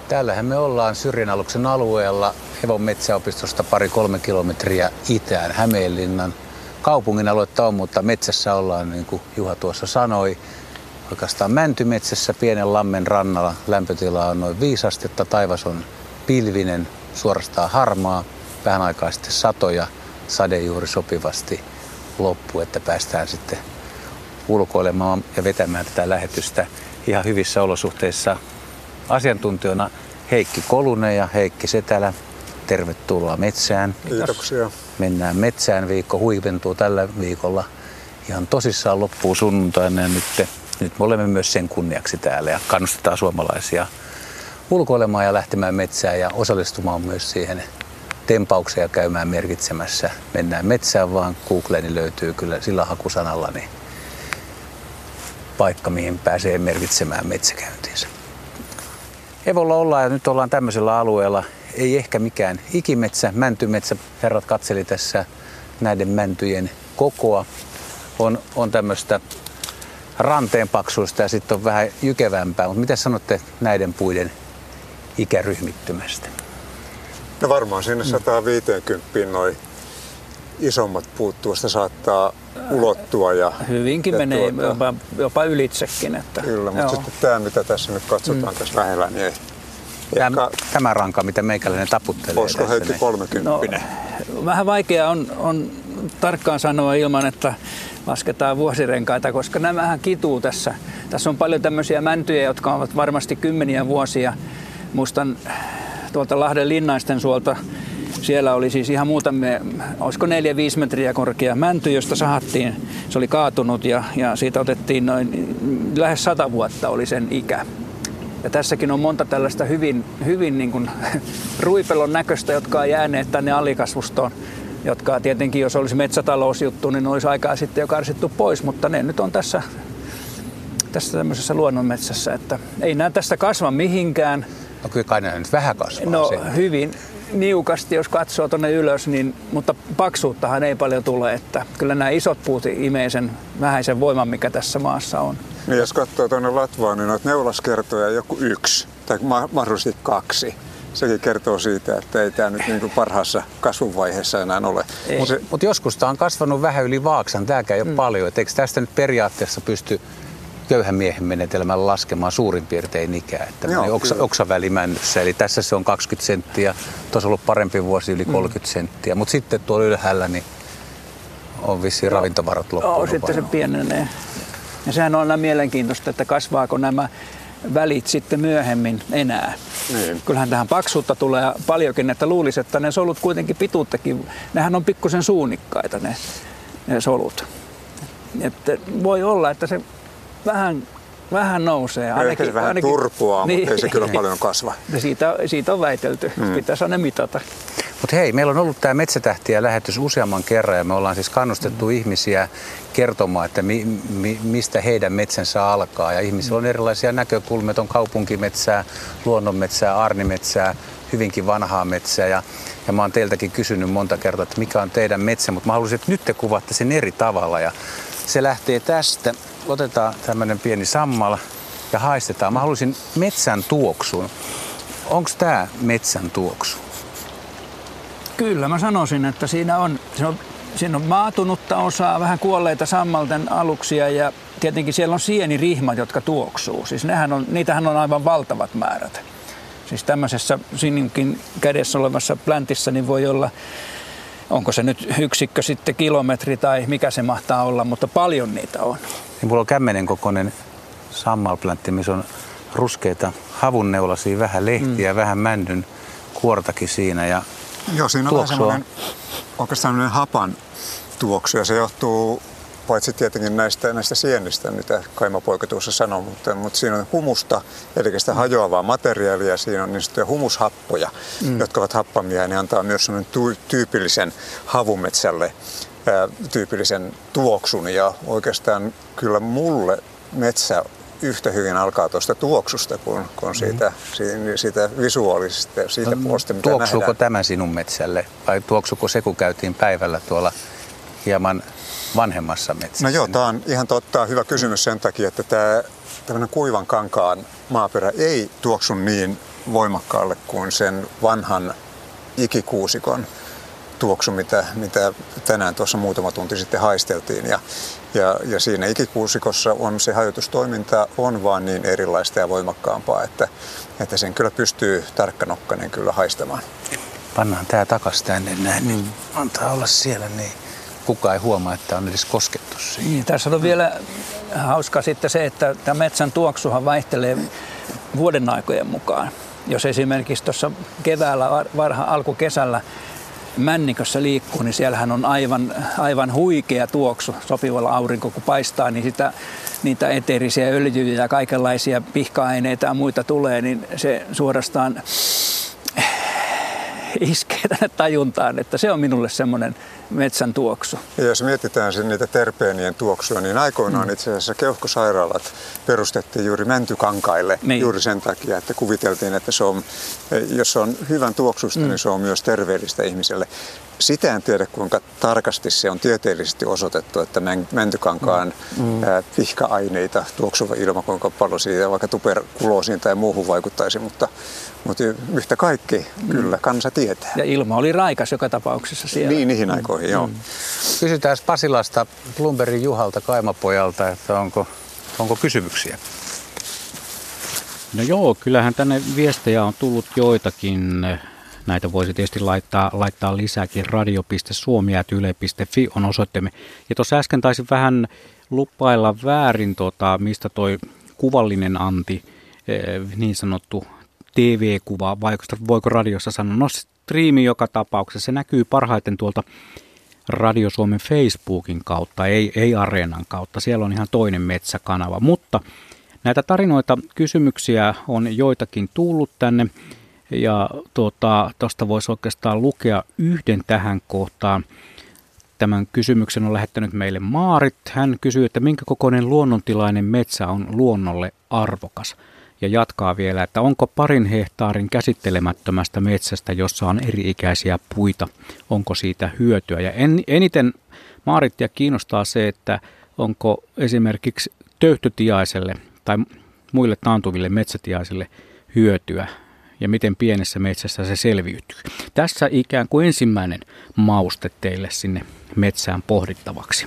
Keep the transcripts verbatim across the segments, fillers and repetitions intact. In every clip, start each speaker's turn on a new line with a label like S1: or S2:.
S1: Täällähän me ollaan Syrjänaluksen alueella Hevon metsäopistosta pari kolme kilometriä itään Hämeenlinnan kaupungin aluetta on, mutta metsässä ollaan, niin kuin Juha tuossa sanoi, oikeastaan mäntymetsässä pienen lammen rannalla. Lämpötila on noin viisi astetta, taivas on pilvinen, suorastaan harmaa, vähän aikaa sitten satoja, sade juuri sopivasti loppu, että päästään sitten ulkoilemaan ja vetämään tätä lähetystä ihan hyvissä olosuhteissa. Asiantuntijana Heikki Kolunen ja Heikki Setälä. Tervetuloa metsään.
S2: Kiitoksia.
S1: Mennään metsään. Viikko huipentuu tällä viikolla. Ihan tosissaan loppuu sunnuntaina ja nyt, nyt me olemme myös sen kunniaksi täällä ja kannustetaan suomalaisia ulkoilemaan ja lähtemään metsään ja osallistumaan myös siihen tempaukseen ja käymään merkitsemässä. Mennään metsään vaan. Googleen löytyy kyllä sillä hakusanalla niin paikka, mihin pääsee merkitsemään metsäkäyntiinsä. Evolla ollaan ja nyt ollaan tämmöisellä alueella, ei ehkä mikään ikimetsä, mäntymetsä. Herrat katseli tässä näiden mäntyjen kokoa. On, on tämmöistä ranteen paksuista ja sitten on vähän jykevämpää. Mutta mitä sanotte näiden puiden ikäryhmittymästä?
S2: No varmaan sinne sata viisikymmentä noin isommat puut tuosta saattaa ulottua. Ja,
S3: Hyvinkin
S2: ja
S3: menee
S2: tuota,
S3: jopa, jopa ylitsekin. Että,
S2: kyllä, mutta
S3: joo.
S2: sitten tämä, mitä tässä nyt katsotaan mm. tässä lähellä, niin ei.
S1: Tämä,
S2: Ehkä,
S1: tämä ranka, mitä meikäläinen taputtelee.
S2: olisiko Heikki kolmekymppinen?
S3: No, vähän vaikea on, on tarkkaan sanoa ilman, että lasketaan vuosirenkaita, koska nämähän kituu tässä. Tässä on paljon tämmöisiä mäntyjä, jotka ovat varmasti kymmeniä vuosia. Muistan tuolta Lahden Linnaisten suolta. Siellä oli siis ihan muutamia, olisiko neljä viisi metriä korkea mänty, josta sahattiin. Se oli kaatunut ja, ja siitä otettiin noin lähes sata vuotta oli sen ikä. Ja tässäkin on monta tällaista hyvin, hyvin niin kuin ruipelon näköistä, jotka on jääneet tänne alikasvustoon. Jotka tietenkin, jos olisi metsätalousjuttu, niin olisi aikaa sitten jo karsittu pois. Mutta ne nyt on tässä, tässä tämmöisessä luonnonmetsässä, että ei nämä tästä kasva mihinkään.
S1: No kyllä kai nämä nyt vähän kasvaa.
S3: No
S1: sen.
S3: hyvin niukasti, jos katsoo tuonne ylös, niin, mutta paksuuttahan ei paljon tule. Että kyllä nämä isot puut imee sen vähäisen voiman, mikä tässä maassa on.
S2: Niin jos katsoo tuonne Latvaan, niin noita neulaskertoja joku yksi tai mahdollisesti kaksi. Sekin kertoo siitä, että ei tämä nyt niin kuin parhaassa kasvuvaiheessa enää ole.
S1: Mutta mut joskus tämä on kasvanut vähän yli vaaksan. Tämäkään ei ole mm. paljon. Et eikö tästä nyt periaatteessa pysty köyhän miehen menetelmällä laskemaan suurin piirtein ikää? Että Joo, oksa, oksavälimännyssä. Eli tässä se on kaksikymmentä senttiä. Tuossa on ollut parempi vuosi yli kolmekymmentä mm. senttiä. Mutta sitten tuolla ylhäällä niin on vissiin no, ravintovarat loppuun.
S3: Joo, sitten se pienenee. Ja sehän on aina mielenkiintoista, että kasvaako nämä välit sitten myöhemmin enää. Niin. Kyllähän tähän paksuutta tulee paljonkin, että luulisi, että ne solut kuitenkin pituuttakin, nehän on pikkusen suunikkaita ne, ne solut. Että voi olla, että se vähän, vähän nousee.
S2: Ainakin, ehkä se vähän ainakin, turpoaa, niin, mutta ei se kyllä paljon kasva.
S3: Siitä, siitä on väitelty, mm. pitäisi aina mitata.
S1: Mutta hei, meillä on ollut tämä Metsätähtiä-lähetys useamman kerran ja me ollaan siis kannustettu mm. ihmisiä kertomaan, että mi, mi, mistä heidän metsänsä alkaa. Ja ihmisillä on erilaisia näkökulmia, on kaupunkimetsää, luonnonmetsää, aarnimetsää, hyvinkin vanhaa metsää. Ja, ja mä oon teiltäkin kysynyt monta kertaa, että mikä on teidän metsä, mutta mä haluaisin, että nyt te kuvaatte sen eri tavalla. Ja se lähtee tästä. Otetaan tämmöinen pieni sammala ja haistetaan. Mä haluaisin metsän tuoksun. Onko tämä metsän tuoksu?
S3: Kyllä, mä sanoisin, että siinä on, siinä on, siinä on maatunutta osaa, vähän kuolleita sammalten aluksia ja tietenkin siellä on sienirihmat, jotka tuoksuu. Siis nehän on, niitähän on aivan valtavat määrät. Siis tämmöisessä sinunkin kädessä olevassa pläntissä niin voi olla, onko se nyt yksikkö sitten kilometri tai mikä se mahtaa olla, mutta paljon niitä on.
S1: Ja mulla on kämmenen kokoinen sammalpläntti, missä on ruskeita havunneulaisia, vähän lehtiä, mm. vähän männyn kuortakin siinä ja
S2: Joo, siinä on vähän semmoinen oikeastaan semmoinen hapan tuoksu ja se johtuu paitsi tietenkin näistä, näistä sienistä, mitä Kaima-poika tuossa sanoi, mutta, mutta siinä on humusta, eli sitä hajoavaa materiaalia, siinä on niin sanottuja humushappoja, mm. jotka ovat happamia ja ne antaa myös semmoinen tyypillisen havumetsälle ää, tyypillisen tuoksun ja oikeastaan kyllä mulle metsä yhtä hyvin alkaa tuosta tuoksusta kuin, kuin siitä, mm. siitä visuaalisesta, siitä
S1: no,
S2: puolesta, mitä
S1: tuoksuuko
S2: nähdään.
S1: tämä sinun metsälle vai tuoksuuko se, kun käytiin päivällä tuolla hieman vanhemmassa metsässä?
S2: No joo, tämä on ihan totta hyvä kysymys sen takia, että tämä tämmöinen kuivan kankaan maaperä ei tuoksu niin voimakkaalle kuin sen vanhan ikikuusikon tuoksu, mitä, mitä tänään tuossa muutama tunti sitten haisteltiin. Ja, ja, ja siinä ikikuusikossa on se hajotustoiminta on vaan niin erilaista ja voimakkaampaa, että, että sen kyllä pystyy tarkkanokkainen kyllä haistamaan.
S1: Pannaan tää takas tänne näin, niin antaa olla siellä, niin kukaan ei huomaa, että on edes koskettu siihen.
S3: Niin, tässä on vielä hauska sitten se, että tämä metsän tuoksuhan vaihtelee vuoden aikojen mukaan. Jos esimerkiksi tuossa keväällä, varha alkukesällä männikössä liikkuu, niin siellähän on aivan, aivan huikea tuoksu sopivalla aurinko, kun paistaa, niin sitä, niitä eteerisiä öljyjä ja kaikenlaisia pihka-aineita ja muita tulee, niin se suorastaan iskee tänne tajuntaan, että se on minulle semmoinen metsän tuoksu.
S2: Ja jos mietitään sen niitä terpeenien tuoksua, niin aikoinaan mm. itse asiassa keuhkosairaalat perustettiin juuri mäntykankaille niin. Juuri sen takia, että kuviteltiin, että se on, jos se on hyvän tuoksusta, mm. niin se on myös terveellistä ihmiselle. Sitä en tiedä, kuinka tarkasti se on tieteellisesti osoitettu, että mäntykankaan mm. pihka-aineita tuoksuva ilma, kuinka paljon siitä vaikka tuberkuloosiin tai muuhun vaikuttaisi, mutta, mutta yhtä kaikki kyllä kansa tietää.
S3: Ja ilma oli raikas joka tapauksessa siellä.
S2: Niin, niihin aikoihin, mm. joo.
S1: Mm. Kysytään Pasilasta Blombergin Juhalta Kaimapojalta, että onko, onko kysymyksiä?
S4: No joo, kyllähän tänne viestejä on tullut joitakin. Näitä voisi tietysti laittaa, laittaa lisääkin. radio piste suomi ät yle piste fi on osoitteemme. Ja tuossa äsken taisin vähän lupailla väärin, tota, mistä toi kuvallinen anti, niin sanottu T V-kuva, vai voiko radiossa sanoa? No striimi joka tapauksessa. Se näkyy parhaiten tuolta Radio Suomen Facebookin kautta, ei, ei Areenan kautta. Siellä on ihan toinen metsäkanava. Mutta näitä tarinoita, kysymyksiä on joitakin tullut tänne. Ja tuota, tuosta voisi oikeastaan lukea yhden tähän kohtaan. Tämän kysymyksen on lähettänyt meille Maarit. Hän kysyy, että minkä kokoinen luonnontilainen metsä on luonnolle arvokas. Ja jatkaa vielä, että onko parin hehtaarin käsittelemättömästä metsästä, jossa on eri-ikäisiä puita, onko siitä hyötyä. Ja en, eniten Maarittia kiinnostaa se, että onko esimerkiksi töyhtötiaiselle tai muille taantuville metsätiaisille hyötyä. Ja miten pienessä metsässä se selviytyy. Tässä ikään kuin ensimmäinen mauste teille sinne metsään pohdittavaksi.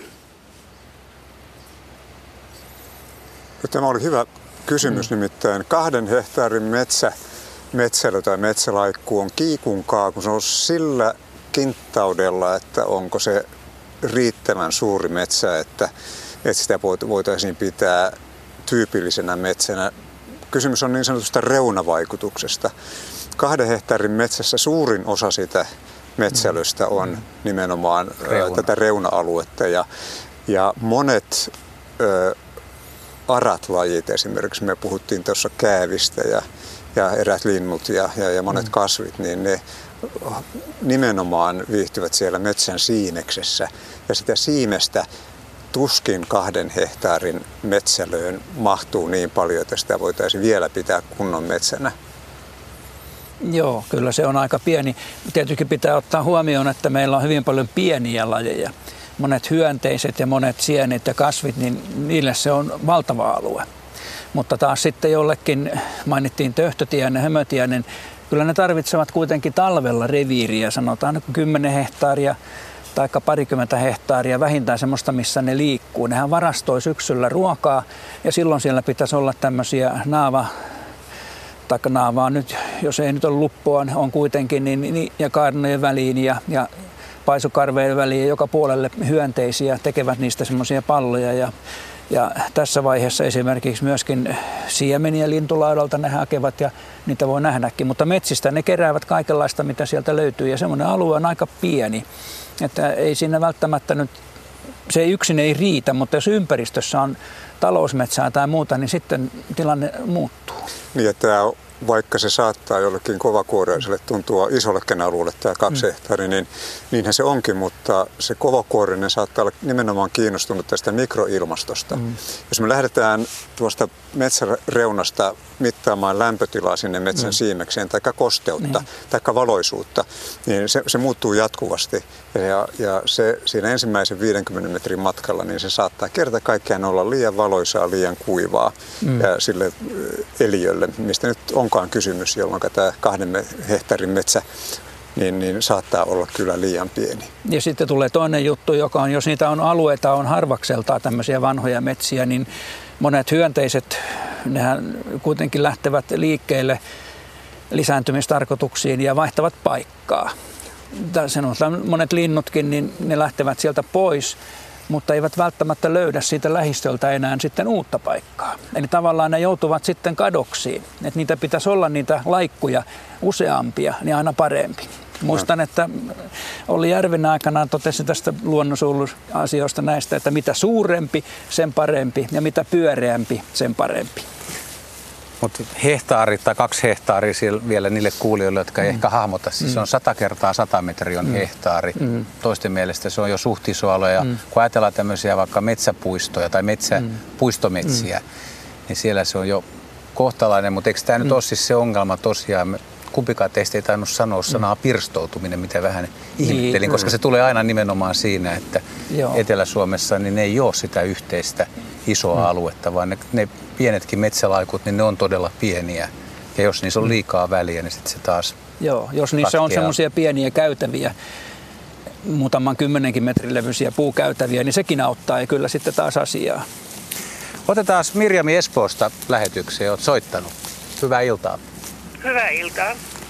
S2: Tämä oli hyvä kysymys, mm. nimittäin kahden hehtaarin metsä, metsälö tai metsälaikku on kiikunkaa, kun se on sillä kinttaudella, että onko se riittävän suuri metsä, että, että sitä voitaisiin pitää tyypillisenä metsänä. Kysymys on niin sanotusta reunavaikutuksesta. Kahden hehtaarin metsässä suurin osa sitä metsälöstä on nimenomaan Reuna. tätä reuna-aluetta ja, ja monet ö, arat-lajit, esimerkiksi me puhuttiin tuossa käävistä ja, ja erät linnut ja, ja, ja monet mm. kasvit, niin ne nimenomaan viihtyvät siellä metsän siimeksessä ja sitä siimestä tuskin kahden hehtaarin metsälöön mahtuu niin paljon, että sitä voitaisiin vielä pitää kunnon metsänä.
S3: Joo, kyllä se on aika pieni. Tietysti pitää ottaa huomioon, että meillä on hyvin paljon pieniä lajeja. Monet hyönteiset ja monet sienet ja kasvit, niin niille se on valtava alue. Mutta taas sitten jollekin, mainittiin töyhtötiainen ja hömötiainen, kyllä ne tarvitsevat kuitenkin talvella reviiriä, sanotaan kymmenen hehtaaria. Tai parikymmentä hehtaaria, vähintään semmoista, missä ne liikkuu. Nehän varastoi syksyllä ruokaa ja silloin siellä pitäisi olla tämmöisiä naava, tai naavaa nyt, jos ei nyt ole luppoa, on kuitenkin, niin, niin, ja kaarnojen väliin ja, ja paisukarveen väliin joka puolelle hyönteisiä, tekevät niistä semmoisia palloja. Ja, ja tässä vaiheessa esimerkiksi myöskin siemeniä lintulaudalta ne hakevat ja niitä voi nähdäkin, mutta metsistä ne keräävät kaikenlaista, mitä sieltä löytyy ja semmoinen alue on aika pieni. Että ei siinä välttämättä nyt, se ei yksin ei riitä, mutta jos ympäristössä on talousmetsää tai muuta, niin sitten tilanne muuttuu.
S2: Niin, että vaikka se saattaa jollekin kovakuoreiselle tuntua isollekin alueelle tämä kaksi mm. hehtaaria, niin niinhän se onkin, mutta se kovakuorinen saattaa olla nimenomaan kiinnostunut tästä mikroilmastosta. Mm. Jos me lähdetään tuosta metsäreunasta mittaamaan lämpötilaa sinne metsän mm. siimekseen, tai kosteutta, mm. tai valoisuutta, niin se, se muuttuu jatkuvasti. Ja, ja se siinä ensimmäisen viidenkymmenen metrin matkalla, niin se saattaa kerta kaikkiaan olla liian valoisaa, liian kuivaa mm. ja sille eliölle, mistä nyt onkaan kysymys, jolloin tämä kahden hehtaarin metsä Niin, niin saattaa olla kyllä liian pieni.
S3: Ja sitten tulee toinen juttu, joka on, jos niitä on alueita, on harvakseltaan tämmöisiä vanhoja metsiä, niin monet hyönteiset, nehän kuitenkin lähtevät liikkeelle lisääntymistarkoituksiin ja vaihtavat paikkaa. Sanotaan, monet linnutkin, niin ne lähtevät sieltä pois, mutta eivät välttämättä löydä siitä lähistöltä enää sitten uutta paikkaa. Eli tavallaan ne joutuvat sitten kadoksiin. Että niitä pitäisi olla niitä laikkuja useampia, niin aina parempi. Muistan, että Olli Järven aikanaan totesi tästä luonnonsuojeluasioista näistä, että mitä suurempi, sen parempi, ja mitä pyöreämpi, sen parempi.
S1: Mutta hehtaari tai kaksi hehtaaria vielä niille kuulijoille, jotka ei mm. ehkä hahmota. Siis mm. se on sata kertaa sata metriä on mm. hehtaari. Mm. Toisten mielestä se on jo suht iso alue. Ja mm. kun ajatellaan tämmöisiä vaikka metsäpuistoja tai metsä, mm. puistometsiä, mm. niin siellä se on jo kohtalainen. Mutta eikö tämä mm. nyt ole siis se ongelma tosiaan? Kumpikaan teistä ei tainnut sanoa sanaa pirstoutuminen, mitä vähän ihmettelin, niin, koska se tulee aina nimenomaan siinä, että Joo. Etelä-Suomessa niin ei ole sitä yhteistä isoa mm. aluetta, vaan ne, ne pienetkin metsälaikut, niin ne on todella pieniä. Ja jos niissä on liikaa väliä, niin sitten se taas
S3: Joo, jos niissä katkeaa. On semmoisia pieniä käytäviä, muutaman kymmenenkin metrin levyisiä puukäytäviä, niin sekin auttaa ja kyllä sitten taas asiaa.
S1: Otetaan Mirjami Espoosta lähetykseen, olet soittanut. Hyvää iltaa.
S5: Hyvää iltaa.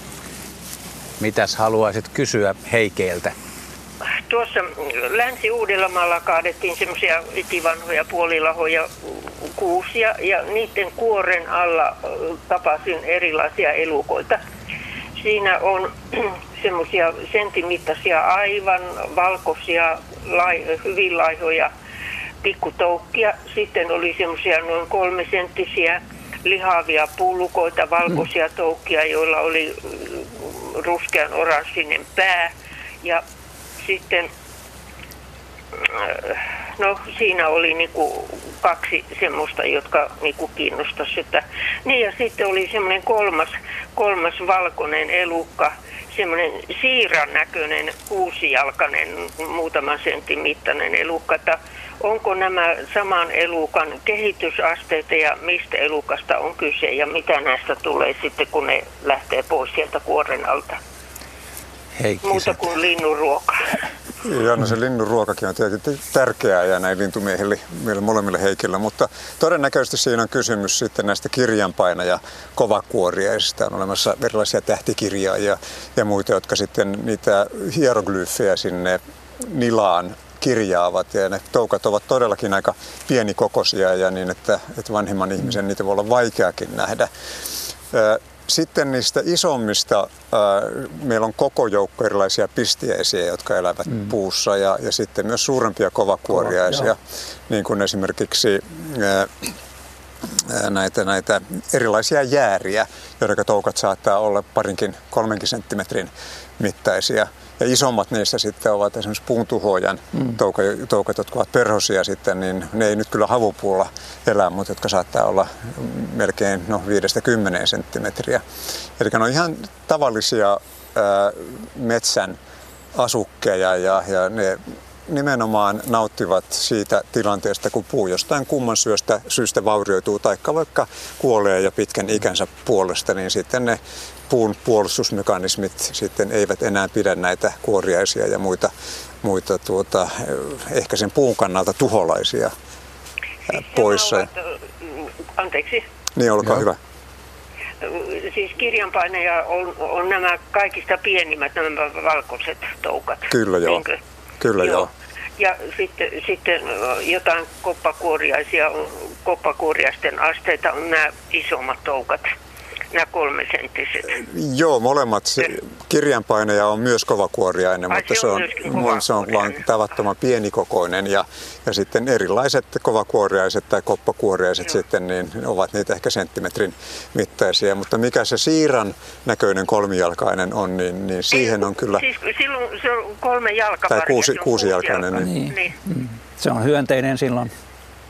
S1: Mitäs haluaisit kysyä Heikeiltä?
S5: Tuossa Länsi-Uudellamaalla kaadettiin semmoisia ikivanhoja puolilahoja kuusia ja niiden kuoren alla tapasin erilaisia elukoita. Siinä on semmoisia sentimittaisia aivan valkoisia, hyvin laihoja pikkutoukkia. Sitten oli semmoisia noin kolmesenttisiä lihavia puulukoita, valkoisia toukkia, joilla oli ruskean oranssinen pää. Ja sitten no siinä oli niinku kaksi semmoista, jotka niinku kiinnostaisi. Että, niin ja sitten oli semmoinen kolmas, kolmas valkoinen elukka, semmoinen siiran näköinen kuusijalkainen, muutaman sentin mittainen elukka. Onko nämä saman elukan kehitysasteita ja mistä elukasta on kyse ja mitä näistä tulee sitten, kun ne lähtee pois sieltä kuoren alta?
S1: Heikkisen.
S5: Muuta kuin linnunruoka.
S2: Ja no se linnunruokakin on tietenkin tärkeää ja näin lintumiehille meille molemmille Heikillä, mutta todennäköisesti siinä on kysymys sitten näistä kirjanpainaja kovakuoriaisista. On olemassa erilaisia tähtikirjaajia ja muita, jotka sitten niitä hieroglyfejä sinne nilaan kirjaavat ja ne toukat ovat todellakin aika pienikokoisia ja niin, että, että vanhemman ihmisen niitä voi olla vaikeakin nähdä. Sitten niistä isommista meillä on koko joukko erilaisia pistiäisiä, jotka elävät mm. puussa ja, ja sitten myös suurempia kovakuoriaisia, Kova, niin kuin esimerkiksi näitä, näitä erilaisia jääriä, joiden toukat saattaa olla parinkin kolmenkin senttimetrin mittaisia. Ja isommat niistä sitten ovat esimerkiksi puuntuhoajan mm. toukat, jotka ovat perhosia sitten, niin ne ei nyt kyllä havupuulla elä, mutta jotka saattaa olla melkein no, viidestä kymmeneen senttimetriä. Eli ne on ihan tavallisia ää, metsän asukkeja ja, ja ne nimenomaan nauttivat siitä tilanteesta, kun puu jostain kumman syöstä, syystä vaurioituu tai vaikka kuolee ja pitkän ikänsä puolesta, niin sitten ne puun puolustusmekanismit sitten eivät enää pidä näitä kuoriaisia ja muita, muita tuota, ehkä sen puun kannalta tuholaisia siis poissa.
S5: Ovat, anteeksi.
S2: Niin, olkaa hyvä.
S5: Siis kirjanpainaja on, on nämä kaikista pienimmät, nämä valkoiset toukat.
S2: Kyllä joo.
S5: Niinkö?
S2: Kyllä joo. joo.
S5: Ja sitten, sitten jotain koppakuoriaisia, koppakuoriaisten asteita on nämä isommat toukat, nämä kolmesenttiset.
S2: Joo, molemmat. Kirjanpainaja on myös kovakuoriainen,
S5: Ai,
S2: mutta
S5: se on, se
S2: on, se on vain tavattoman pienikokoinen. Ja, ja sitten erilaiset kovakuoriaiset tai koppakuoriaiset sitten, niin ovat niitä ehkä senttimetrin mittaisia. Mutta mikä se siiran näköinen kolmijalkainen on, niin, niin siihen
S5: Ei,
S2: on kyllä...
S5: Siis silloin se on kolme jalkaparia.
S2: Tai kuusi, kuusijalkainen.
S5: Kuusi
S2: niin.
S5: niin.
S3: Mm. Se on hyönteinen silloin.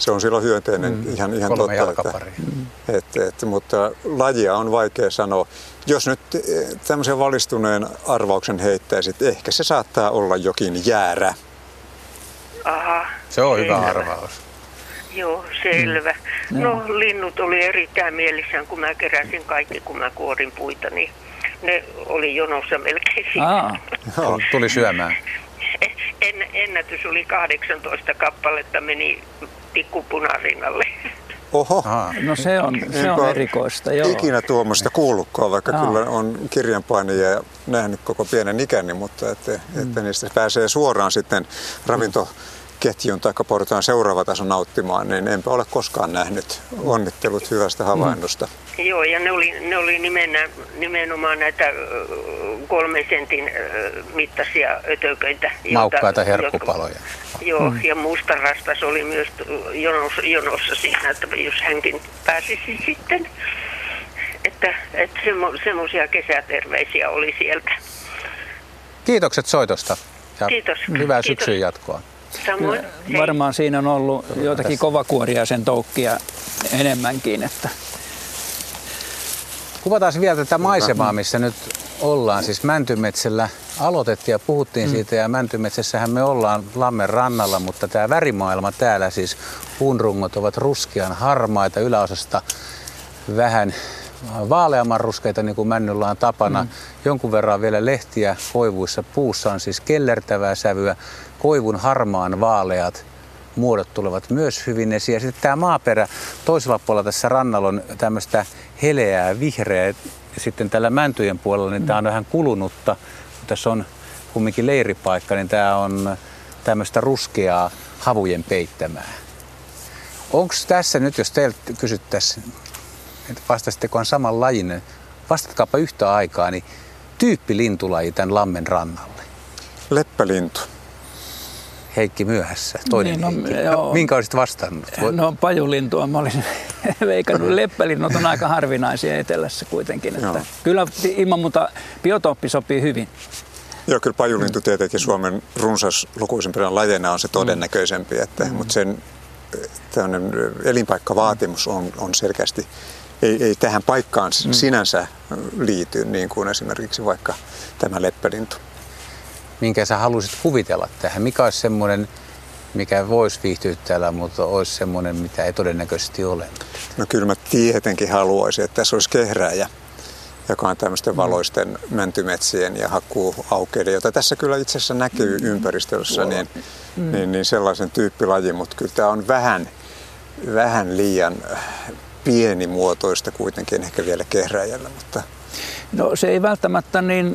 S2: Se on silloin hyönteinen, mm. ihan, ihan
S1: Kolme
S2: totta. Että, että, että, mutta lajia on vaikea sanoa. Jos nyt tämmöisen valistuneen arvauksen heittäisit, ehkä se saattaa olla jokin jäärä.
S5: Aha.
S1: Se on
S5: selvä.
S1: hyvä arvaus.
S5: Joo, selvä. Mm. No, linnut oli erittäin mielissään, kun mä keräsin kaikki, kun mä kuorin puita, niin ne oli jonossa melkein siinä.
S1: Tuli syömään.
S5: En, ennätys oli kahdeksantoista kappaletta, meni tikkupunarinnalle.
S2: Oho.
S1: Aha.
S3: No se on, se on erikoista, joo.
S2: Ikinä tuommoista kuullutkaan, vaikka
S3: Aa.
S2: kyllä on kirjanpainija ja nähnyt koko pienen ikäni, mutta että, mm. että niistä pääsee suoraan sitten ravintoketjun tai portaan seuraava taso nauttimaan, niin enpä ole koskaan nähnyt. Onnittelut hyvästä havainnosta.
S5: Mm. Joo, ja ne oli, ne oli nimenä, nimenomaan näitä kolmen sentin mittaisia ötököitä.
S1: Maukkaita herkkupaloja.
S5: Joo, mm. ja mustarastas oli myös jonossa, jonossa siinä, että jos hänkin pääsisi sitten. Että, että semmo, semmoisia kesäterveisiä oli sieltä.
S1: Kiitokset soitosta ja
S5: Kiitos.
S1: hyvää
S5: Kiitos.
S1: syksyn jatkoa.
S5: Samoin.
S3: No, varmaan siinä on ollut joitakin kovakuoria sen toukkia enemmänkin. Että.
S1: Kuvataan vielä tätä maisemaa, missä nyt ollaan. Siis Mäntymetsällä aloitettiin ja puhuttiin mm. siitä, ja Mäntymetsässähän me ollaan Lammen rannalla, mutta tämä värimaailma täällä, siis puunrungot ovat ruskean harmaita, yläosasta vähän vaaleamman ruskeita, niin kuin männyllä on tapana. Mm. Jonkun verran vielä lehtiä koivuissa. Puussa on siis kellertävää sävyä. Koivun harmaan vaaleat muodot tulevat myös hyvin esiin. Ja sitten tämä maaperä toisella puolella tässä rannalla on tämmöistä heleää, vihreää. Ja sitten tällä mäntyjen puolella niin tämä on vähän kulunutta. Kun tässä on kumminkin leiripaikka, niin tämä on tämmöistä ruskeaa havujen peittämää. Onko tässä nyt, jos teiltä kysyttäisiin, että vastasitteko on saman lajin, vastatkaapa yhtä aikaa, niin tyyppilintulaji tämän Lammen rannalle?
S2: Leppälintu.
S1: Heikki myöhässä, toinen
S3: niin, no,
S1: Heikki.
S3: joo.
S1: Minkä olisit vastannut?
S3: No pajulintua mä olisin veikannut. Leppälinnut on aika harvinaisia etelässä kuitenkin. Että kyllä ilman muuta biotooppi sopii hyvin.
S2: Joo, kyllä pajulintu tietenkin Suomen runsas lukuisimpina lajeina on se todennäköisempi, että, mm. mutta sen tämmöinen elinpaikkavaatimus on, on selkeästi, ei, ei tähän paikkaan mm. sinänsä liity, niin kuin esimerkiksi vaikka tämä leppälintu.
S1: Minkä sä haluaisit kuvitella tähän? Mikä olisi semmoinen, mikä voisi viihtyttää, mutta olisi semmoinen, mitä ei todennäköisesti ole?
S2: No kyllä mä tietenkin haluaisin, että tässä olisi kehrääjä, joka on tämmöisten valoisten mäntymetsien ja hakkuuaukeiden, jota tässä kyllä itse asiassa näkyy ympäristössä, niin, mm. niin, niin sellaisen tyyppilaji, mutta kyllä tämä on vähän, vähän liian pienimuotoista kuitenkin ehkä vielä kehrääjällä. Mutta...
S3: No se ei välttämättä niin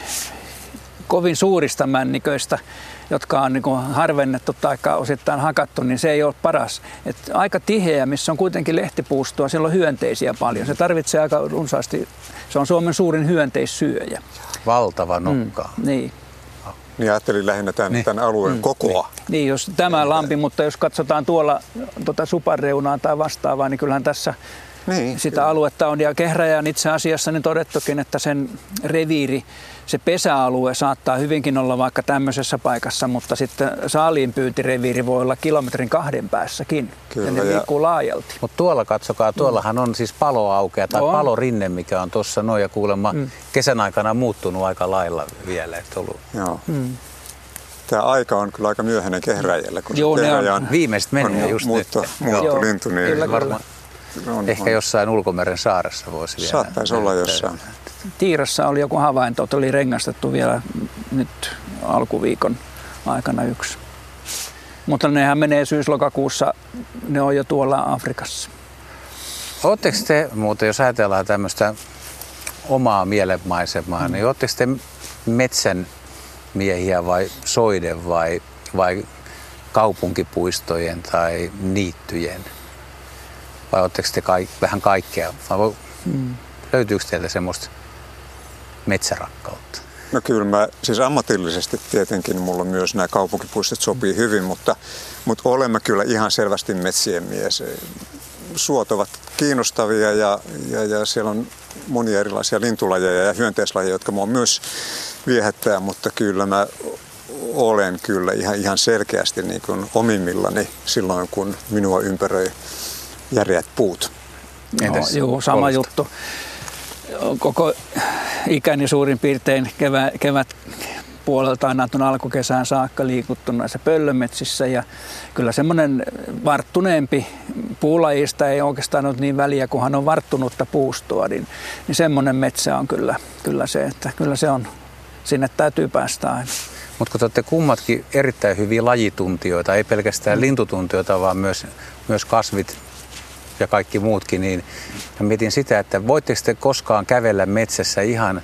S3: kovin suurista männiköistä, jotka on niin kuin harvennettu tai osittain hakattu, niin se ei ole paras. Et aika tiheä, missä on kuitenkin lehtipuustoa, siellä on hyönteisiä paljon. Se tarvitsee aika runsaasti, se on Suomen suurin hyönteissyöjä.
S1: Valtava nokka.
S3: Mm, niin.
S2: Niin ajattelin lähinnä tämän, niin. tämän alueen mm. kokoa.
S3: Niin, jos tämä lampi, mutta jos katsotaan tuolla tuota supanreunaa tai vastaavaa, niin kyllähän tässä niin, sitä kyllä. aluetta on. Ja kehräjä on itse asiassa niin todettukin, että sen reviiri, se pesäalue saattaa hyvinkin olla vaikka tämmöisessä paikassa, mutta sitten saaliinpyyntireviiri voi olla kilometrin kahden päässäkin. Kyllä, ja ne liikkuu laajalti.
S1: Mutta tuolla katsokaa, tuollahan on siis paloaukea tai on. palorinne, mikä on tuossa noin ja kuulemma mm. kesän aikana muuttunut aika lailla vielä. Ollut.
S2: Joo. Mm. Tämä aika on kyllä aika myöhäinen kehräjällä, kun
S3: Joo,
S2: kehräjä
S1: on, viimeiset menee just
S2: muutto,
S1: nyt.
S2: Muuttolintu, niin
S3: kyllä,
S1: varmaan
S2: on,
S1: ehkä
S2: on.
S1: jossain Ulkomeren saaressa voisi vielä.
S2: Saattaisi olla jossain.
S3: Tiirassa oli joku havainto, että oli rengastettu vielä nyt alkuviikon aikana yksi. Mutta nehän menee syys-lokakuussa, ne on jo tuolla Afrikassa.
S1: Oletteko te, muuten jos ajatellaan tämmöistä omaa mielenmaisemaa, mm. niin oletteko te metsän miehiä vai soiden vai, vai kaupunkipuistojen tai niittyjen? Vai oletteko te kaik, vähän kaikkea? Vai mm. löytyykö teiltä semmoista metsärakkautta?
S2: No kyllä mä, siis ammatillisesti tietenkin mulla myös nämä kaupunkipuistot sopii hyvin, mutta, mutta olemme kyllä ihan selvästi metsien mies. Suot ovat kiinnostavia ja, ja, ja siellä on monia erilaisia lintulajeja ja hyönteislajeja, jotka mua myös viehättää, mutta kyllä mä olen kyllä ihan, ihan selkeästi niin kuin omimmillani silloin, kun minua ympäröi järeät puut.
S3: No, joo, sama puolesta juttu. Koko ikäni suurin piirtein kevät, kevät puolelta aina tuon alkukesään saakka liikuttu näissä pöllömetsissä ja kyllä semmoinen varttuneempi puulajista ei oikeastaan ole niin väliä, kunhan on varttunutta puustoa, niin, niin semmoinen metsä on kyllä, kyllä se, että kyllä se on, sinne täytyy päästä aina.
S1: Mutta kun te olette kummatkin erittäin hyviä lajituntijoita, ei pelkästään mm. lintutuntijoita, vaan myös, myös kasvit ja kaikki muutkin, niin mä mietin sitä, että voitteko te koskaan kävellä metsässä ihan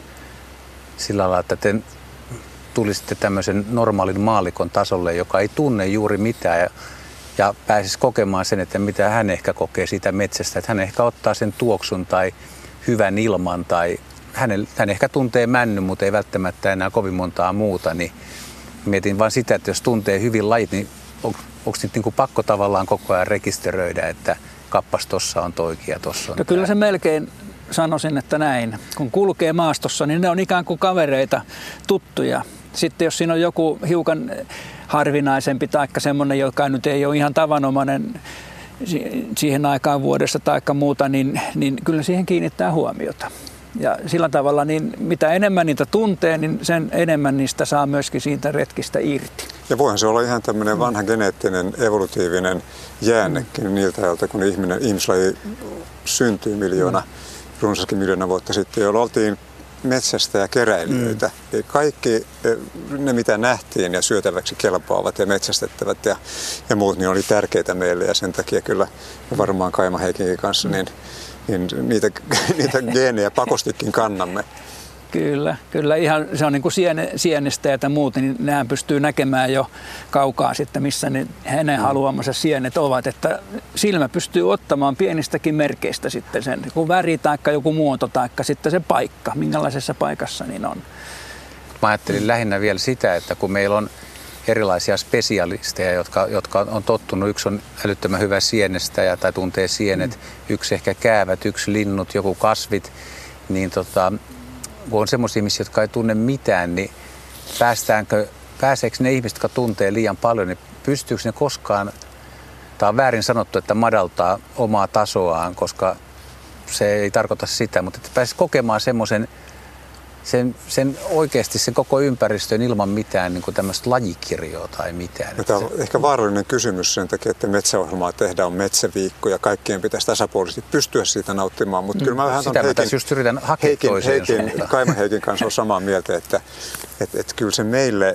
S1: sillä lailla, että te tulisitte tämmöisen normaalin maallikon tasolle, joka ei tunne juuri mitään ja, ja pääsisi kokemaan sen, että mitä hän ehkä kokee siitä metsästä. Että hän ehkä ottaa sen tuoksun tai hyvän ilman tai hän, hän ehkä tuntee männyn, mutta ei välttämättä enää kovin montaa muuta. Niin mietin vain sitä, että jos tuntee hyvin lajit, niin on, onko nyt niin kuin pakko tavallaan koko ajan rekisteröidä, että kappas tossa on toikin ja tossa on
S3: no, kyllä se melkein sanoisin, että näin. Kun kulkee maastossa, niin ne on ikään kuin kavereita, tuttuja. Sitten jos siinä on joku hiukan harvinaisempi tai semmoinen, joka nyt ei ole ihan tavanomainen siihen aikaan vuodessa tai muuta, niin, niin kyllä siihen kiinnittää huomiota. Ja sillä tavalla, niin mitä enemmän niitä tuntee, niin sen enemmän niistä saa myöskin siitä retkistä irti.
S2: Ja voihan se olla ihan tämmöinen vanha geneettinen, evolutiivinen jäännekin mm. niiltä ajalta, kun ihminen, ihmislaji syntyi miljoona, mm. runsaskin miljoona vuotta sitten, jolloin oltiin metsästä ja keräilijöitä. Mm. Ja kaikki ne, mitä nähtiin ja syötäväksi kelpaavat ja metsästettävät ja, ja muut, niin oli tärkeitä meille. Ja sen takia kyllä varmaan Kaima Heikinkin kanssa niin, niin niitä, niitä geenejä pakostikin kannamme.
S3: Kyllä, kyllä ihan se on niin kuin siene, sienestäjät ja muut, niin nehän pystyy näkemään jo kaukaa sitten, missä ne hänen mm. haluamansa sienet ovat. Että silmä pystyy ottamaan pienistäkin merkeistä sitten sen, joku väri tai joku muoto tai sitten se paikka, minkälaisessa paikassa niin on.
S1: Mä ajattelin lähinnä vielä sitä, että kun meillä on erilaisia spesialisteja, jotka, jotka on tottunut, yksi on älyttömän hyvä sienestäjä tai tuntee sienet, mm. yksi ehkä käävät, yksi linnut, joku kasvit, niin tota... kun on semmoisia ihmisiä, jotka ei tunne mitään, niin päästäänkö, pääseekö ne ihmiset, jotka tuntee liian paljon, niin pystyykö ne koskaan, tämä on väärin sanottu, että madaltaa omaa tasoaan, koska se ei tarkoita sitä, mutta että pääsisi kokemaan semmoisen, sen, sen oikeasti sen koko ympäristön ilman mitään niin kuin tämmöistä lajikirjoa tai mitään.
S2: No, tämä on se, ehkä vaarallinen kysymys sen takia, että metsäohjelmaa tehdään, on metsäviikko ja kaikkien pitäisi tasapuolisesti pystyä siitä nauttimaan. Mutta mm. kyllä mä vähän
S1: sitä
S2: Heikin,
S1: just yritän hakea
S2: Heikin,
S1: toiseen
S2: Heikin, Kaima Heikin kanssa on samaa mieltä, että et, et kyllä se meille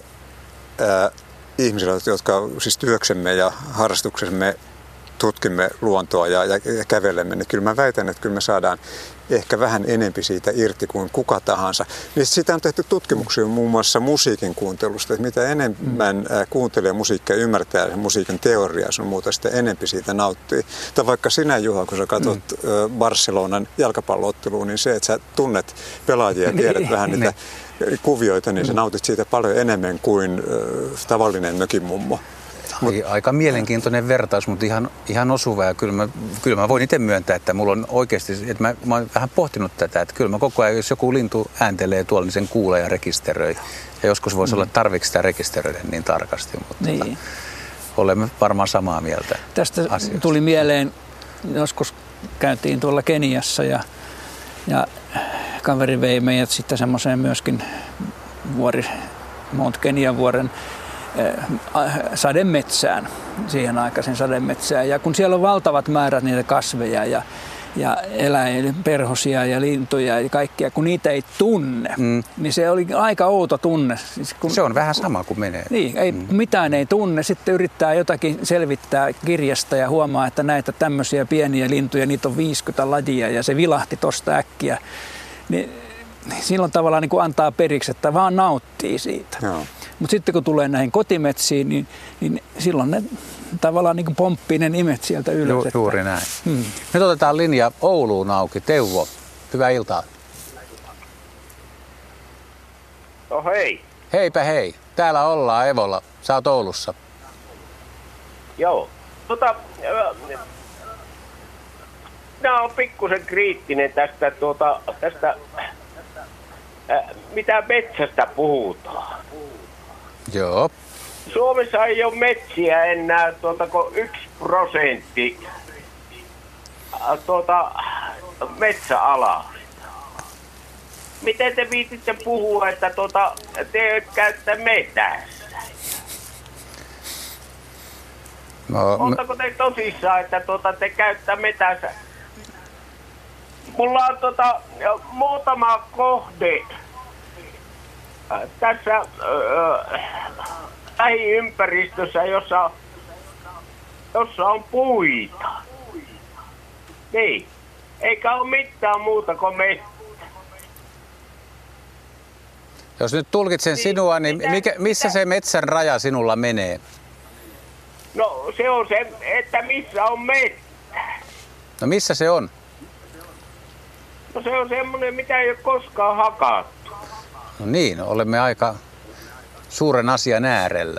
S2: ää, ihmisillä, jotka siis työksemme ja harrastuksemme tutkimme luontoa ja, ja, ja kävelemme, niin kyllä mä väitän, että kyllä me saadaan ehkä vähän enempi siitä irti kuin kuka tahansa. Niin sitä on tehty tutkimuksia muun muassa musiikin kuuntelusta, että mitä enemmän mm. kuuntelee musiikkia ja ymmärtää musiikin teoriaa sun muuta, sitä enempi siitä nauttii. Tai vaikka sinä, Juha, kun sä katsot mm. Barcelonan jalkapallo-otteluun, niin se, että sä tunnet pelaajia ja tiedät vähän niitä kuvioita, niin sä nautit siitä paljon enemmän kuin äh, tavallinen mökinmummo.
S1: Mut, aika mielenkiintoinen vertaus, mutta ihan, ihan osuva ja kyllä mä, kyllä mä voin itse myöntää, että mulla on oikeasti, että mä, mä oon vähän pohtinut tätä, että kyllä mä koko ajan, jos joku lintu ääntelee tuolla, niin sen kuulee ja rekisteröi. Ja joskus voisi mm. olla tarvitse sitä rekisteröidä niin tarkasti, mutta niin. Tota, olemme varmaan samaa mieltä.
S3: Tästä asioista tuli mieleen, joskus käytiin tuolla Keniassa ja, ja kaveri vei meidät sitten semmoiseen myöskin vuori, Mount Kenian vuoren sademetsään, siihen aikaisen sademetsään. Ja kun siellä on valtavat määrät niitä kasveja ja, ja eläinperhosia ja lintuja ja kaikkia, kun niitä ei tunne, mm. niin se oli aika outo tunne. Siis kun,
S1: se on vähän sama kuin menee.
S3: Niin, ei, mm. mitään ei tunne. Sitten yrittää jotakin selvittää kirjasta ja huomaa, että näitä tämmöisiä pieniä lintuja, niitä on viisikymmentä lajia ja se vilahti tosta äkkiä. Niin, silloin tavallaan niin kuin antaa periksi, että vaan nauttii siitä. Joo. Mutta sitten kun tulee näihin kotimetsiin, niin, niin silloin ne tavallaan niin kuin pomppii ne nimet sieltä ylös.
S1: Ju, juuri näin. Hmm. Nyt otetaan linja Ouluun auki. Teuvo, hyvää iltaa.
S6: No hei.
S1: Heipä hei. Täällä ollaan Evolla. Sä oot Oulussa.
S6: Joo. Tota, minä olen pikkusen kriittinen tästä, tuota, tästä äh, mitä metsästä puhutaan.
S1: Joo.
S6: Suomessa ei ole metsiä enää tuota, kuin yksi prosentti tuota, metsäalaa. Miten te viititte puhua, että tuota, te käytte metässä?
S1: No,
S6: Oletteko te tosissaan, että tuota, te käytte metässä? Mulla on tuota, muutama kohde tässä öö, lähiympäristössä, jossa, jossa on puita. Niin. Eikä ole mitään muuta kuin me.
S1: Jos nyt tulkitsen niin, sinua, niin mitä, mikä, missä mitä? Se metsän raja sinulla menee?
S6: No se on se, että missä on metsä.
S1: No missä se on?
S6: No se on semmoinen, mitä ei ole koskaan hakattu.
S1: No niin, olemme aika suuren asian äärellä.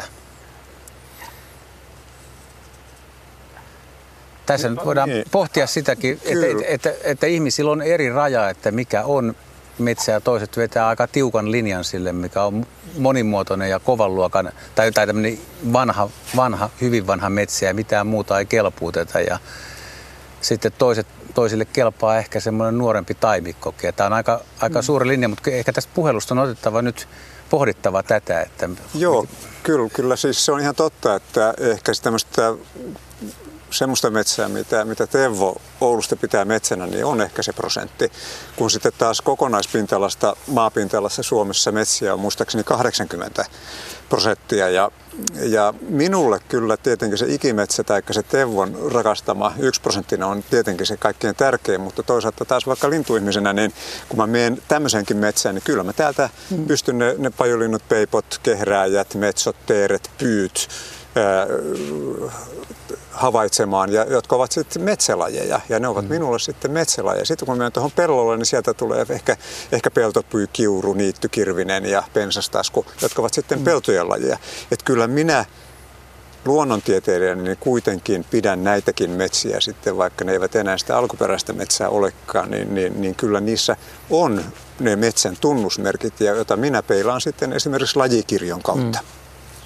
S1: Tässä nyt voidaan niin pohtia sitäkin, että, että, että, että ihmisillä on eri raja, että mikä on metsä ja toiset vetää aika tiukan linjan sille, mikä on monimuotoinen ja kovan luokan, tai, tai tämmöinen vanha, vanha, hyvin vanha metsä ja mitään muuta ei kelpuuteta. Ja sitten toiset, toisille kelpaa ehkä semmoinen nuorempi taimikkokin. Tämä on aika, aika mm. suuri linja, mutta ehkä tästä puhelusta on otettava nyt pohdittava tätä. Että
S2: Joo, kyllä, kyllä siis se on ihan totta, että ehkä tämmöistä semmoista metsää, mitä, mitä Teuvo Oulusta pitää metsänä, niin on ehkä se prosentti. Kun sitten taas kokonaispinta-alasta, maapinta-alassa Suomessa metsiä on muistaakseni kahdeksankymmentä prosenttia. Ja, ja minulle kyllä tietenkin se ikimetsä tai se Teuvon rakastama yksi prosenttina on tietenkin se kaikkein tärkein, mutta toisaalta taas vaikka lintuihmisenä, niin kun mä menen tämmöisenkin metsään, niin kyllä mä täältä mm. pystyn ne, ne pajulinnut, peipot, kehrääjät, metsot, teeret, pyyt, ää, havaitsemaan, ja, jotka ovat sitten metsälajeja, ja ne ovat mm. minulle sitten metsälajeja. Sitten kun menen tuohon pellolle, niin sieltä tulee ehkä, ehkä peltopyy, kiuru, niittykirvinen ja pensastasku, jotka ovat sitten mm. peltojen lajeja. Että kyllä minä luonnontieteilijänä niin kuitenkin pidän näitäkin metsiä sitten, vaikka ne eivät enää sitä alkuperäistä metsää olekaan, niin, niin, niin kyllä niissä on ne metsän tunnusmerkit, joita minä peilaan sitten esimerkiksi lajikirjon kautta. Mm.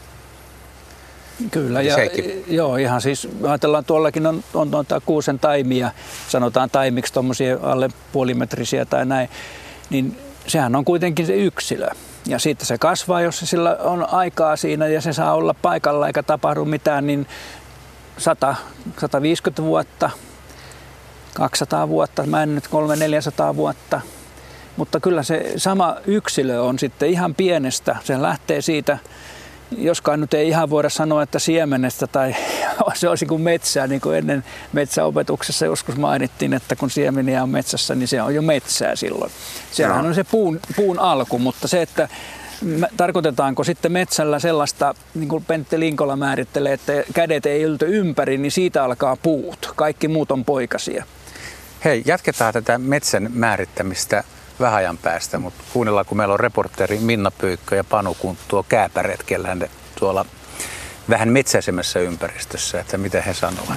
S3: Kyllä, ja, joo, ihan siis ajatellaan, tuollakin on, on tuota kuusen taimia, sanotaan taimiksi tuommoisia alle puolimetrisiä tai näin, niin sehän on kuitenkin se yksilö. Ja sitten se kasvaa, jos sillä on aikaa siinä ja se saa olla paikalla eikä tapahdu mitään, niin sata sataviisikymmentä vuotta, kaksisataa vuotta, mä en nyt kolme neljäsataa vuotta. Mutta kyllä se sama yksilö on sitten ihan pienestä, se lähtee siitä. Joskaan nyt ei ihan voida sanoa, että siemenestä tai se olisi kuin metsää, niin kuin ennen metsäopetuksessa joskus mainittiin, että kun siemeniä on metsässä, niin se on jo metsää silloin. Sehän on se puun, puun alku, mutta se, että tarkoitetaanko sitten metsällä sellaista, niin kuin Pentti Linkola määrittelee, että kädet ei ylty ympäri, niin siitä alkaa puut. Kaikki muut on poikasia.
S1: Hei, jatketaan tätä metsän määrittämistä vähän ajan päästä, mutta kuunnellaan, kun meillä on reporteri Minna Pyykkö ja Panu Kunttu kääpäretkellä tuolla vähän metsäisemmässä ympäristössä, että mitä he sanovat.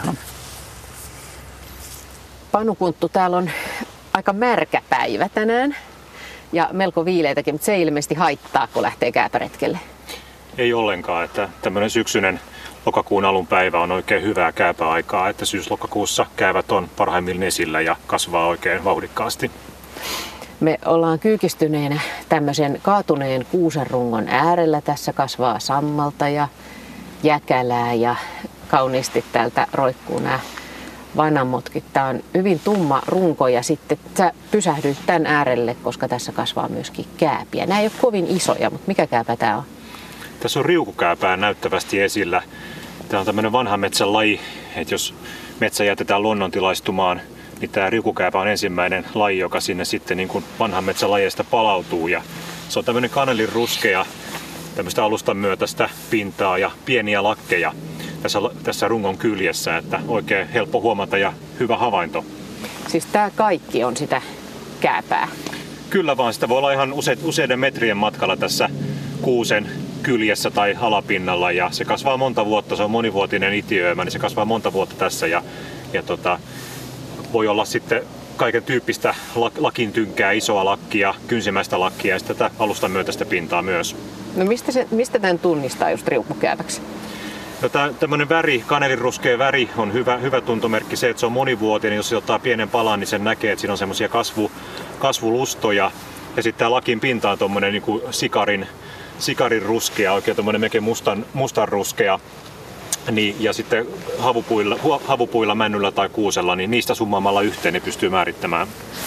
S7: Panu Kunttu, täällä on aika märkä päivä tänään ja melko viileitäkin, mutta se ei ilmeisesti haittaa, kun lähtee kääpäretkelle.
S8: Ei ollenkaan, että tämmöinen syksyinen lokakuun alun päivä on oikein hyvää kääpäaikaa, että syys-lokakuussa käävät on parhaimmillaan esillä ja kasvaa oikein vauhdikkaasti.
S7: Me ollaan kyykistyneenä tämmöisen kaatuneen kuusenrungon äärellä. Tässä kasvaa sammalta ja jäkälää ja kauniisti täältä roikkuu nämä vananmotkit. Tämä on hyvin tumma runko ja sitten sä pysähdyit tämän äärelle, koska tässä kasvaa myöskin kääpiä. Nämä ei ole kovin isoja, mutta mikä kääpä tämä on?
S8: Tässä on riukukääpää näyttävästi esillä. Tämä on tämmöinen vanhan metsän laji, että jos metsä jätetään luonnontilaistumaan, niin tämä riukukääpä on ensimmäinen laji, joka sinne sitten niin kuin vanhan metsän lajeista palautuu. Ja se on tämmöinen kanelin ruskea, tämmöistä alustan myötäistä pintaa ja pieniä lakkeja tässä, tässä rungon kyljessä, että oikein helppo huomata ja hyvä havainto.
S7: Siis tämä kaikki on sitä kääpää?
S8: Kyllä vaan, sitä voi olla ihan use, useiden metrien matkalla tässä kuusen kyljessä tai alapinnalla ja se kasvaa monta vuotta, se on monivuotinen itiöimä, niin se kasvaa monta vuotta tässä ja, ja tota, voi olla sitten kaiken tyyppistä lakin tynkää, isoa lakkia, kynsimäistä lakkia ja sitten tätä alustan myötäistä pintaa myös.
S7: No mistä, se, mistä tämän tunnistaa just riukkukääväksi?
S8: No tämmöinen väri, kaneliruskea väri on hyvä, hyvä tuntomerkki. Se, että se on monivuotinen, jos se ottaa pienen palan, niin sen näkee, että siinä on semmoisia kasvu, kasvulustoja. Ja sitten tämä lakin pinta on tuommoinen niin kuin sikarin, sikarin ruskea, oikein tuommoinen melkein mustan, mustan ruskea. Niin, ja sitten havupuilla, havupuilla, männyllä tai kuusella, niin niistä summaamalla yhteen ne pystyy määrittämään.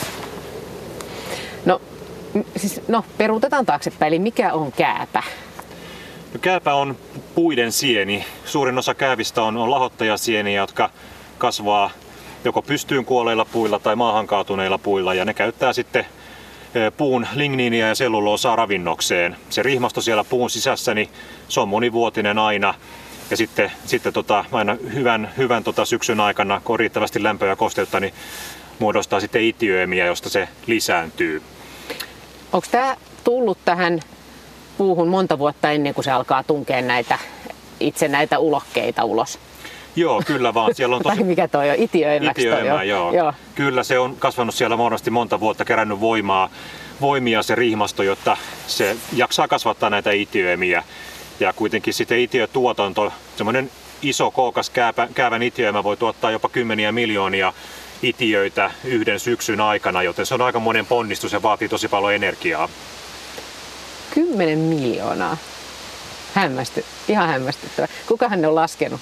S7: No, siis, no peruutetaan taaksepäin, eli mikä on kääpä?
S8: No, kääpä on puiden sieni. Suurin osa käävistä on, on lahottajasieniä, jotka kasvaa joko pystyyn kuolleilla puilla tai maahan kaatuneilla puilla, ja ne käyttää sitten puun ligniinia ja selluloosaa ravinnokseen. Se rihmasto siellä puun sisässä, niin se on monivuotinen aina. Ja sitten, sitten tota, aina hyvän, hyvän tota syksyn aikana, kun on riittävästi lämpöä ja kosteutta, niin muodostaa sitten itiöimiä, josta se lisääntyy.
S7: Onko tämä tullut tähän puuhun monta vuotta ennen kuin se alkaa tunkea näitä, itse näitä ulokkeita ulos?
S8: Joo, kyllä vaan. Siellä on tosi...
S7: mikä toi on? Itiöimäksi toi
S8: on? Joo. joo. Kyllä se on kasvanut siellä muodollisesti monta vuotta, kerännyt voimaa, voimia se rihmasto, jotta se jaksaa kasvattaa näitä itiöimiä. Ja kuitenkin sitten itiötuotanto, semmoinen iso kookas kääpä, käävän itiöimä voi tuottaa jopa kymmeniä miljoonia itiöitä yhden syksyn aikana, joten se on aika monen ponnistus ja vaatii tosi paljon energiaa.
S7: Kymmenen miljoonaa? Hämmästy, ihan hämmästyttävä. Kukahan ne on laskenut?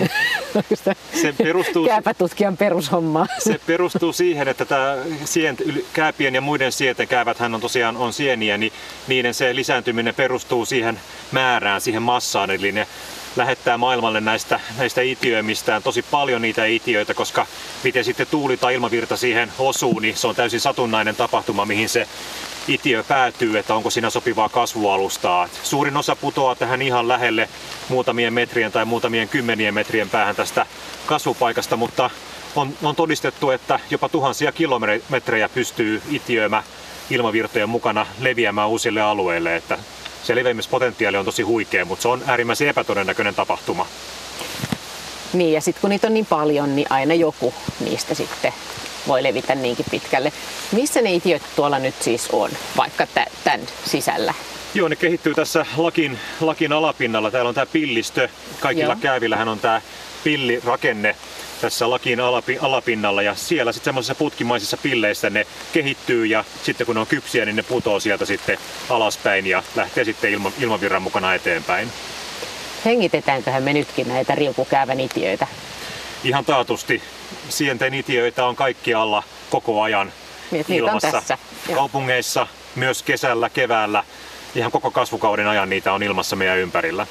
S8: Se perustuu,
S7: kääpätutkijan perushommaa.
S8: Se perustuu siihen, että tämä sientä, kääpien ja muiden sienten kääväthän on tosiaan on sieniä, niin niiden se lisääntyminen perustuu siihen määrään, siihen massaan. Eli ne lähettää maailmalle näistä, näistä itiöimistään tosi paljon niitä itiöitä, koska miten sitten tuuli tai ilmavirta siihen osuu, niin se on täysin satunnainen tapahtuma, mihin se itiö päätyy, että onko siinä sopivaa kasvualustaa. Suurin osa putoaa tähän ihan lähelle muutamien metrien tai muutamien kymmenien metrien päähän tästä kasvupaikasta, mutta on, on todistettu, että jopa tuhansia kilometrejä pystyy itiöimä ilmavirtojen mukana leviämään uusille alueille. Että se leviämispotentiaali on tosi huikea, mutta se on äärimmäisen epätodennäköinen tapahtuma.
S7: Niin, ja sitten kun niitä on niin paljon, niin aina joku niistä sitten voi levitä niinkin pitkälle. Missä ne itiöt tuolla nyt siis on, vaikka tämän sisällä?
S8: Joo, ne kehittyy tässä lakin, lakin alapinnalla. Täällä on tämä pillistö. Kaikilla Joo. käävillähän on tämä pillirakenne tässä lakin alapi, alapinnalla. Ja siellä sitten semmoisissa putkimaisissa pilleissä ne kehittyy ja sitten kun ne on kypsiä, niin ne putoo sieltä sitten alaspäin ja lähtee sitten ilma, ilmavirran mukana eteenpäin.
S7: Hengitetäänköhän me nytkin näitä riukukäävän itiöitä?
S8: Ihan taatusti. Sienten itiöitä on kaikkialla koko ajan
S7: Miet,
S8: ilmassa.
S7: On tässä.
S8: Kaupungeissa, myös kesällä, keväällä. Ihan koko kasvukauden ajan niitä on ilmassa meidän ympärillä.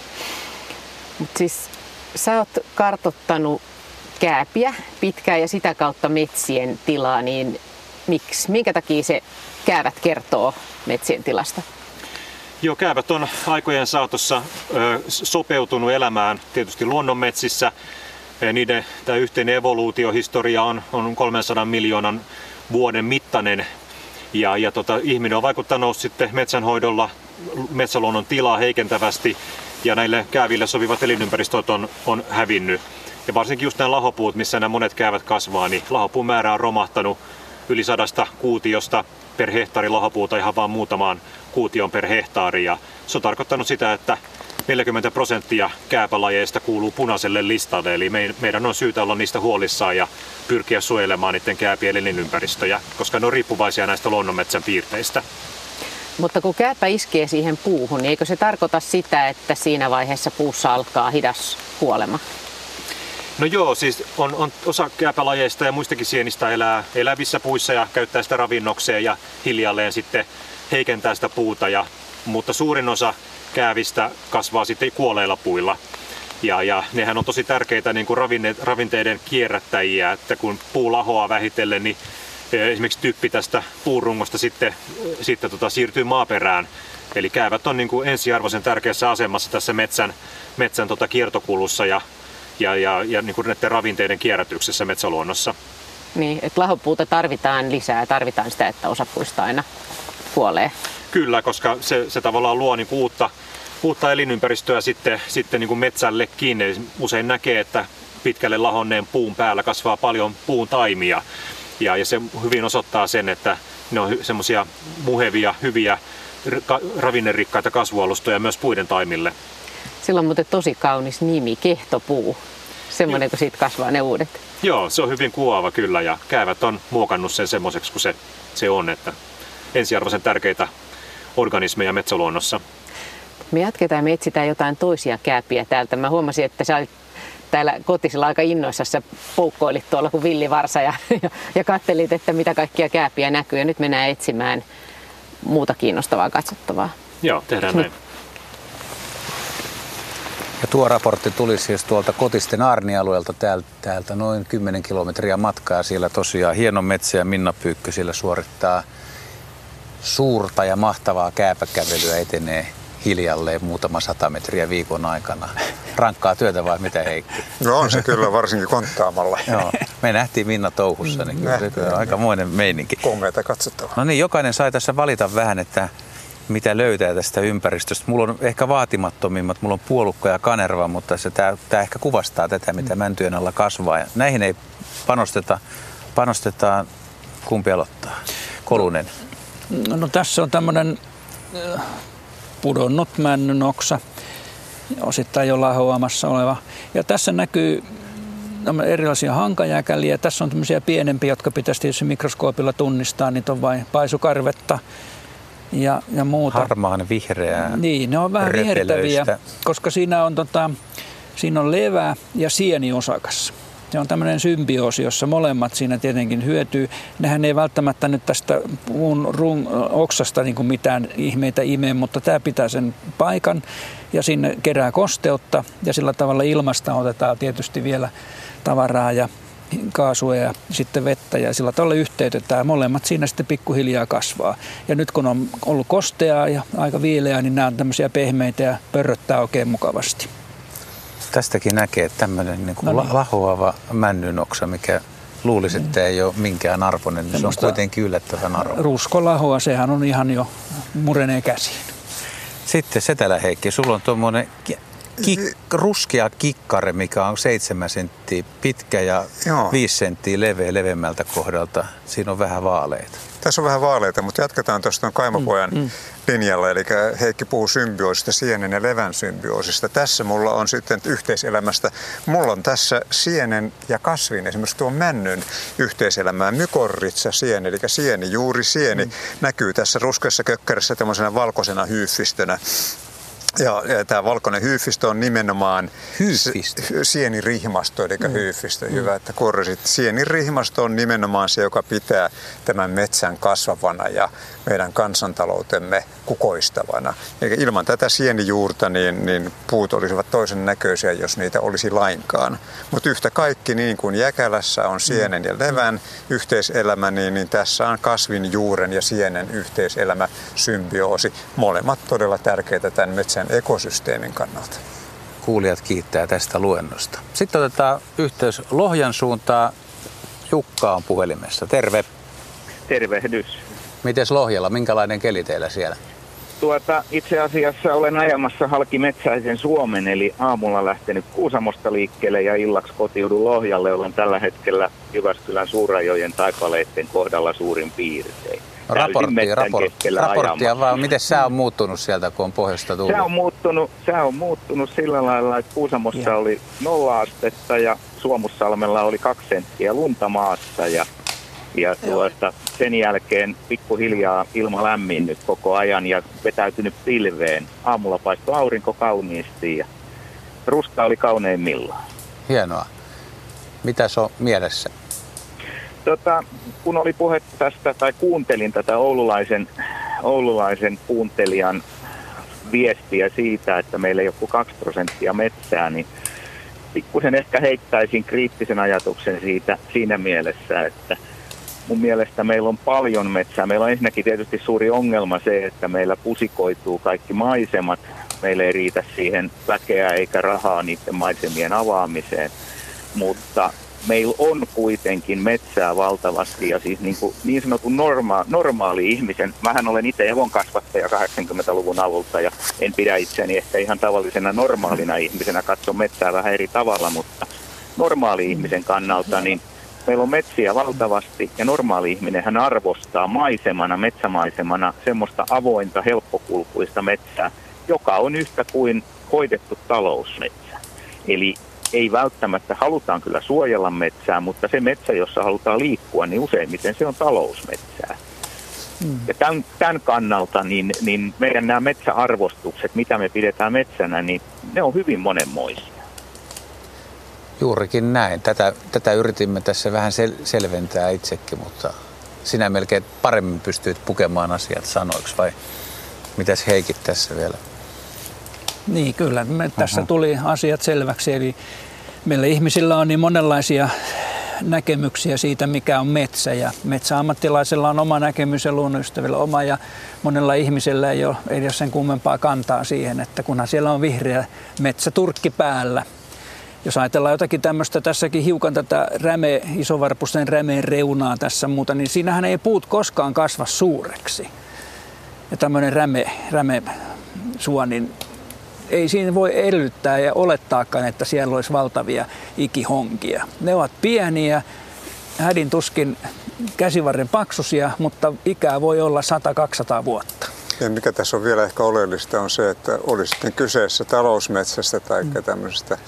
S7: Mut siis sä oot kartoittanut kääpiä pitkään ja sitä kautta metsien tilaa, niin miksi? Minkä takia se käävät kertoo metsien tilasta?
S8: Joo, käävät on aikojen saatossa ö, sopeutunut elämään tietysti luonnonmetsissä. Niiden tämä yhteinen evoluutiohistoria on, on kolmensadan miljoonan vuoden mittainen. Ja, ja tota, ihminen on vaikuttanut sitten metsänhoidolla metsäluonnon tilaa heikentävästi ja näille kääville sopivat elinympäristöt on, on hävinnyt. Ja varsinkin just nämä lahopuut, missä nämä monet käävät kasvaa, niin lahopuun määrä on romahtanut yli sadasta kuutiosta per hehtaari lahopuuta ihan vaan muutamaan kuution per hehtaari. Ja se on tarkoittanut sitä, että neljäkymmentä prosenttia kääpälajeista kuuluu punaiselle listalle, eli meidän on syytä olla niistä huolissaan ja pyrkiä suojelemaan niiden kääpien elinympäristöjä, koska ne on riippuvaisia näistä luonnonmetsän piirteistä.
S7: Mutta kun kääpä iskee siihen puuhun, niin eikö se tarkoita sitä, että siinä vaiheessa puussa alkaa hidas kuolema?
S8: No joo, siis on, on osa kääpälajeista ja muistakin sienistä elää elävissä puissa ja käyttää sitä ravinnokseen ja hiljalleen sitten heikentää sitä puuta, ja, mutta suurin osa käävistä kasvaa sitten kuolleilla puilla. Ja, ja nehän on tosi tärkeitä niin kuin ravinne, ravinteiden kierrättäjiä, että kun puu lahoaa vähitellen, niin esimerkiksi typpi tästä puurungosta sitten, sitten tota, siirtyy maaperään. Eli käävät on niin kuin ensiarvoisen tärkeässä asemassa tässä metsän, metsän tota, kiertokulussa ja, ja, ja, ja niin kuin näiden ravinteiden kierrätyksessä metsäluonnossa.
S7: Niin, että lahopuuta tarvitaan lisää, tarvitaan sitä, että osa puista aina kuolee.
S8: Kyllä, koska se, se tavallaan luo niin kuin uutta, uutta elinympäristöä sitten, sitten niin kuin metsällekin. Usein näkee, että pitkälle lahonneen puun päällä kasvaa paljon puun taimia. Ja, ja se hyvin osoittaa sen, että ne on semmoisia muhevia, hyviä, ravinnerikkaita kasvualustoja myös puiden taimille.
S7: Sillä on muuten tosi kaunis nimi, kehtopuu. Semmoinen, kun siitä kasvaa ne uudet.
S8: Joo, se on hyvin kuvaava kyllä ja käävät on muokannut sen semmoiseksi kuin se, se on, että ensiarvoisen tärkeitä organismeja metsäluonnossa. Me
S7: jatketaan ja me etsitään jotain toisia kääpiä täältä. Mä huomasin, että sä olit täällä kotisella aika innoissasi, sä poukkoilit tuolla kuin villivarsa ja, ja, ja kattelit, että mitä kaikkia kääpiä näkyy. Ja nyt mennään etsimään muuta kiinnostavaa katsottavaa.
S8: Joo, tehdään näin.
S1: Ja tuo raportti tuli siis tuolta Kotisten Aarnialueelta täältä, täältä noin kymmenen kilometriä matkaa. Siellä tosiaan hieno metsä ja Minna Pyykkö siellä suorittaa suurta ja mahtavaa kääpäkävelyä, etenee hiljalleen muutama sata metriä viikon aikana. Rankkaa työtä vai mitä, Heikki?
S2: No on se kyllä, varsinkin konttaamalla.
S1: Joo, me nähtiin Minna touhussa, niin kyllä se on aikamoinen meininki.
S2: Komeata katsottavaa.
S1: No niin, jokainen sai tässä valita vähän, että mitä löytää tästä ympäristöstä. Mulla on ehkä vaatimattomimmat, mulla on puolukka ja kanerva, mutta se tämä ehkä kuvastaa tätä, mitä mäntyjen alla kasvaa. Ja näihin ei panosteta, panostetaan, kumpi aloittaa? Kolunen.
S3: No, no tässä on tämmöinen pudonnut männynoksa, osittain jo lahoamassa oleva. Ja tässä näkyy erilaisia hankajääkäliä. Tässä on tämmöisiä pienempiä, jotka pitäisi tietysti mikroskoopilla tunnistaa. Niitä on vain paisukarvetta ja, ja muuta.
S1: Harmaan vihreää.
S3: Niin, ne on vähän vihertäviä, koska siinä on, tota, siinä on levä ja sieniosakas. Se on tämmöinen symbioosi, jossa molemmat siinä tietenkin hyötyy. Nehän ei välttämättä nyt tästä puun rung, oksasta niin kuin mitään ihmeitä imee, mutta tämä pitää sen paikan ja sinne kerää kosteutta ja sillä tavalla ilmasta otetaan tietysti vielä tavaraa ja kaasua ja sitten vettä ja sillä tavalla yhteytetään. Molemmat siinä sitten pikkuhiljaa kasvaa. Ja nyt kun on ollut kosteaa ja aika viileää, niin nämä on tämmöisiä pehmeitä ja pörröttää oikein mukavasti.
S1: Tästäkin näkee, että tämmöinen niin kuin no niin. lahoava männynoksa, mikä luulisi, että ei ole minkään arvoinen, niin se on kuitenkin yllättävän arvoinen.
S3: Ruskolahoa, sehän on ihan jo murenee käsiin.
S1: Sitten Setälä Heikki, sulla on tuommoinen kik, ruskea kikkare, mikä on seitsemän senttiä pitkä ja Joo. viisi senttiä leveä leveämmältä kohdalta. Siinä on vähän vaaleita.
S2: Tässä on vähän vaaleita, mutta jatketaan tuosta kaimapojan mm, mm. linjalla. Eli Heikki puhuu symbioosista, sienen ja levän symbioosista. Tässä mulla on sitten yhteiselämästä. Mulla on tässä sienen ja kasvin, esimerkiksi tuon männyn yhteiselämää. Mykorrhiza sieni, eli sieni, juuri sieni, mm. näkyy tässä ruskeassa kökkärässä tämmöisenä valkoisena hyyffistönä. Ja, ja tämä valkoinen hyyffistö on nimenomaan
S1: hyyffistö.
S2: sienirihmasto, eli mm. hyyffistö. Hyvä, että korjasit. Sienirihmasto on nimenomaan se, joka pitää tämän metsän kasvavana ja meidän kansantaloutemme kukoistavana. Eli ilman tätä sienijuurta niin, niin puut olisivat toisen näköisiä, jos niitä olisi lainkaan. Mutta yhtä kaikki, niin kuin jäkälässä on sienen ja levän yhteiselämä, niin, niin tässä on kasvin, juuren ja sienen yhteiselämä, symbioosi. Molemmat todella tärkeitä tämän metsän ekosysteemin kannalta.
S1: Kuulijat kiittää tästä luennosta. Sitten otetaan yhteys Lohjan suuntaan. Jukka on puhelimessa. Terve.
S9: Tervehdys.
S1: Mites Lohjalla? Minkälainen keli teillä siellä?
S9: Tuota, itse asiassa olen ajamassa halki metsäisen Suomen, eli aamulla lähtenyt Kuusamosta liikkeelle ja illaksi kotiudun Lohjalle. Olen tällä hetkellä Jyväskylän Suurajojen taipaleiden kohdalla suurin piirtein.
S1: Raporttia, raport, raporttia vaan. Miten sää on muuttunut sieltä, kun on pohjoista tullut?
S9: Sää on muuttunut, sää on muuttunut sillä lailla, että Kuusamossa ja. oli nolla astetta ja Suomussalmella oli kaksi senttiä lunta maassa. Ja, ja tuota, sen jälkeen pikkuhiljaa ilma lämminnyt koko ajan ja vetäytynyt pilveen. Aamulla paistoi aurinko kauniisti ja ruska oli kauneimmillaan.
S1: Hienoa. Mitäs on mielessä?
S9: Tota, kun oli puhe tästä, tai kuuntelin tätä oululaisen, oululaisen kuuntelijan viestiä siitä, että meillä ei ole kuin kaksi prosenttia metsää, niin pikkusen ehkä heittäisin kriittisen ajatuksen siitä siinä mielessä, että mun mielestä meillä on paljon metsää. Meillä on ensinnäkin tietysti suuri ongelma se, että meillä pusikoituu kaikki maisemat. Meillä ei riitä siihen väkeä eikä rahaa niiden maisemien avaamiseen, mutta meillä on kuitenkin metsää valtavasti ja siis niin, kuin niin sanotun norma- normaali ihmisen, mähän olen itse hevonkasvattaja kahdeksankymmentäluvun alulta ja en pidä itseäni ehkä ihan tavallisena normaalina ihmisenä, katso metsää vähän eri tavalla, mutta normaali ihmisen kannalta niin meillä on metsiä valtavasti ja normaali ihminen hän arvostaa maisemana, metsämaisemana semmoista avointa, helppokulkuista metsää, joka on yhtä kuin hoidettu talousmetsä. Eli ei välttämättä, halutaan kyllä suojella metsää, mutta se metsä, jossa halutaan liikkua, niin useimmiten se on talousmetsää. Mm. Ja tämän, tämän kannalta niin, niin meidän nämä metsäarvostukset, mitä me pidetään metsänä, niin ne on hyvin monenmoisia.
S1: Juurikin näin. Tätä, tätä yritimme tässä vähän sel- selventää itsekin, mutta sinä melkein paremmin pystyit pukemaan asiat sanoiksi, vai mitäs Heikki tässä vielä?
S3: Niin, kyllä. Me tässä tuli asiat selväksi. Eli meillä ihmisillä on niin monenlaisia näkemyksiä siitä, mikä on metsä. Ja metsäammattilaisella on oma näkemys ja luonnonystävillä oma. Ja monella ihmisellä ei ole, ei ole sen kummempaa kantaa siihen, että kunhan siellä on vihreä metsäturkki päällä. Jos ajatellaan jotakin tämmöistä, tässäkin hiukan tätä räme, isovarpusten rämeen reunaa tässä muuta, niin siinähän ei puut koskaan kasva suureksi. Ja tämmöinen räme, räme suo, niin ei siinä voi edellyttää ja olettaakaan, että siellä olisi valtavia ikihonkia. Ne ovat pieniä, hädin tuskin käsivarren paksuisia, mutta ikää voi olla sata kaksisataa vuotta.
S2: Ja mikä tässä on vielä ehkä oleellista on se, että oli sitten kyseessä talousmetsästä tai mm. tämmöisestä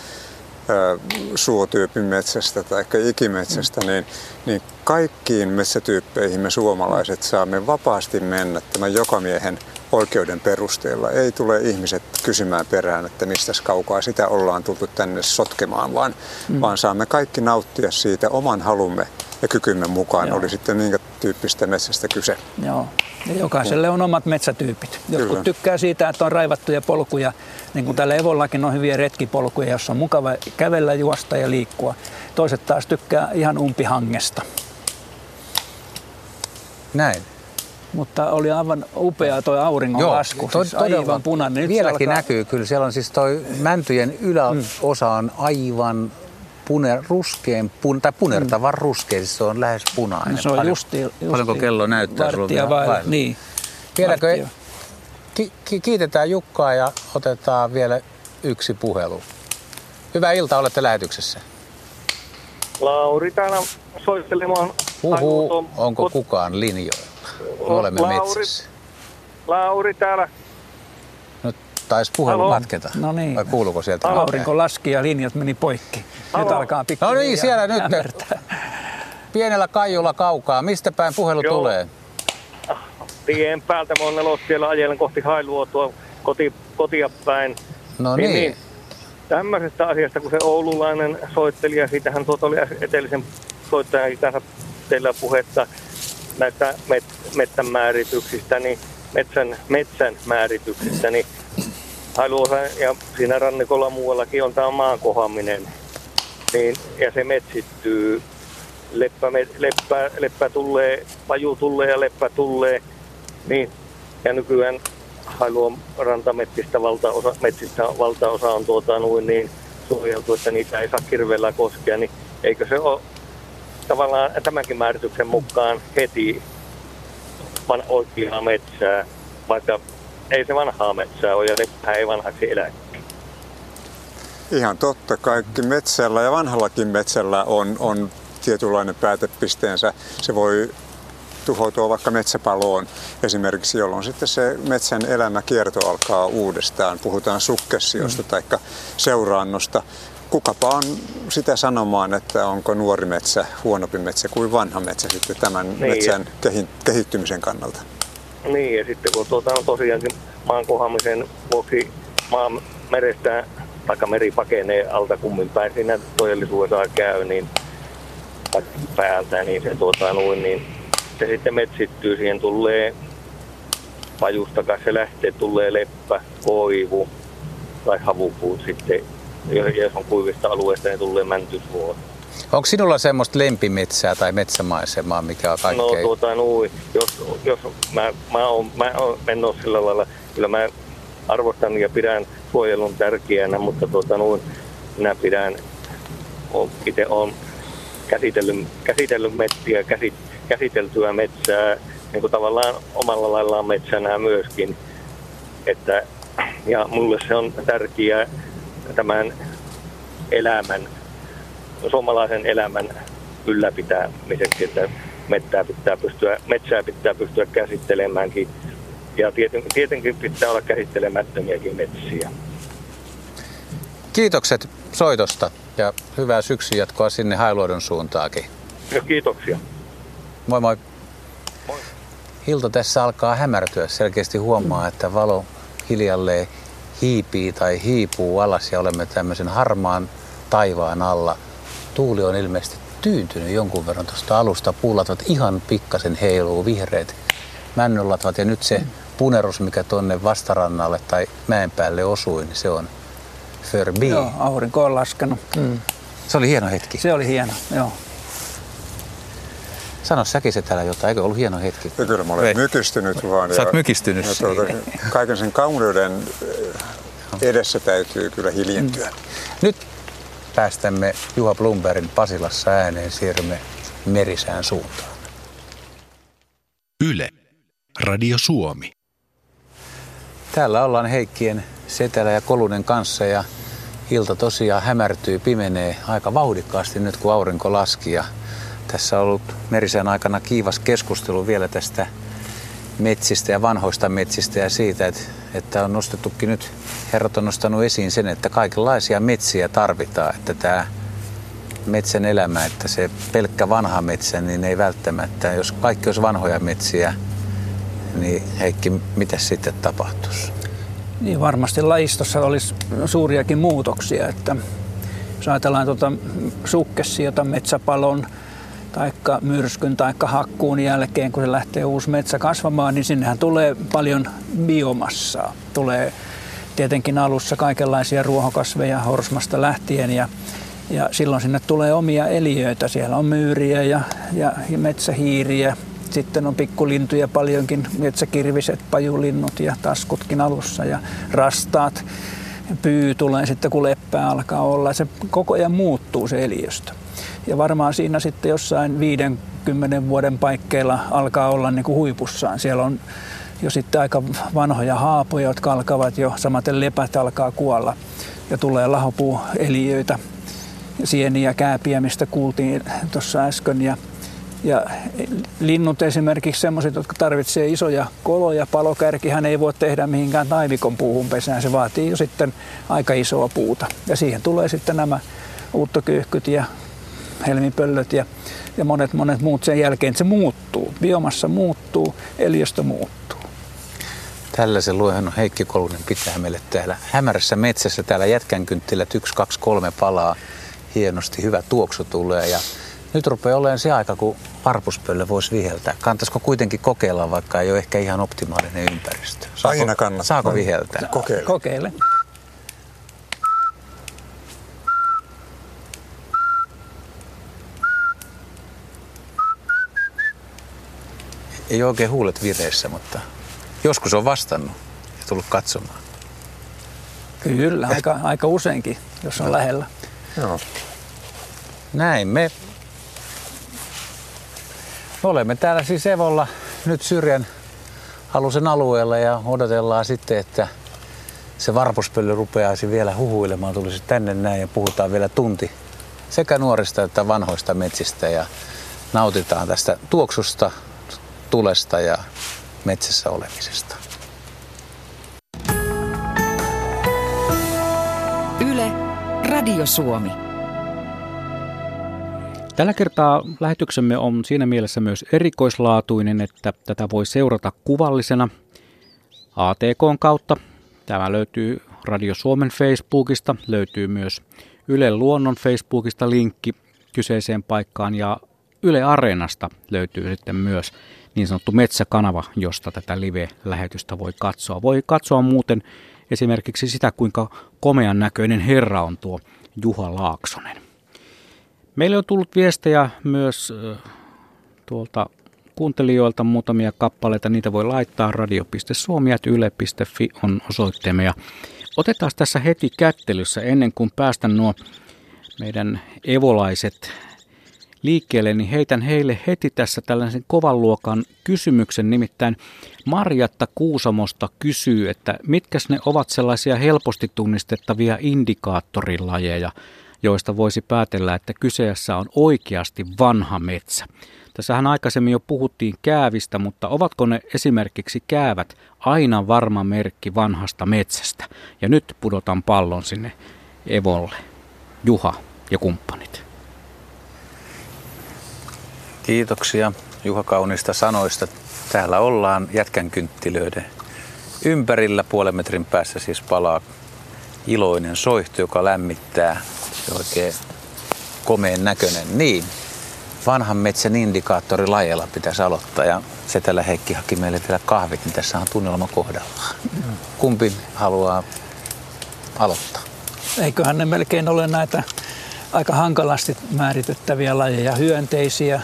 S2: suotyypin metsästä tai ikimetsästä, niin, niin kaikkiin metsätyyppeihin me suomalaiset saamme vapaasti mennä tämän jokamiehen oikeuden perusteella. Ei tule ihmiset kysymään perään, että mistä kaukaa sitä ollaan tultu tänne sotkemaan, vaan, mm. vaan saamme kaikki nauttia siitä oman halumme ja kykymme mukaan, Joo. oli sitten minkä tyyppistä metsästä kyse.
S3: Joo. Ja jokaiselle on omat metsätyypit. Jotkut Kyllä. tykkää siitä, että on raivattuja polkuja, niin kuin täällä Evollakin on hyviä retkipolkuja, jossa on mukava kävellä, juosta ja liikkua. Toiset taas tykkää ihan umpihangesta.
S1: Näin.
S3: Mutta oli aivan upea tuo auringonlasku,
S1: Joo,
S3: siis aivan punainen. Nyt
S1: vieläkin
S3: alkaa...
S1: näkyy kyllä. Siellä on siis toi mäntyjen yläosa on aivan puner, ruskean, pun, tai punertavan mm. ruskea, siis se on lähes punainen.
S3: No, se on
S1: Paljon,
S3: justi, justi
S1: paljonko kello näyttää?
S3: Varttia vailla. Niin.
S1: Vieläkö ki, ki, kiitetään Jukkaa ja otetaan vielä yksi puhelu. Hyvää iltaa, olette lähetyksessä.
S10: Lauri täällä soittelemaan.
S1: Huhu, onko kot... kukaan linjoilla? Me olemme
S10: Lauri,
S1: metsässä.
S10: Lauri täällä.
S1: Nyt taisi puhelu katketa.
S3: No niin.
S1: Vai kuuluuko sieltä?
S3: Aurinko laski ja linjat meni poikki. Halo. Nyt alkaa pikkuhiljaa.
S1: No niin, siellä nyt.
S3: Hämärtää.
S1: Pienellä kaijulla kaukaa. Mistä päin puhelu
S10: Joo.
S1: tulee?
S10: Tien päältä mä oon nelostiellä ajelen kohti Hailuoa tuo koti, kotia päin.
S1: No niin. niin.
S10: Tämmöisestä asiasta, kun se oululainen soittelija, siitähän tuota oli edellisen soittajan kanssa teillä puhetta näistä met, metsän määrityksistä, niin metsän, metsän määrityksistä, niin Hailuosa ja siinä rannikolla muuallakin on tämä maan kohaminen, niin, ja se metsittyy, leppä, leppä, leppä tulee, paju tulee ja leppä tulee, niin, ja nykyään Hailuon rantametsistä valtaosa, metsistä valtaosa on tuota noin niin suojeltu, että niitä ei saa kirveellä koskea, niin eikö se ole tavallaan tämänkin määrityksen mukaan heti van oikeaa metsää, vaikka ei se vanhaa metsää ole ja leppää ei vanhaksi elä.
S2: Ihan totta. Kaikki metsällä ja vanhallakin metsällä on, on tietynlainen päätepisteensä. Se voi tuhoutua vaikka metsäpaloon esimerkiksi, jolloin sitten se metsän elämäkierto alkaa uudestaan. Puhutaan sukkessiosta mm. tai seuraannosta. Kukapa on sitä sanomaan, että onko nuori metsä huonompi metsä kuin vanha metsä sitten tämän niin, metsän ja kehittymisen kannalta?
S10: Niin, ja sitten kun tuota on tosiaankin maan kohamisen vuoksi maan merestä, taikka meri pakenee alta kummin päin siinä todellisuudessa käy, niin päältä, niin se tuota noin, niin se sitten metsittyy, siihen tulee pajusta, kai se lähtee, tulee leppä, koivu tai havupuut sitten. Jos on kuivista alueesta, niin tulee mäntysuo.
S1: Onko sinulla semmoista lempimetsää tai metsämaisemaa, mikä on kaikkein?
S10: No tuota, nui, jos, jos mä, mä, oon, mä oon mennyt sillä lailla, kyllä mä arvostan ja pidän suojelun tärkeänä, mutta tuota, nui, minä pidän, itse olen käsitellyt, käsitellyt metsiä, käsit, käsiteltyä metsää, niin kuin tavallaan omalla laillaan metsänä myöskin, että, ja mulle se on tärkeää, tämän elämän, suomalaisen elämän ylläpitämiseksi, että metsää pitää pystyä, metsää pitää pystyä käsittelemäänkin. Ja tieten, tietenkin pitää olla käsittelemättömiäkin metsiä.
S1: Kiitokset soitosta ja hyvää syksyn jatkoa sinne Hailuodon suuntaakin.
S10: Ja kiitoksia.
S1: Moi moi.
S10: Moi.
S1: Ilta tässä alkaa hämärtyä. Selkeästi huomaa, että valo hiljalleen hiipii tai hiipuu alas ja olemme tämmöisen harmaan taivaan alla. Tuuli on ilmeisesti tyyntynyt jonkun verran tuosta alusta. Puulatvat ihan pikkasen heiluu, vihreät männynlatvat ja nyt se punerus, mikä tuonne vastarannalle tai mäen päälle osui, niin se on förbi.
S3: Joo, aurinko on laskenut. Mm.
S1: Se oli hieno hetki.
S3: Se oli hieno, joo.
S1: Sano säkin se täällä jotain, eikö ollut hieno hetki?
S2: Ja kyllä mä olen
S1: Vei.
S2: mykistynyt vaan.
S1: Sä oot mykistynyt
S2: ja tuota, kaiken sen kauneuden edessä täytyy kyllä hiljentyä. Mm.
S1: Nyt päästämme Juha Blombergin Pasilassa ääneen, siirrymme Merisään suuntaan.
S11: Yle, Radio Suomi.
S1: Täällä ollaan Heikkien, Setälä ja Kolunen kanssa ja ilta tosiaan hämärtyy, pimenee aika vauhdikkaasti nyt kun aurinko laski. Ja tässä on ollut Merisään aikana kiivas keskustelu vielä tästä metsistä ja vanhoista metsistä ja siitä, että, että on nostettukin nyt, herrat on nostanut esiin sen, että kaikenlaisia metsiä tarvitaan, että tämä metsän elämä, että se pelkkä vanha metsä, niin ei välttämättä, jos kaikki olisi vanhoja metsiä, niin Heikki, mitä sitten tapahtuisi?
S3: Niin varmasti lajistossa olisi suuriakin muutoksia, että jos ajatellaan tuota sukkessiota metsäpalon taikka myrskyn taikka hakkuun jälkeen, kun se lähtee uusi metsä kasvamaan, niin sinnehän tulee paljon biomassaa. Tulee tietenkin alussa kaikenlaisia ruohokasveja horsmasta lähtien ja, ja silloin sinne tulee omia eliöitä. Siellä on myyriä ja, ja, ja metsähiiriä. Sitten on pikkulintuja paljonkin, metsäkirviset, pajulinnut ja taskutkin alussa ja rastaat. Pyy tulee sitten, kun leppää alkaa olla. Se koko ajan muuttuu se eliöstö. Ja varmaan siinä sitten jossain viidenkymmenen vuoden paikkeilla alkaa olla niin kuin huipussaan. Siellä on jo sitten aika vanhoja haapoja, jotka alkavat jo, samaten lepät alkaa kuolla. Ja tulee lahopuueliöitä, sieniä, kääpiä, mistä kuultiin tuossa äsken. Ja, ja linnut esimerkiksi sellaiset, jotka tarvitsee isoja koloja. Palokärkihän ei voi tehdä mihinkään taivikon puuhun pesään. Se vaatii jo sitten aika isoa puuta. Ja siihen tulee sitten nämä uuttokyyhkyt ja helmipöllöt ja, ja monet monet muut sen jälkeen. Se muuttuu. Biomassa muuttuu, eliöstö muuttuu.
S1: Tällaisen luennon Heikki Kolunen pitää meille täällä hämärässä metsässä. Täällä jätkänkynttilät yksi, kaksi, kolme palaa. Hienosti, hyvä tuoksu tulee. Ja nyt rupeaa olemaan se aika, kun varpuspöllö voisi viheltää. Kantaisiko kuitenkin kokeilla, vaikka ei ole ehkä ihan optimaalinen ympäristö? Saako,
S2: Aina kannattaa.
S1: Saako viheltää?
S2: Kokeile.
S3: Kokeile.
S1: Ei ole oikein huulet vireessä, mutta joskus on vastannut ja tullut katsomaan.
S3: Kyllä, aika, aika useinkin, jos on no. lähellä.
S2: Joo.
S1: Näin me olemme täällä siis Evolla nyt Syrjän Halusen alueella ja odotellaan sitten, että se varpuspöllö rupeaisi vielä huhuilemaan, tulisi tänne näin ja puhutaan vielä tunti sekä nuorista että vanhoista metsistä ja nautitaan tästä tuoksusta, tulesta ja metsässä olemisesta.
S12: Yle, Radio Suomi.
S4: Tällä kertaa lähetyksemme on siinä mielessä myös erikoislaatuinen, että tätä voi seurata kuvallisena A T K:n kautta. Tämä löytyy Radio Suomen Facebookista, löytyy myös Yle Luonnon Facebookista linkki kyseiseen paikkaan ja Yle Areenasta löytyy sitten myös niin sanottu Metsäkanava, josta tätä live-lähetystä voi katsoa. Voi katsoa muuten esimerkiksi sitä, kuinka komean näköinen herra on tuo Juha Laaksonen. Meille on tullut viestejä myös tuolta kuuntelijoilta muutamia kappaleita. Niitä voi laittaa radio piste suomi ät yle piste fi on osoitteemme. Ja otetaan tässä heti kättelyssä ennen kuin päästän nuo meidän evolaiset liikkeelle, niin heitän heille heti tässä tällaisen kovan luokan kysymyksen. Nimittäin Marjatta Kuusamosta kysyy, että mitkäs ne ovat sellaisia helposti tunnistettavia indikaattorilajeja, joista voisi päätellä, että kyseessä on oikeasti vanha metsä. Tässähän aikaisemmin jo puhuttiin käävistä, mutta ovatko ne esimerkiksi käävät aina varma merkki vanhasta metsästä? Ja nyt pudotan pallon sinne Evolle. Juha ja kumppanit.
S1: Kiitoksia Juha kauniista sanoista. Täällä ollaan jätkänkynttilöiden ympärillä. Puolen metrin päässä siis palaa iloinen soihtu, joka lämmittää. Se oikein komeen näköinen. Niin, vanhan metsän indikaattori lajeella pitäisi aloittaa. Ja Setälä Heikki haki meille vielä kahvit, niin tässä on tunnelma kohdallaan. Kumpi haluaa aloittaa?
S3: Eiköhän ne melkein ole näitä aika hankalasti määritettäviä lajeja, hyönteisiä.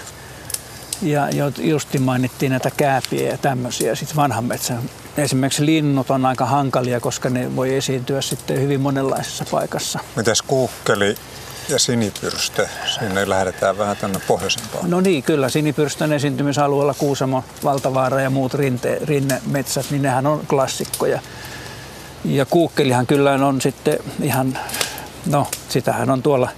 S3: Ja justi mainittiin näitä kääpiä ja tämmöisiä. Sitten vanhan metsän. Esimerkiksi linnut on aika hankalia, koska ne voi esiintyä sitten hyvin monenlaisessa paikassa.
S2: Mitäs kuukkeli ja sinipyrstö? Sinne lähdetään vähän tänne pohjoisempaan.
S3: No niin, kyllä. Sinipyrstön esiintymisalueella Kuusamo, Valtavaara ja muut rinte, rinnemetsät, niin nehän on klassikkoja. Ja kuukkelihan kyllä on sitten ihan, no sitähän on tuolla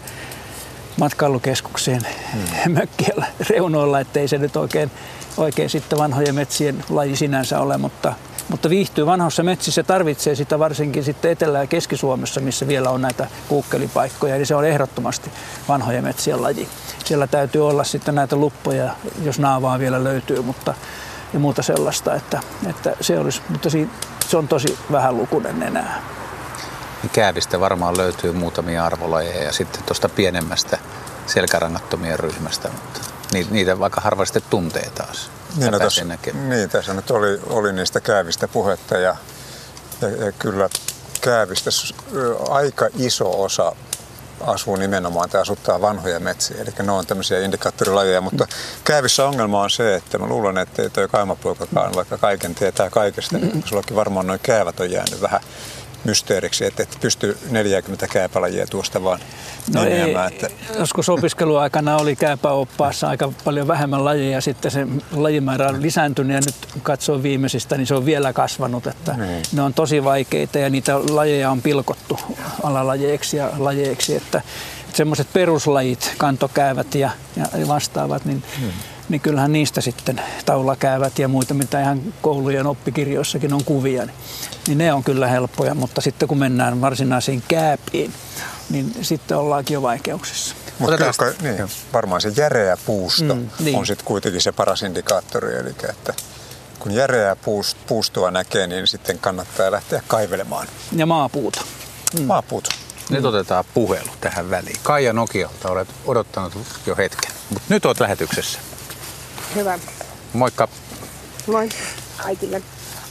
S3: matkailukeskuksien hmm. mökkien reunoilla, ettei se nyt oikein, oikein sitten vanhojen metsien laji sinänsä ole, mutta, mutta viihtyy vanhoissa metsissä, tarvitsee sitä varsinkin sitten Etelä- ja Keski-Suomessa, missä vielä on näitä kuukkelipaikkoja, eli se on ehdottomasti vanhojen metsien laji. Siellä täytyy olla sitten näitä luppoja, jos naavaa vielä löytyy, mutta ja muuta sellaista, että, että se olisi, mutta siinä, se on tosi vähän lukuinen enää.
S1: Käävistä varmaan löytyy muutamia arvolajeja ja sitten tuosta pienemmästä selkärangattomien ryhmästä, mutta niitä vaikka harva sitten tuntee taas.
S2: Niin, no tässä, niin tässä nyt oli, oli niistä käävistä puhetta ja, ja, ja kyllä käävistä aika iso osa asuu nimenomaan tai asuttaa vanhoja metsiä, eli ne on tämmöisiä indikaattorilajeja, mutta käävissä ongelma on se, että mä luulen, että ei toi kaimapoikakaan, vaikka kaiken tietää kaikesta, niin sullakin varmaan noin käävät on jäänyt vähän mysteeriksi, että et pysty neljäkymmentä kääpälajia tuosta vaan
S3: no
S2: nimeämään. Että...
S3: Joskus opiskeluaikana oli kääpäoppaassa aika paljon vähemmän lajeja ja sitten se lajimäärä on lisääntynyt ja nyt katsoo viimeisistä, niin se on vielä kasvanut. Että niin. Ne on tosi vaikeita ja niitä lajeja on pilkottu alalajeiksi ja lajeiksi, että, että semmoiset peruslajit, kantokäävät ja, ja vastaavat, niin hmm. niin kyllähän niistä sitten taulakäävät ja muita, mitä ihan koulujen oppikirjoissakin on kuvia, niin, niin ne on kyllä helppoja, mutta sitten kun mennään varsinaisiin kääpiin, niin sitten ollaankin jo vaikeuksissa.
S2: Mutta kyllä, niin, varmaan se järeä puusto mm, niin. on sitten kuitenkin se paras indikaattori, eli että kun järeää puustoa näkee, niin sitten kannattaa lähteä kaivelemaan.
S3: Ja maapuuta.
S2: Mm. Maapuuta.
S1: Nyt otetaan puhelu tähän väliin. Kaija Nokialta olet odottanut jo hetken, mutta nyt olet lähetyksessä.
S13: Hyvä.
S1: Moikka.
S13: Moi kaikille.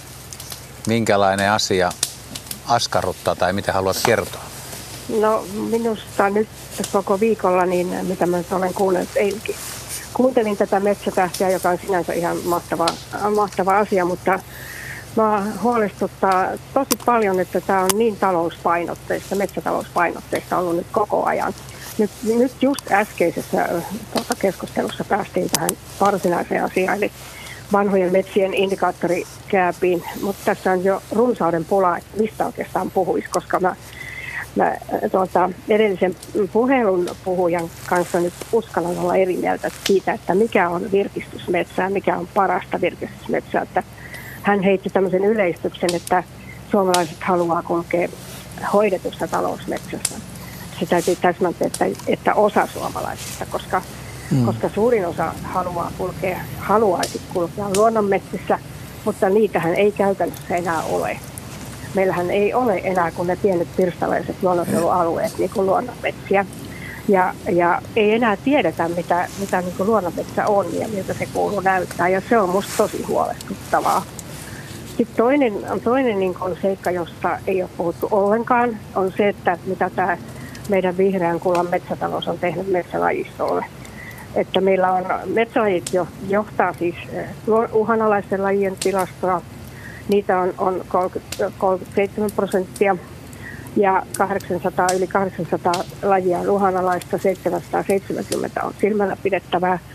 S1: Minkälainen asia askarruttaa tai mitä haluat kertoa?
S13: No minusta nyt koko viikolla, niin mitä mä olen kuunnellut eilenkin. Kuuntelin tätä Metsätähtiä, joka on sinänsä ihan mahtava, mahtava asia, mutta mä huolestuttaa tosi paljon, että tämä on niin talouspainotteista, metsätalouspainotteista ollut nyt koko ajan. Nyt, nyt just äskeisessä tuota, keskustelussa päästiin tähän varsinaiseen asiaan, eli vanhojen metsien indikaattorikääpiin, mutta tässä on jo runsauden pula, että mistä oikeastaan puhuisi, koska mä, mä tuota, edellisen puhelun puhujan kanssa nyt uskallan olla eri mieltä siitä, että mikä on virkistysmetsää, mikä on parasta virkistysmetsää. Että hän heitti tämmöisen yleistyksen, että suomalaiset haluaa kulkea hoidetusta talousmetsästä. Se täytyy täsmäntää, että, että osa suomalaisista, koska, mm. koska suurin osa haluaa kulkea, haluaisi kulkea luonnonmetsissä, mutta niitähän ei käytännössä enää ole. Meillähän ei ole enää kuin ne pienet pirstaleiset luonnonsuojelualueet, niin kuin luonnonmetsiä. Ja, ja ei enää tiedetä, mitä, mitä niin kuin luonnonmetsä on ja miltä se kuuluu näyttää, ja se on musta tosi huolestuttavaa. Sitten toinen, toinen niin kuin seikka, josta ei ole puhuttu ollenkaan, on se, että mitä tämä meidän vihreän kullan metsätalous on tehnyt metsälajistolle. Että meillä on metsälajit jo, johtaa siis uhanalaisten lajien tilastoa. Niitä on, on kolmekymmentäseitsemän prosenttia ja kahdeksansataa, yli kahdeksansataa lajia on uhanalaista, seitsemänsataaseitsemänkymmentä on silmällä pidettävää.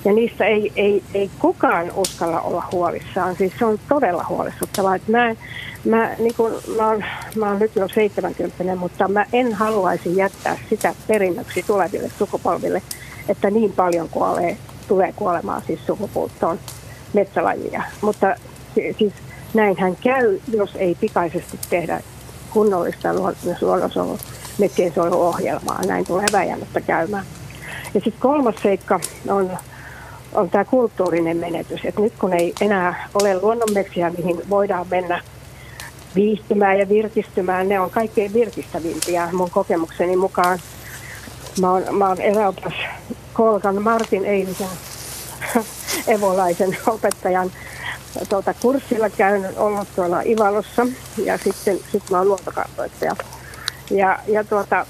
S13: Ja niistä ei, ei, ei kukaan uskalla olla huolissaan. Siis se on todella huolestuttavaa. Että mä, mä, niin kun, mä, oon, mä oon nyt jo seitsemänkymmentä, mutta mä en haluaisi jättää sitä perinnöksi tuleville sukupolville, että niin paljon kuolee, tulee kuolemaan siis sukupuuttoon metsälajia. Mutta siis näinhän käy, jos ei pikaisesti tehdä kunnollista luonnonsuojelua, metsien suojeluohjelmaa. Näin tulee vääjäämättä käymään. Ja sitten kolmas seikka on, on tämä kulttuurinen menetys. Et nyt kun ei enää ole luonnonmetsiä, mihin voidaan mennä viihtymään ja virkistymään, ne on kaikkein virkistävimpiä mun kokemukseni mukaan. Mä oon, mä oon eräopas Kolkan Martin eilisen evolaisen opettajan tuota, kurssilla käynyt, ollut tuolla Ivalossa ja sitten sit mä oon luontokartoittaja. Ja, ja, tuota,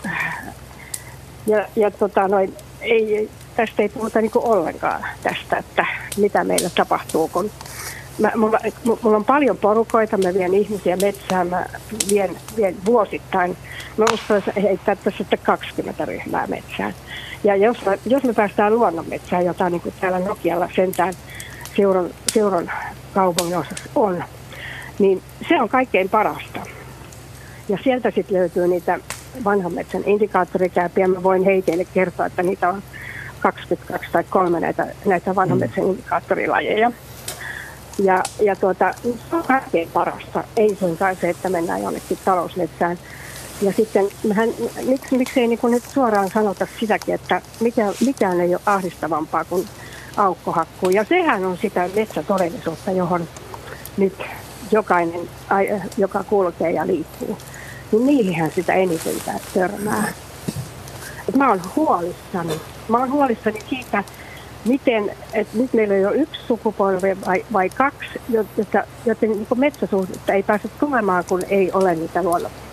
S13: ja, ja tota, noin, ei, tästä ei puhuta niinku ollenkaan tästä, että mitä meillä tapahtuu, kun mä, mulla, mulla on paljon porukoita, mä vien ihmisiä metsään, mä vien, vien vuosittain. Mä uskallan heittää tässä sitten kaksikymmentä ryhmää metsään. Ja jos me, jos me päästään luonnonmetsään, jota niin kuin täällä Nokialla sentään Seuron, Seuron kaupungin osassa on, niin se on kaikkein parasta. Ja sieltä sitten löytyy niitä vanhan metsän indikaattorikääpiä. Mä voin heiteille kertoa, että niitä on kaksikymmentäkaksi tai kolme näitä, näitä vanhan metsän indikaattorilajeja. Ja, ja tuota, se on kaikkein parasta. Ei suinkaan se, että mennään jonnekin talousmetsään. Ja sitten mehän, miksi, miksi ei niin kuin nyt suoraan sanota sitäkin, että mikään, mikään ei ole ahdistavampaa kuin aukkohakkuu. Ja sehän on sitä metsätodellisuutta, johon nyt jokainen, joka kulkee ja liikkuu, niin niihinhän sitä eniten törmää. Et mä oon huolissani. Mä oon huolissani siitä, miten, että nyt meillä on jo yksi sukupolvi vai, vai kaksi, joten, joten niin metsäsuhdetta ei pääse tulemaan, kun ei ole niitä luonnonmetsiä.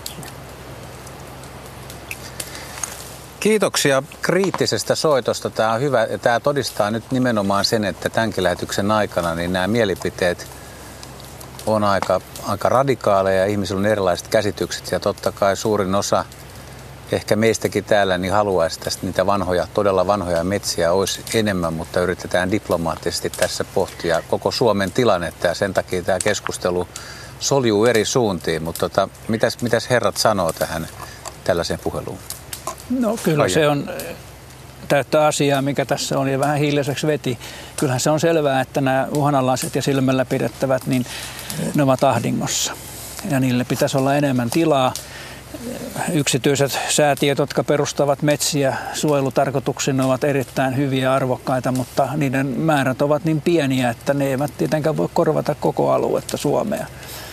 S1: Kiitoksia kriittisestä soitosta. Tämä on hyvä. Tämä todistaa nyt nimenomaan sen, että tämänkin lähetyksen aikana niin nämä mielipiteet on aika, aika radikaaleja ja ihmisillä on erilaiset käsitykset. Ja totta kai suurin osa ehkä meistäkin täällä niin haluaisi tästä niitä vanhoja, todella vanhoja metsiä olisi enemmän, mutta yritetään diplomaattisesti tässä pohtia koko Suomen tilannetta ja sen takia tämä keskustelu soljuu eri suuntiin. Mutta tota, mitäs, mitäs herrat sanoo tähän tällaiseen puheluun?
S3: No kyllä Kaija. Se on täyttä asiaa, mikä tässä on ja vähän hiljaiseksi veti. Kyllähän se on selvää, että nämä uhanalaiset ja silmällä pidettävät, niin ne ovat ahdingossa. Ja niille pitäisi olla enemmän tilaa. Yksityiset säätiöt, jotka perustavat metsiä suojelutarkoituksiin, ovat erittäin hyviä ja arvokkaita, mutta niiden määrät ovat niin pieniä, että ne eivät tietenkään voi korvata koko aluetta Suomea.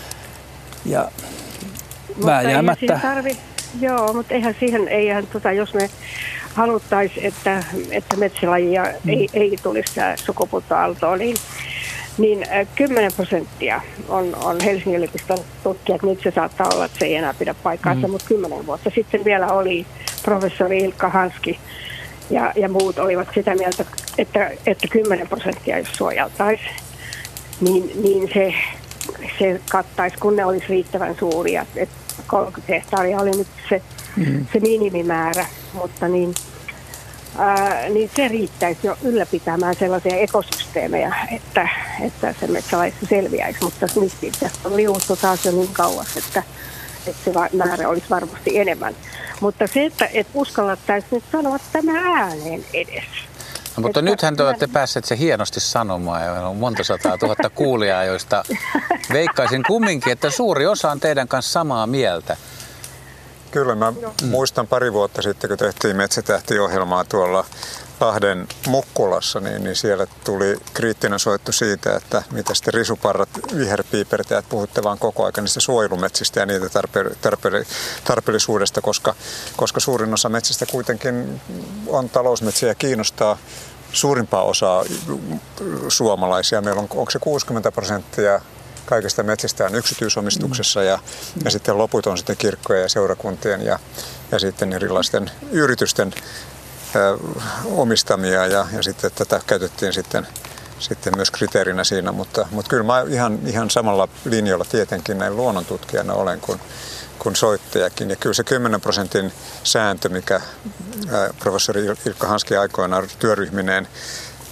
S3: Ja vääjäämättä...
S13: Joo, mutta eihän siihen, eihän, tota, jos me haluttaisiin, että, että metsälajia mm. ei, ei tulisi tämä sukupuuttoaaltoon, niin, niin kymmenen prosenttia on, on Helsingin yliopiston tutkijat. Nyt se saattaa olla, että se ei enää pidä paikkaansa, mm. mutta kymmenen vuotta sitten vielä oli professori Ilkka Hanski ja, ja muut olivat sitä mieltä, että, että kymmenen prosenttia jos suojeltaisiin, niin, niin se, se kattaisi, kun ne olisi riittävän suuria. Että kolmekymmentä hehtaaria oli nyt se, mm. se minimimäärä, mutta niin, ää, niin se riittäisi jo ylläpitämään sellaisia ekosysteemejä, että, että se metsälajista selviäisi, mutta nyt tästä on liuuttu taas jo niin kauas, että, että se määrä olisi varmasti enemmän. Mutta se, että et uskallattaisiin nyt sanoa tämä ääneen edes.
S1: No, mutta että nythän te olette päässeet se hienosti sanomaan ja on monta sataa tuhatta kuulijaa, joista veikkaisin kumminkin, että suuri osa on teidän kanssa samaa mieltä.
S2: Kyllä, mä mm. muistan pari vuotta sitten, kun tehtiin Metsätähti-ohjelmaa tuolla Lahden Mukkulassa, niin, niin siellä tuli kriittinen soitto siitä, että mitä sitten risuparrat, viherpiipertäjät, puhutte vaan koko ajan niistä suojelumetsistä ja niitä tarpe- tarpe- tarpeellisuudesta, koska, koska suurin osa metsistä kuitenkin on talousmetsiä ja kiinnostaa suurimpaa osaa suomalaisia. Meillä on, onko se kuusikymmentä prosenttia kaikista metsistä on yksityisomistuksessa ja, ja sitten loput on sitten kirkkojen ja seurakuntien ja, ja sitten erilaisten yritysten omistamia ja, ja sitten tätä käytettiin sitten, sitten myös kriteerinä siinä, mutta, mutta kyllä mä ihan, ihan samalla linjalla tietenkin näin luonnontutkijana olen kuin, kuin soittajakin. Ja kyllä se kymmenen prosentin sääntö, mikä ää, professori Ilkka Hanski aikoinaan työryhmineen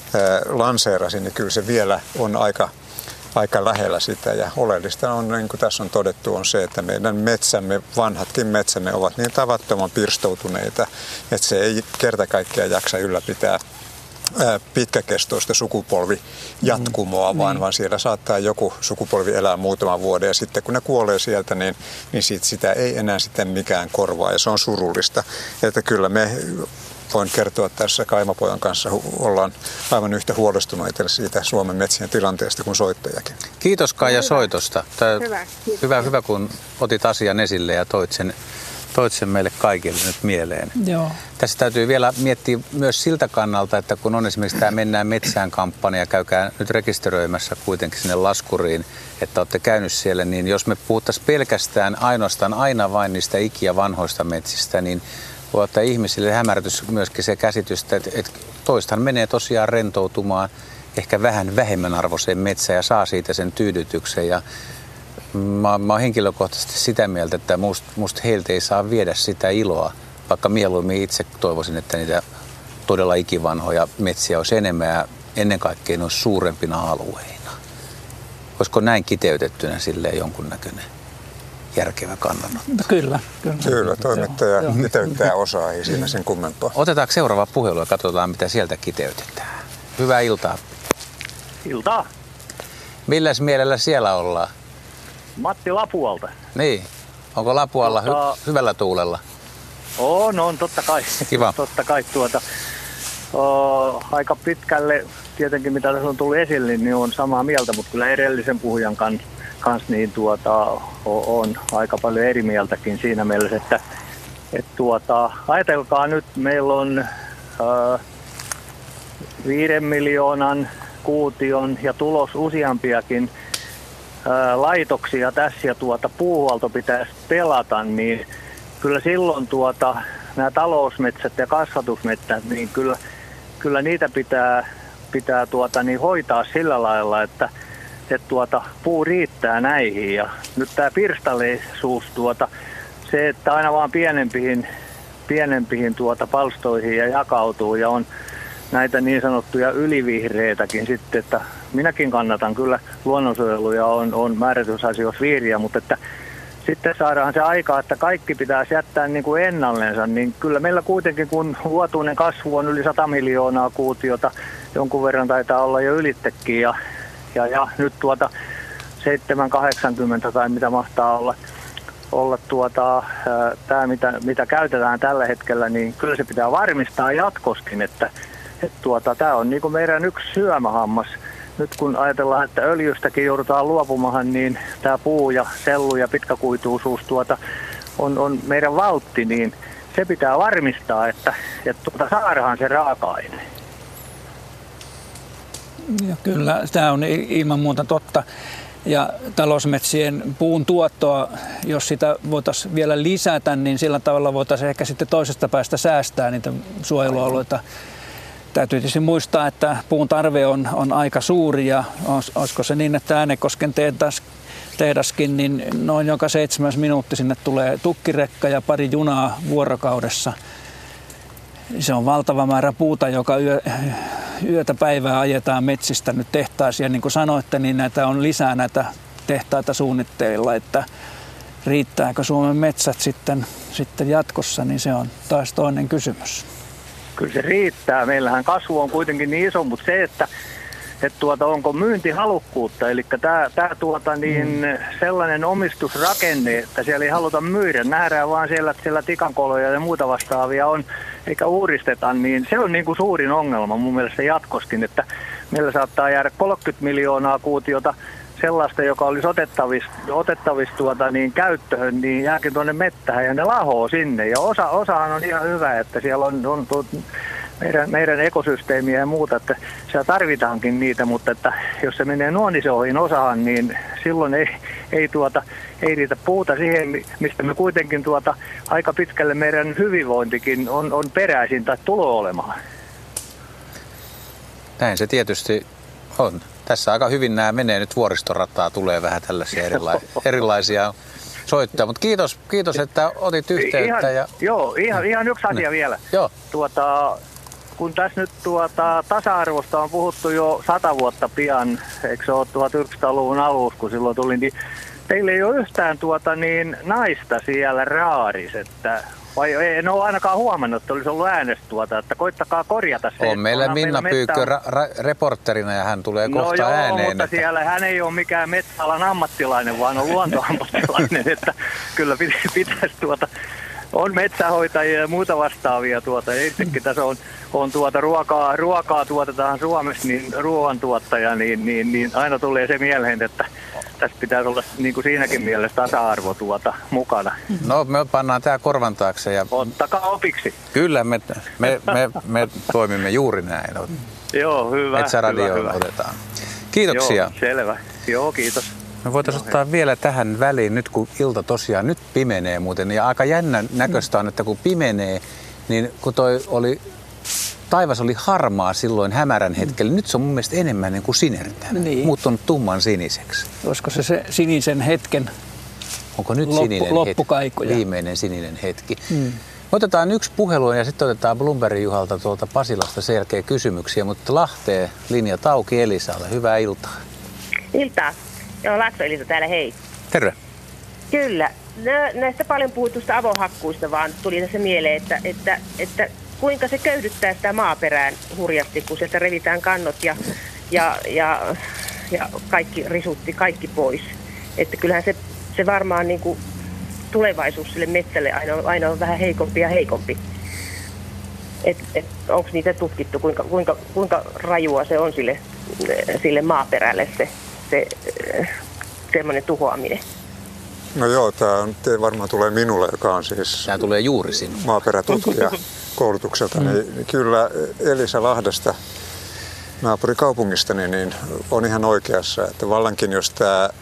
S2: lanseerasi, niin kyllä se vielä on aika, aika lähellä sitä. Ja oleellista on, niin kuin tässä on todettu, on se, että meidän metsämme, vanhatkin metsämme ovat niin tavattoman pirstoutuneita, että se ei kerta kaikkiaan jaksa ylläpitää pitkäkestoista sukupolvijatkumoa, mm. vaan, niin. vaan siellä saattaa joku sukupolvi elää muutaman vuoden ja sitten kun ne kuolee sieltä, niin, niin siitä, sitä ei enää sitten mikään korvaa ja se on surullista. Että kyllä me, voin kertoa tässä Kaimapojan kanssa, ollaan aivan yhtä huolestuneita siitä Suomen metsien tilanteesta kuin soittajakin.
S1: Kiitos Kaija soitosta. Tämä
S13: hyvä.
S1: hyvä, hyvä, kun otit asian esille ja toit sen toit sen meille kaikille nyt mieleen.
S3: Joo.
S1: Tässä täytyy vielä miettiä myös siltä kannalta, että kun on esimerkiksi tämä Mennään metsään -kampanja, käykää nyt rekisteröimässä kuitenkin sinne laskuriin, että olette käynyt siellä, niin jos me puhuttaisiin pelkästään ainoastaan aina vain niistä ikiä vanhoista metsistä, niin voi ottaa ihmisille hämärtys myöskin se käsitys, että, että toistahan menee tosiaan rentoutumaan ehkä vähän vähemmän arvoiseen metsään ja saa siitä sen tyydytyksen. Ja Mä, mä oon henkilökohtaisesti sitä mieltä, että must, musta heiltä ei saa viedä sitä iloa, vaikka mieluummin itse toivoisin, että niitä todella ikivanhoja metsiä olisi enemmän ja ennen kaikkea ne olisi suurempina alueina. Olisiko näin kiteytettynä silleen jonkunnäköinen järkevä kannanotto?
S3: Kyllä. Kyllä,
S2: kyllä toimittaja joo. kiteyttää osaa, ei siinä sen kummempaa.
S1: Otetaanko seuraava puhelu ja katsotaan, mitä sieltä kiteytetään. Hyvää iltaa.
S14: Iltaa.
S1: Milläs mielellä siellä ollaan?
S14: Matti Lapualta.
S1: Niin. Onko Lapualla tota, hy- hyvällä tuulella?
S14: On, on, totta kai.
S1: Kiva.
S14: Totta kai tuota, o, aika pitkälle tietenkin mitä tässä on tullut esille, niin on samaa mieltä, mutta kyllä edellisen puhujan kanssa kans, niin tuota, o, on aika paljon eri mieltäkin siinä mielessä, että et tuota, ajatelkaa nyt, meillä on ö, viiden miljoonan kuution ja tulos useampiakin laitoksia tässä ja tuota puuhuolto pitäisi pelata, niin kyllä silloin tuota, nämä talousmetsät ja kasvatusmetsät, niin kyllä, kyllä niitä pitää, pitää tuota, niin hoitaa sillä lailla, että, että tuota, puu riittää näihin. Ja nyt tämä pirstaleisuus, tuota, se, että aina vaan pienempiin, pienempiin tuota, palstoihin ja jakautuu ja on näitä niin sanottuja ylivihreitäkin sitten, että minäkin kannatan kyllä luonnonsuojelua ja on, on määrätysasioissa viiriä, mutta että sitten saadaan se aika, että kaikki pitäisi jättää niin kuin ennallensa, niin kyllä meillä kuitenkin, kun vuotuinen kasvu on yli sata miljoonaa kuutiota, jonkun verran taitaa olla jo ylittekin ja, ja, ja nyt tuota seitsemän kahdeksankymmentä tai mitä mahtaa olla, olla tuota, tämä, mitä, mitä käytetään tällä hetkellä, niin kyllä se pitää varmistaa jatkoskin, että että tuota, tämä on niin kuin meidän yksi syömähammas. Nyt kun ajatellaan, että öljystäkin joudutaan luopumaan, niin tämä puu ja sellu ja pitkäkuituisuus tuota, on, on meidän valtti, niin se pitää varmistaa, että, että tuota, saadaan se raaka-aine.
S3: Ja kyllä, tämä on ilman muuta totta. Ja talousmetsien puun tuottoa, jos sitä voitaisiin vielä lisätä, niin sillä tavalla voitaisiin ehkä sitten toisesta päästä säästää niitä suojelualueita. Täytyy tietysti muistaa, että puun tarve on, on aika suuri ja olisiko se niin, että Äänekosken tehdas, tehdaskin, niin noin joka seitsemäs minuutti sinne tulee tukkirekka ja pari junaa vuorokaudessa. Se on valtava määrä puuta, joka yö, yötä päivää ajetaan metsistä nyt tehtaisiin. Ja niin kuin sanoitte, niin näitä on lisää näitä tehtaita suunnitteilla, että riittääkö Suomen metsät sitten, sitten jatkossa, niin se on taas toinen kysymys.
S14: Kyllä se riittää. Meillähän kasvu on kuitenkin niin iso, mutta se, että, että tuota, onko myyntihalukkuutta, eli tämä, tämä tuota, niin sellainen omistusrakenne, että siellä ei haluta myydä, nähdään vaan siellä, että siellä tikankoloja ja muuta vastaavia on, eikä uudisteta, niin se on niin kuin suurin ongelma mun mielestä jatkoskin, että meillä saattaa jäädä kolmekymmentä miljoonaa kuutiota sellaista, joka olisi otettavissa, otettavissa tuota, niin käyttöön, niin jääkin tuonne mettähän ja ne lahoo sinne. Ja osa, osahan on ihan hyvä, että siellä on, on tuot, meidän, meidän ekosysteemiä ja muuta, että siellä tarvitaankin niitä, mutta että jos se menee noin isoihin osaan, niin silloin ei, ei, tuota, ei riitä puuta siihen, mistä me kuitenkin tuota, aika pitkälle meidän hyvinvointikin on, on peräisin tai tulo olemaan.
S1: Näin se tietysti on. Tässä aika hyvin nämä menee nyt vuoristorataa, tulee vähän tällaisia erila- erilaisia soittaa, mutta kiitos, kiitos, että otit yhteyttä.
S14: Ihan,
S1: ja...
S14: Joo, ihan, ihan yksi asia no. vielä.
S1: Joo.
S14: Tuota, kun tässä nyt tuota, tasa-arvosta on puhuttu jo sata vuotta pian, eikö se ole tuhatyhdeksänsataaluvun alussa, kun silloin tuli, niin teillä ei ole yhtään tuota, niin, naista siellä raaris, että vai en ole ainakaan huomannut, että olisi ollut äänestä tuota, että koittakaa korjata se.
S1: On meillä Minna Pyykkö mettä... ra- reporterina ja hän tulee
S14: no
S1: kohta
S14: joo,
S1: ääneen.
S14: mutta että... siellä hän ei ole mikään metsäalan ammattilainen, vaan on luontoammattilainen, että kyllä pitäisi tuota, on metsähoitajia ja muuta vastaavia tuota, ja itsekin tässä on, on tuota ruokaa, ruokaa tuotetaan Suomessa, niin ruoantuottaja, niin, niin, niin aina tulee se mieleen, että tässä pitäisi olla niin kuin siinäkin mielessä tasa-arvo tuota mukana.
S1: No me pannaan tämä korvan taakse. Ja...
S14: Ottakaa opiksi.
S1: Kyllä, me, me, me, me toimimme juuri näin.
S14: Joo, hyvä.
S1: Metsäradioon
S14: hyvä, hyvä.
S1: otetaan. Kiitoksia.
S14: Joo, selvä. Joo, kiitos.
S1: Me voitaisiin ottaa hei. vielä tähän väliin, nyt kun ilta tosiaan nyt pimenee muuten. Ja aika jännän näköistä on, että kun pimenee, niin kun toi oli... Taivas oli harmaa silloin hämärän hetkellä. Nyt se on mun mielestä enemmän niin kuin sinertänyt. Niin. Muuttunut tumman siniseksi.
S3: Olisiko se se sinisen hetken
S1: Onko nyt
S3: loppu,
S1: sininen
S3: loppukaikuja?
S1: hetki? Viimeinen sininen hetki. Hmm. Otetaan yksi puhelu ja sitten otetaan Blombergin Juhalta tuolta Pasilasta sen jälkeen kysymyksiä. Mutta Lahteen linjat auki Elisalle. Hyvää iltaa.
S15: Iltaa. Joo, Laakso Elisa täällä, hei.
S1: Terve.
S15: Kyllä. Nä, näistä paljon puhutusta avohakkuista vaan tuli tässä mieleen, että, että, että kuinka se köyhdyttää sitä maaperään hurjasti, kun sieltä revitään kannot ja, ja, ja, ja kaikki risutti, kaikki pois. Että kyllähän se, se varmaan niin kuin tulevaisuus sille metsälle aina on, aina on vähän heikompi ja heikompi. Et, et, onko niitä tutkittu, kuinka, kuinka, kuinka rajua se on sille, sille maaperälle se, se semmoinen tuhoaminen?
S2: No joo, tämä varmaan tulee minulle, joka on siis
S1: tämä tulee juuri sinun
S2: maaperätutkija koulutukselta. Mm. Niin, niin kyllä Elisa Lahdesta, naapurikaupungista, niin, niin on ihan oikeassa, että vallankin jos tämä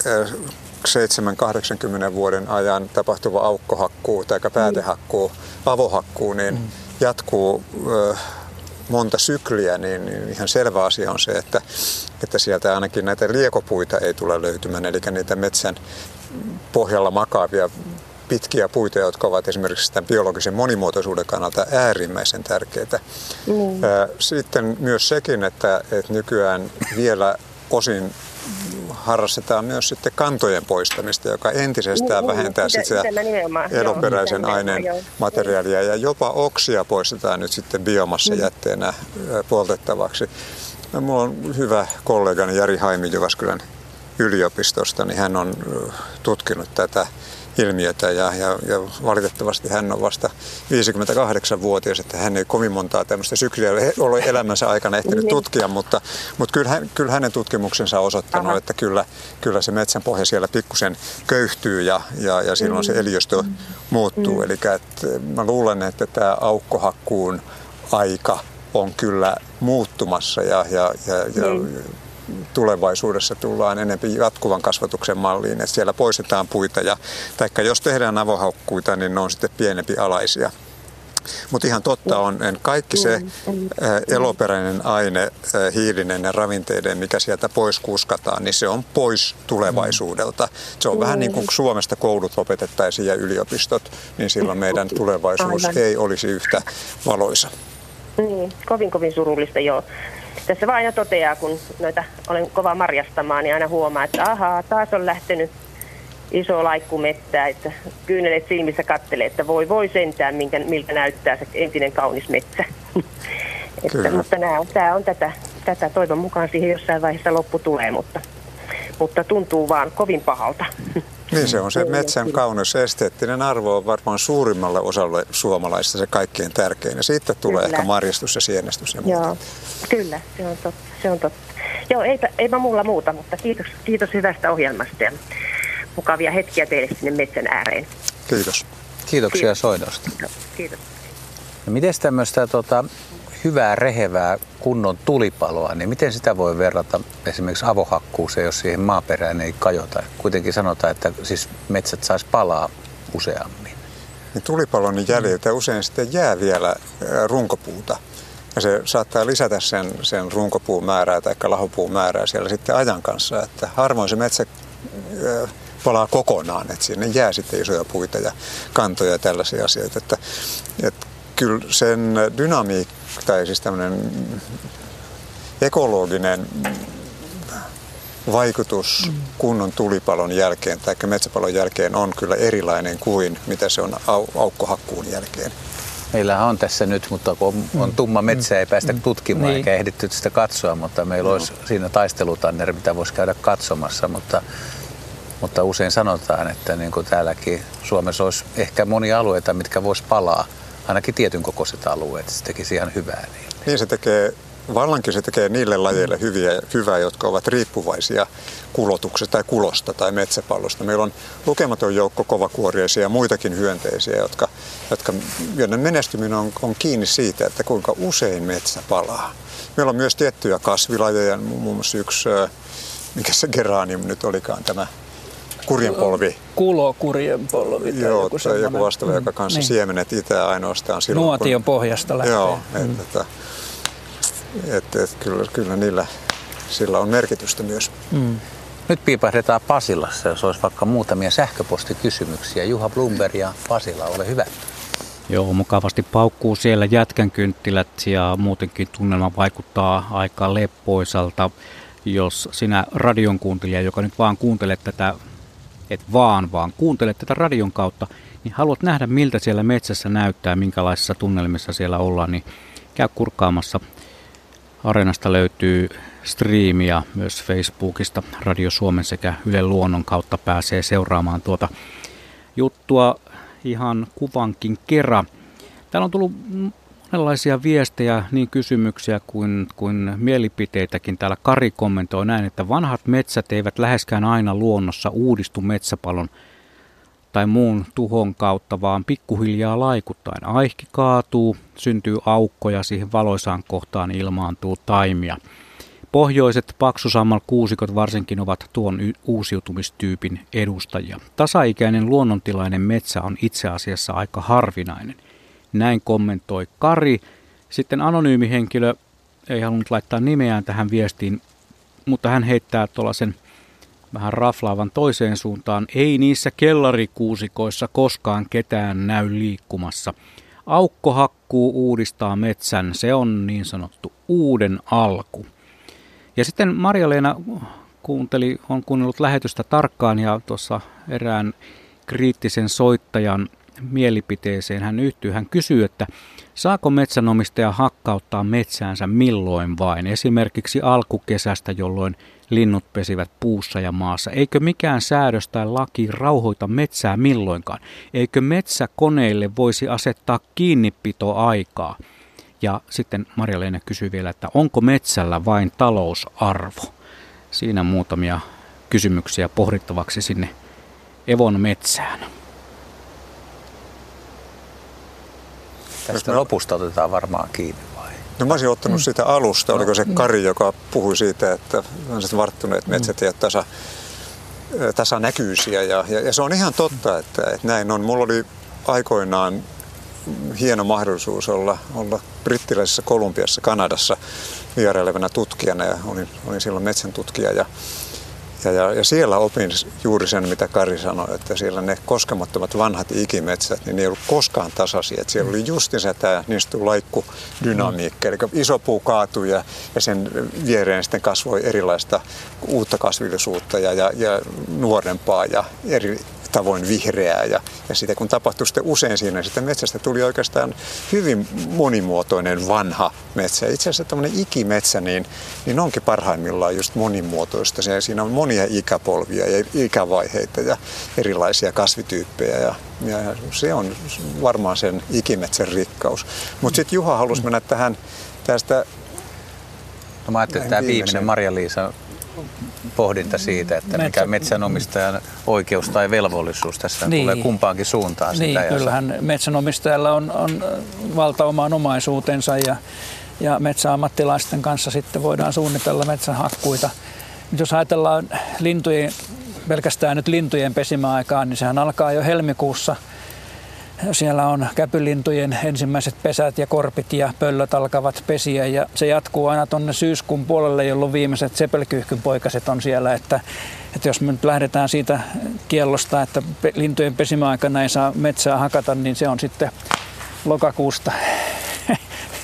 S2: seitsemän kahdeksankymmentä vuoden ajan tapahtuva aukkohakkuu tai päätehakkuu, avohakkuu, niin mm. jatkuu äh, monta sykliä, niin, niin ihan selvä asia on se, että, että sieltä ainakin näitä liekopuita ei tule löytymään, eli niitä metsän pohjalla makaavia pitkiä puita, jotka ovat esimerkiksi tämän biologisen monimuotoisuuden kannalta äärimmäisen tärkeitä. Mm. Sitten myös sekin, että, että nykyään vielä osin harrastetaan myös sitten kantojen poistamista, joka entisestään mm, vähentää sitä, sitä eloperäisen joo, aineen joo. materiaalia ja jopa oksia poistetaan nyt sitten biomassajätteenä mm. poltettavaksi. Minulla on hyvä kollegani Jari Haimi Jyväskylän yliopistosta, niin hän on tutkinut tätä ilmiötä ja, ja, ja valitettavasti hän on vasta viisikymmentäkahdeksanvuotias, että hän ei kovin montaa tämmöistä sykliä ole elämänsä aikana ehtinyt tutkia, mutta, mutta kyllä, hän, kyllä hänen tutkimuksensa on osoittanut, Aha. että kyllä, kyllä se metsän pohja siellä pikkusen köyhtyy ja, ja, ja silloin se eliöstö muuttuu. Eli että mä luulen, että tämä aukkohakkuun aika on kyllä muuttumassa ja, ja, ja, ja tulevaisuudessa tullaan enemmän jatkuvan kasvatuksen malliin, että siellä poistetaan puita ja taikka jos tehdään avohakkuita, niin ne on sitten pienempi alaisia. Mutta ihan totta on, että kaikki se eloperäinen aine, hiilinen ja ravinteiden, mikä sieltä pois kuskataan, niin se on pois tulevaisuudelta. Se on vähän niin kuin Suomesta koulut lopetettaisiin ja yliopistot, niin silloin meidän tulevaisuus ei olisi yhtä valoisa.
S15: Niin, kovin kovin surullista joo. Tässä vaan aina toteaa, kun noita olen kova marjastamaan, niin aina huomaa, että ahaa, taas on lähtenyt iso laikku mettää, että kyynelet silmissä kattelee, että voi voi sentään, minkä, miltä näyttää se entinen kaunis metsä. että, mutta nämä, tämä on tätä, tätä, toivon mukaan siihen jossain vaiheessa loppu tulee, mutta, mutta tuntuu vaan kovin pahalta.
S2: Niin se on se metsän kauneus, se esteettinen arvo on varmaan suurimmalle osalle suomalaista se kaikkein tärkein. Ja siitä tulee kyllä. ehkä marjastus ja sienestys ja muuta.
S15: Joo, kyllä, se on totta. Se on totta. Joo, eipä, eipä mulla muuta, mutta kiitos, kiitos hyvästä ohjelmasta ja mukavia hetkiä teille sinne metsän ääreen.
S2: Kiitos.
S1: Kiitoksia kiitos. Soitosta.
S15: Kiitos.
S1: No, miten tämmöistä tota, hyvää, rehevää kunnon tulipaloa, niin miten sitä voi verrata esimerkiksi avohakkuuseen, jos siihen maaperään ei kajota? Kuitenkin sanotaan, että siis metsät saisi palaa useammin.
S2: Niin tulipalon jäljiltä usein sitten jää vielä runkopuuta. Ja se saattaa lisätä sen, sen runkopuun määrää tai lahopuun määrää siellä sitten ajan kanssa. Että harvoin se metsä palaa kokonaan, että sinne jää sitten isoja puita ja kantoja ja tällaisia asioita. Että, että kyllä sen dynamiikka tai siis tämmöinen ekologinen vaikutus kunnon tulipalon jälkeen tai metsäpalon jälkeen on kyllä erilainen kuin mitä se on au- aukkohakkuun jälkeen.
S1: Meillähän on tässä nyt, mutta kun on tumma metsä, ei päästä tutkimaan
S3: Niin.
S1: eikä ehditty sitä katsoa, mutta meillä olisi siinä taistelutanner, mitä voisi käydä katsomassa, mutta, mutta usein sanotaan, että niin kuin täälläkin Suomessa olisi ehkä monia alueita, mitkä voisi palaa, ainakin tietyn kokoiset alueet, se tekisi ihan hyvää niille.
S2: Niin se tekee, vallankin se tekee niille lajeille hyviä, hyvää, jotka ovat riippuvaisia kulotuksesta tai kulosta tai metsäpallosta. Meillä on lukematon joukko kovakuoriaisia ja muitakin hyönteisiä, jotka, jotka, joiden menestyminen on, on kiinni siitä, että kuinka usein metsä palaa. Meillä on myös tiettyjä kasvilajeja, muun muassa yksi, mikä se geranium nyt olikaan, tämä kurjenpolvi.
S3: Kulokurjenpolvi tai
S2: Joo,
S3: joku
S2: tai joku vastaava, joka kanssa
S3: niin.
S2: siemenet itää ainoastaan silloin.
S3: Nuotion
S2: kun,
S3: pohjasta lähtee.
S2: Joo,
S3: Mm.
S2: että, että, että, että kyllä, kyllä niillä, sillä on merkitystä myös.
S3: Mm.
S1: Nyt piipahdetaan Pasilassa, jos olisi vaikka muutamia sähköpostikysymyksiä. Juha Blomberg ja Pasila, ole hyvä.
S4: Joo, mukavasti paukkuu siellä jätkänkynttilät ja muutenkin tunnelma vaikuttaa aika leppoisalta. Jos sinä radion kuuntelija, joka nyt vaan kuuntelet tätä, et vaan, vaan kuuntelet tätä radion kautta, niin haluat nähdä, miltä siellä metsässä näyttää, minkälaisissa tunnelmissa siellä ollaan, niin käy kurkkaamassa. Areenasta löytyy striimiä myös Facebookista, Radio Suomen sekä Yle Luonnon kautta pääsee seuraamaan tuota juttua ihan kuvankin kerran. Täällä on tullut monenlaisia viestejä, niin kysymyksiä kuin, kuin mielipiteitäkin. Täällä Kari kommentoi näin, että vanhat metsät eivät läheskään aina luonnossa uudistu metsäpalon tai muun tuhon kautta, vaan pikkuhiljaa laikuttaen. Aihki kaatuu, syntyy aukkoja, siihen valoisaan kohtaan ilmaantuu taimia. Pohjoiset paksusammalkuusikot varsinkin ovat tuon y- uusiutumistyypin edustajia. Tasaikäinen luonnontilainen metsä on itse asiassa aika harvinainen. Näin kommentoi Kari. Sitten anonyymi henkilö ei halunnut laittaa nimeään tähän viestiin, mutta hän heittää tuollaisen vähän raflaavan toiseen suuntaan. Ei niissä kellarikuusikoissa koskaan ketään näy liikkumassa. Aukkohakkuu uudistaa metsän, se on niin sanottu uuden alku. Ja sitten Marja-Leena kuunteli, on kuunnellut lähetystä tarkkaan ja tuossa erään kriittisen soittajan mielipiteeseen hän yhtyy. Hän kysyy, että saako metsänomistaja hakkauttaa metsäänsä milloin vain, esimerkiksi alkukesästä, jolloin linnut pesivät puussa ja maassa. Eikö mikään säädös tai laki rauhoita metsää milloinkaan? Eikö metsäkoneille voisi asettaa kiinnipitoaikaa? Ja sitten Marja-Leena kysyy vielä, että onko metsällä vain talousarvo? Siinä muutamia kysymyksiä pohdittavaksi sinne Evon metsään.
S1: Tästä lopusta otetaan varmaan kiinni vai?
S2: No mä olisin ottanut
S1: Mm.
S2: siitä alusta. Oliko se
S1: No.
S2: Kari, joka puhui siitä, että varttuneet metsät ja tasa, tasanäkyisiä. Ja, ja, ja se on ihan totta, että, että näin on. Mulla oli aikoinaan hieno mahdollisuus olla, olla brittiläisessä Kolumbiassa, Kanadassa vierailevana tutkijana ja olin, olin silloin metsäntutkija ja, ja, ja, ja siellä opin juuri sen, mitä Kari sanoi, että siellä ne koskemattomat vanhat ikimetsät, niin ne ei ollut koskaan tasaisia. Että siellä oli justiinsa tämä niin sanottu laikkudynamiikka, eli iso puu kaatui ja, ja sen viereen sitten kasvoi erilaista uutta kasvillisuutta ja, ja, ja nuorempaa ja eri tavoin vihreää ja, ja sitä kun tapahtui sitten usein siinä, sitten metsästä tuli oikeastaan hyvin monimuotoinen vanha metsä. Itse asiassa tämmöinen ikimetsä, niin, niin onkin parhaimmillaan just monimuotoista. Siinä on monia ikäpolvia ja ikävaiheita ja erilaisia kasvityyppejä ja, ja se on varmaan sen ikimetsän rikkaus. Mutta sitten Juha halusi mennä tähän tästä.
S1: No mä ajattelin, että tämä viimeinen Marja-Liisa pohdinta siitä, että mikä metsänomistajan oikeus tai velvollisuus tässä niin. tulee kumpaankin suuntaan.
S3: Niin,
S1: sitä
S3: kyllähän metsänomistajalla on, on valta omaan omaisuutensa ja, ja metsäammattilaisten kanssa sitten voidaan suunnitella metsähakkuita. Nyt jos ajatellaan lintujen, pelkästään nyt lintujen pesimäaikaan, niin sehän alkaa jo helmikuussa. Siellä on käpylintujen ensimmäiset pesät ja korpit ja pöllöt alkavat pesiä ja se jatkuu aina tuonne syyskuun puolelle, jolloin viimeiset sepelkyyhkynpoikaset on siellä. Että, että jos me nyt lähdetään siitä kiellosta, että lintujen pesimäaikana ei saa metsää hakata, niin se on sitten lokakuusta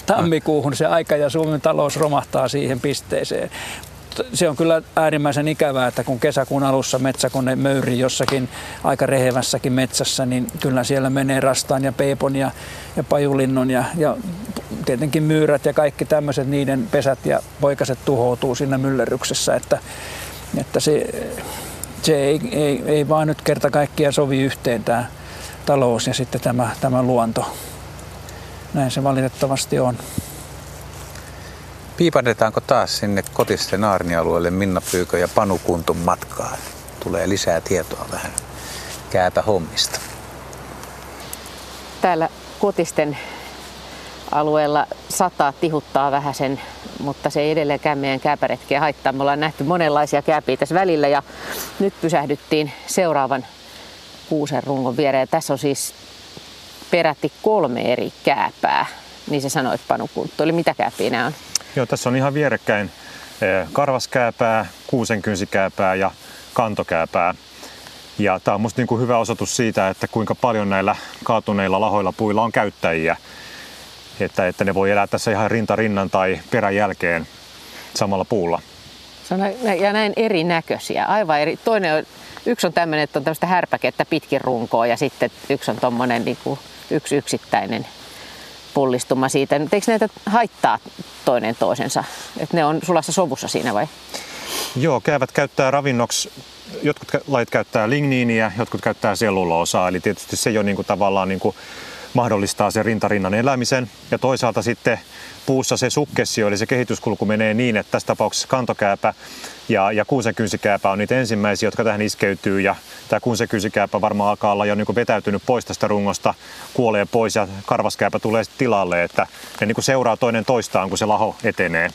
S3: tammikuuhun se aika ja Suomen talous romahtaa siihen pisteeseen. Se on kyllä äärimmäisen ikävää, että kun kesäkuun alussa metsäkone möyrii jossakin aika rehevässäkin metsässä, niin kyllä siellä menee rastaan ja peipon ja, ja pajulinnun ja, ja tietenkin myyrät ja kaikki tämmöiset, niiden pesät ja poikaset tuhoutuu siinä myllerryksessä, että, että se, se ei, ei, ei vaan nyt kerta kaikkiaan sovi yhteen tämä talous ja sitten tämä, tämä luonto. Näin se valitettavasti on.
S1: Piipannetaanko taas sinne Kotisten aarnialueelle Minna Pyykö ja Panu Kuntun matkaan? Tulee lisää tietoa vähän kääpähommista.
S7: Täällä Kotisten alueella sataa tihuttaa vähäsen, mutta se ei edelleenkään meidän kääpäretkeä haittaa. Me ollaan nähty monenlaisia kääpiä tässä välillä ja nyt pysähdyttiin seuraavan kuusen rungon viereen. Ja tässä on siis peräti kolme eri kääpää. Niin sä sanoit, Panu Kunttu. Eli mitä kääpiä nämä on?
S8: Joo, tässä on ihan vierekkäin karvaskääpää, kuusenkynsikääpää ja kantokääpää. Ja tämä on musta niin kuin hyvä osoitus siitä, että kuinka paljon näillä kaatuneilla lahoilla puilla on käyttäjiä. Että, että ne voi elää tässä ihan rinta rinnan tai perän jälkeen samalla puulla.
S7: Se on ja näin erinäköisiä, aivan eri. Toinen on, yksi on tämmöinen, että on tämmöistä härpäkettä pitkin runkoa ja sitten yksi on tommonen niin kuin yksi yksittäinen pullistuma siitä. Eikö näitä haittaa toinen toisensa? Että ne on sulassa sovussa siinä vai?
S8: Joo, käävät käyttää ravinnoksi. Jotkut lajit käyttää ligniiniä, jotkut käyttää selluloosaa. Eli tietysti se jo niin kuin tavallaan niin kuin mahdollistaa sen rintarinnan elämisen. Ja toisaalta sitten puussa se sukkessio, eli se kehityskulku menee niin, että tässä tapauksessa kantokääpä ja, ja kuusenkynsikääpä on niitä ensimmäisiä, jotka tähän iskeytyy. Ja tämä kuusenkynsikääpä varmaan alkaa olla jo niin kuin vetäytynyt pois tästä rungosta, kuolee pois ja karvaskääpä tulee sitten tilalle. Että ne niin kuin seuraa toinen toistaan, kun se laho etenee.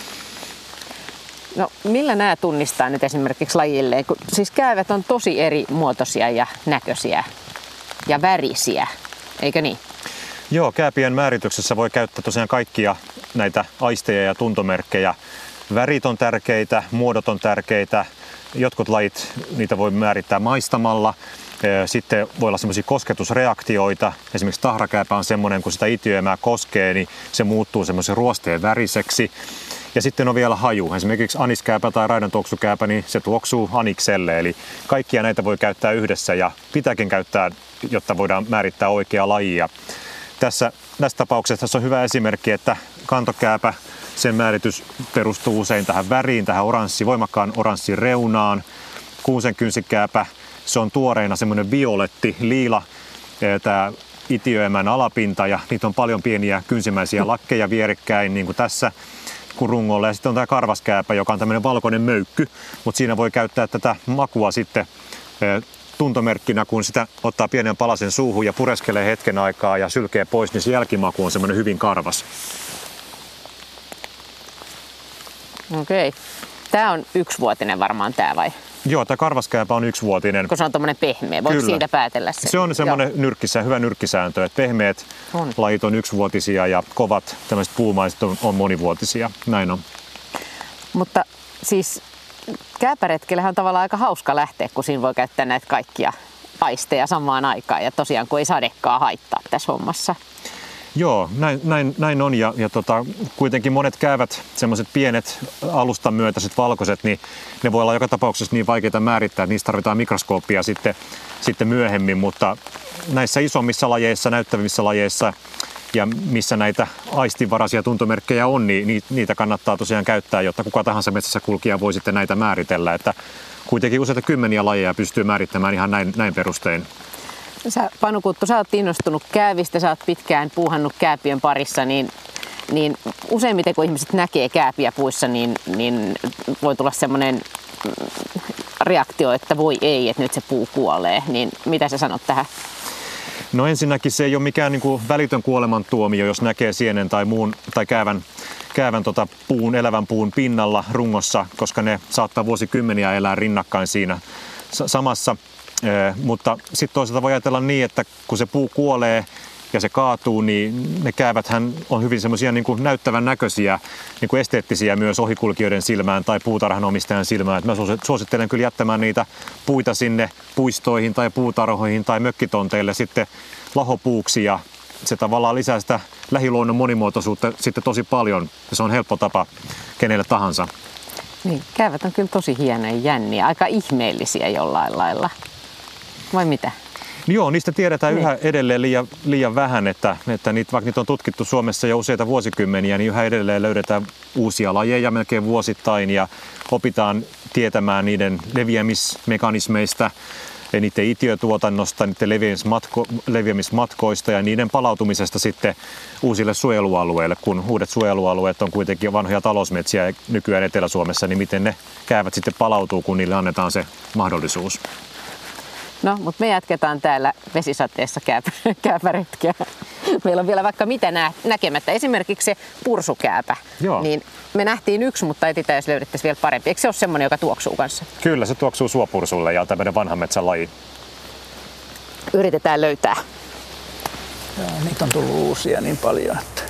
S7: No millä nämä tunnistaa nyt esimerkiksi lajilleen? Kun, siis käävät on tosi eri muotoisia ja näköisiä ja värisiä, eikö niin?
S8: Joo, kääpien määrityksessä voi käyttää tosiaan kaikkia näitä aisteja ja tuntomerkkejä. Värit on tärkeitä, muodot on tärkeitä. Jotkut lajit, niitä voi määrittää maistamalla. Sitten voi olla semmoisia kosketusreaktioita. Esimerkiksi tahrakääpä on semmoinen, kun sitä itiöimää koskee, niin se muuttuu semmoisen ruosteen väriseksi. Ja sitten on vielä haju. Esimerkiksi aniskääpä tai raidantuoksukääpä, niin se tuoksuu anikselle. Eli kaikkia näitä voi käyttää yhdessä ja pitääkin käyttää, jotta voidaan määrittää oikea lajia. Tässä, tässä tapauksessa tässä on hyvä esimerkki, että kantokääpä, sen määritys perustuu usein tähän väriin, tähän oranssi, voimakkaan oranssin reunaan. Kuusenkynsikääpä, se on tuoreena semmoinen violetti, liila, tämä itiöemän alapinta ja niitä on paljon pieniä kynsimäisiä lakkeja vierekkäin, niin kuin tässä rungolla. Ja sitten on tämä karvaskääpä, joka on tämmöinen valkoinen möykky, mutta siinä voi käyttää tätä makua sitten tuntomerkkinä, kun sitä ottaa pienen palasen suuhun ja pureskelee hetken aikaa ja sylkee pois, niin se jälkimaku on semmoinen hyvin karvas.
S7: Okei. Tämä on yksivuotinen varmaan tämä vai?
S8: Joo, tämä karvaskääpä on yksivuotinen.
S7: Kun se on tommoinen pehmeä, voiko siitä päätellä sen?
S8: Se on semmoinen nyrkkisä, hyvä nyrkkisääntö, että pehmeät on. Lajit on yksivuotisia ja kovat tämmöiset puumaiset on, on monivuotisia. Näin on.
S7: Mutta siis kääpäretkellähän on tavallaan aika hauska lähteä, kun siinä voi käyttää näitä kaikkia aisteja samaan aikaan. Ja tosiaan, kun ei sadekaan haittaa tässä hommassa.
S8: Joo, näin, näin, näin on. Ja, ja tota, kuitenkin monet käävät, semmoiset pienet alustan myötäiset valkoiset, niin ne voi olla joka tapauksessa niin vaikeita määrittää, että niistä tarvitaan mikroskooppia sitten, sitten myöhemmin. Mutta näissä isommissa lajeissa, näyttävissä lajeissa ja missä näitä aistinvaraisia tuntomerkkejä on, niin niitä kannattaa tosiaan käyttää, jotta kuka tahansa metsässä kulkija voi sitten näitä määritellä. Että kuitenkin useita kymmeniä lajeja pystyy määrittämään ihan näin, näin perustein.
S7: Sä, Panu Kunttu, sä oot innostunut käävistä, sä oot pitkään puuhannut kääpien parissa, niin, niin useimmiten kun ihmiset näkee kääpiä puissa, niin, niin voi tulla semmoinen reaktio, että voi ei, että nyt se puu kuolee. Niin mitä sä sanot tähän?
S8: No ensinnäkin se ei ole mikään niin kuin välitön kuolemantuomio, jos näkee sienen tai muun tai käävän, käävän tota puun, elävän puun pinnalla rungossa, koska ne saattaa vuosikymmeniä elää rinnakkain siinä samassa. Eh, mutta sitten toisaalta voi ajatella niin, että kun se puu kuolee ja se kaatuu, niin ne kääväthän on hyvin semmoisia niin kuin näyttävän näköisiä, niin kuin esteettisiä myös ohikulkijoiden silmään tai puutarhan omistajan silmään. Et mä suosittelen kyllä jättämään niitä puita sinne puistoihin tai puutarhoihin tai mökkitonteille sitten lahopuuksi ja se tavallaan lisää sitä lähiluonnon monimuotoisuutta sitten tosi paljon. Se on helppo tapa kenelle tahansa.
S7: Niin, käyvät on kyllä tosi hienoja ja jänniä, aika ihmeellisiä jollain lailla. Vai mitä?
S8: Joo, niistä tiedetään
S7: niin.
S8: yhä edelleen liian, liian vähän, että, että niitä, vaikka niitä on tutkittu Suomessa jo useita vuosikymmeniä, niin yhä edelleen löydetään uusia lajeja melkein vuosittain ja opitaan tietämään niiden leviämismekanismeista, niiden itiötuotannosta, niiden leviämismatko, leviämismatkoista ja niiden palautumisesta sitten uusille suojelualueille, kun uudet suojelualueet on kuitenkin vanhoja talousmetsiä nykyään Etelä-Suomessa, niin miten ne käyvät sitten palautuu, kun niille annetaan se mahdollisuus.
S7: No, mutta me jatketaan täällä vesisateessa käypä, käypäretkeä. Meillä on vielä vaikka mitä nä- näkemättä. Esimerkiksi se pursukääpä.
S8: Joo.
S7: Niin me nähtiin yksi, mutta etsitään, jos löydettäisiin vielä parempi. Eikö se ole semmoinen, joka tuoksuu kanssa?
S8: Kyllä, se tuoksuu suopursulle ja on tämmöinen vanhan metsän laji.
S7: Yritetään löytää.
S3: Joo, niitä on tullut uusia niin paljon. Että...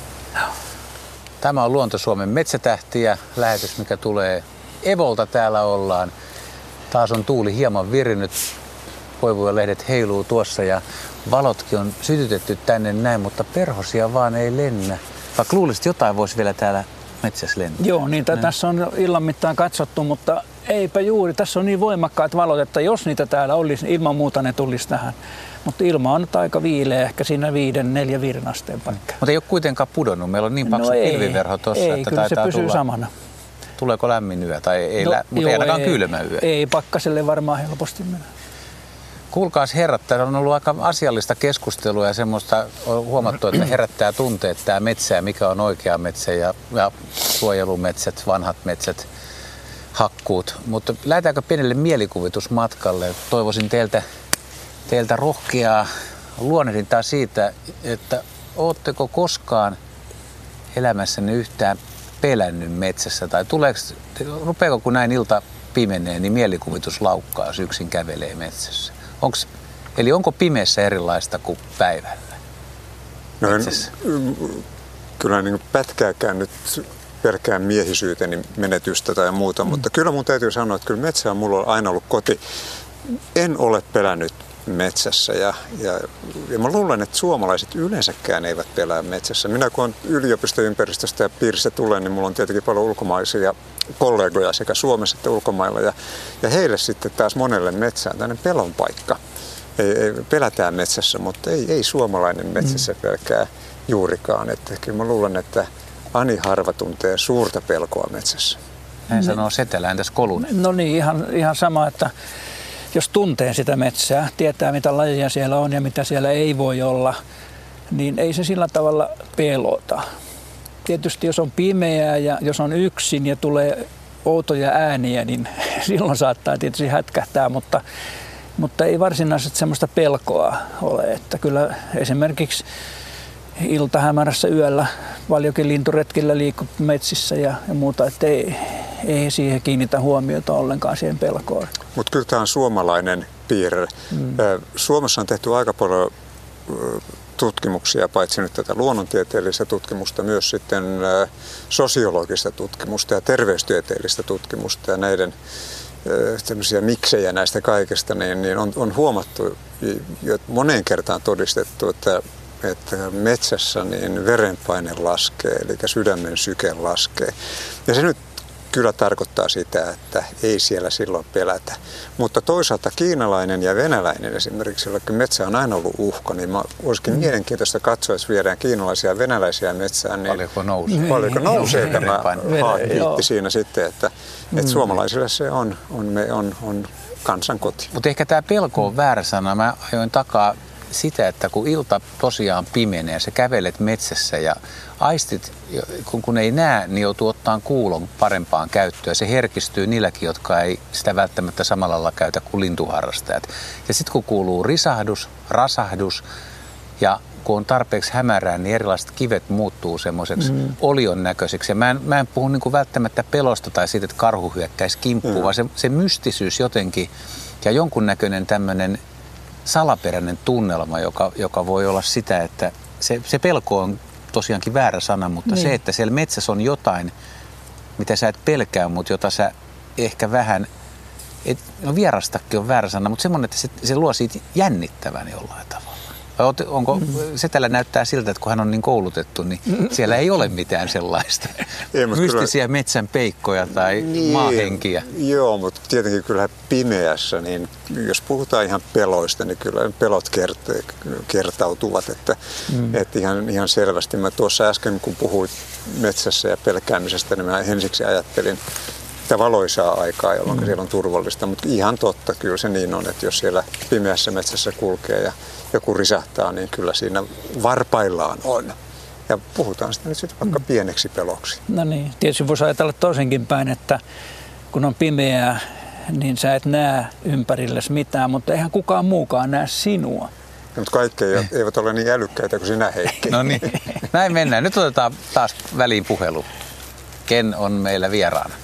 S1: Tämä on Luonto Suomen metsätähtiä lähetys, mikä tulee Evolta. Täällä ollaan. Taas on tuuli hieman virinnyt. Koivujen heiluu tuossa ja valotkin on sytytetty tänne näin, mutta perhosia vaan ei lennä. Vaikka luulisit, jotain voisi vielä täällä metsässä lentää.
S3: Joo, niitä tässä on illan mittaan katsottu, mutta eipä juuri. Tässä on niin voimakkaat valot, että jos niitä täällä olisi, ilman muuta ne tulisi tähän. Mutta ilma on nyt aika viileä, ehkä siinä viiden, neljä, viiden asteen paikka.
S1: Mutta ei ole kuitenkaan pudonnut. Meillä on niin paksu
S3: no
S1: pilviverho tuossa,
S3: ei,
S1: että
S3: kyllä
S1: taitaa
S3: se pysyy
S1: tulla.
S3: samana.
S1: Tuleeko lämmin yö? Tai ei,
S3: no,
S1: lä- mutta
S3: joo,
S1: ei ainakaan
S3: ei,
S1: kylmä yö.
S3: Ei, pakkaselle varmaan helposti mennä.
S1: Kuulkaas herrat, täällä on ollut aika asiallista keskustelua ja semmoista on huomattu, että herättää tunteet tämä metsä ja mikä on oikea metsä ja, ja suojelumetsät, vanhat metsät, hakkuut. Mutta lähdetäänkö pienelle mielikuvitusmatkalle? Toivoisin teiltä, teiltä rohkeaa luonnehdintaa siitä, että ootteko koskaan elämässänne yhtään pelännyt metsässä? Tai tuleeko, rupeako kun näin ilta pimenee, niin mielikuvitus laukkaa, jos yksin kävelee metsässä? Onks, eli onko pimeässä erilaista kuin päivällä?
S2: No en, kyllä niin pätkääkään nyt pelkään miehisyyteni menetystä tai muuta, mm. mutta kyllä mun täytyy sanoa, että kyllä metsä on mulla aina ollut koti. En ole pelännyt metsässä ja, ja, ja mä luulen, että suomalaiset yleensäkään eivät pelää metsässä. Minä kun olen yliopistoympäristöstä ja piirissä tulen, niin mulla on tietenkin paljon ulkomaisia kollegoja sekä Suomessa että ulkomailla ja, ja heille sitten taas monelle metsä on tämmöinen pelon paikka. Ei, ei, pelätään metsässä, mutta ei, ei suomalainen metsässä mm. pelkää juurikaan. Että kyllä mä luulen, että ani harva tuntee suurta pelkoa metsässä.
S1: Näin mm. sanoo Setelä, entäs Kolunen?
S3: No niin, ihan, ihan sama, että jos tuntee sitä metsää, tietää mitä lajeja siellä on ja mitä siellä ei voi olla, niin ei se sillä tavalla pelota. Tietysti jos on pimeää ja jos on yksin ja tulee outoja ääniä, niin silloin saattaa tietysti hätkähtää, mutta, mutta ei varsinaisesti semmoista pelkoa ole. Että kyllä esimerkiksi iltahämärässä yöllä paljonkin linturetkillä liikkuu metsissä ja, ja muuta, että ei, ei siihen kiinnitä huomiota ollenkaan siihen pelkoon.
S2: Mutta kyllä tämä on suomalainen piirre. Mm. Suomessa on tehty aika paljon tutkimuksia, paitsi nyt tätä luonnontieteellistä tutkimusta, myös sitten sosiologista tutkimusta ja terveystieteellistä tutkimusta ja näiden tämmöisiä miksejä näistä kaikesta, niin, niin on, on huomattu jo moneen kertaan todistettu, että, että metsässä niin verenpaine laskee, eli sydämen syke laskee. Ja se nyt kyllä tarkoittaa sitä, että ei siellä silloin pelätä. Mutta toisaalta kiinalainen ja venäläinen esimerkiksi, jolla metsä on aina ollut uhka, niin mä olisikin mm. mielenkiintoista katsoa, jos viedään kiinalaisia ja venäläisiä metsään, niin
S1: paljonko nousee,
S2: paljonko nousee tämä haattiitti siinä sitten, että, että mm. suomalaisille se on, on, me, on, on kansankoti.
S1: Mutta ehkä tämä pelko on väärä sana. Mä ajoin takaa sitä, että kun ilta tosiaan pimenee, sä kävelet metsässä ja aistit, kun, kun ei näe, niin joutuu ottaa kuulon parempaan käyttöön. Se herkistyy niilläkin, jotka ei sitä välttämättä samalla lailla käytä kuin lintuharrastajat. Ja sitten kun kuuluu risahdus, rasahdus ja kun on tarpeeksi hämärää, niin erilaiset kivet muuttuu semmoiseksi mm. olion näköiseksi. Ja mä en, mä en puhu niin kuin välttämättä pelosta tai siitä, että karhu hyökkäisi kimppuun, mm. vaan se, se mystisyys jotenkin ja jonkunnäköinen tämmöinen salaperäinen tunnelma, joka, joka voi olla sitä, että se, se pelko on tosiaankin väärä sana, mutta niin. Se, että siellä metsässä on jotain, mitä sä et pelkää, mutta jota sä ehkä vähän, et, no vierastakin on väärä sana, mutta semmoinen, että se, se luo siitä jännittävän jollain tavalla. Onko, Setälä näyttää siltä, että kun hän on niin koulutettu, niin siellä ei ole mitään sellaista ei, mystisiä kyllä metsän peikkoja tai niin, maahenkiä.
S2: Joo, mutta tietenkin kyllä pimeässä, niin jos puhutaan ihan peloista, niin kyllä pelot kert- kertautuvat. Että, mm. että ihan, ihan selvästi. Mä tuossa äsken, kun puhuit metsässä ja pelkäämisestä, niin mä ensiksi ajattelin sitä valoisaa aikaa, jolloin mm. siellä on turvallista. Mutta ihan totta, kyllä se niin on, että jos siellä pimeässä metsässä kulkee ja joku risahtaa, niin kyllä siinä varpaillaan on. Ja puhutaan sitä nyt sitten vaikka pieneksi peloksi.
S3: No niin, tietysti voisi ajatella toisenkin päin, että kun on pimeää, niin sä et näe ympärillesi mitään, mutta eihän kukaan muukaan näe sinua.
S2: No, mutta kaikki eivät ole niin älykkäitä kuin sinä, Heikki.
S1: No niin, näin mennään. Nyt otetaan taas väliin puhelu. Ken on meillä vieraana?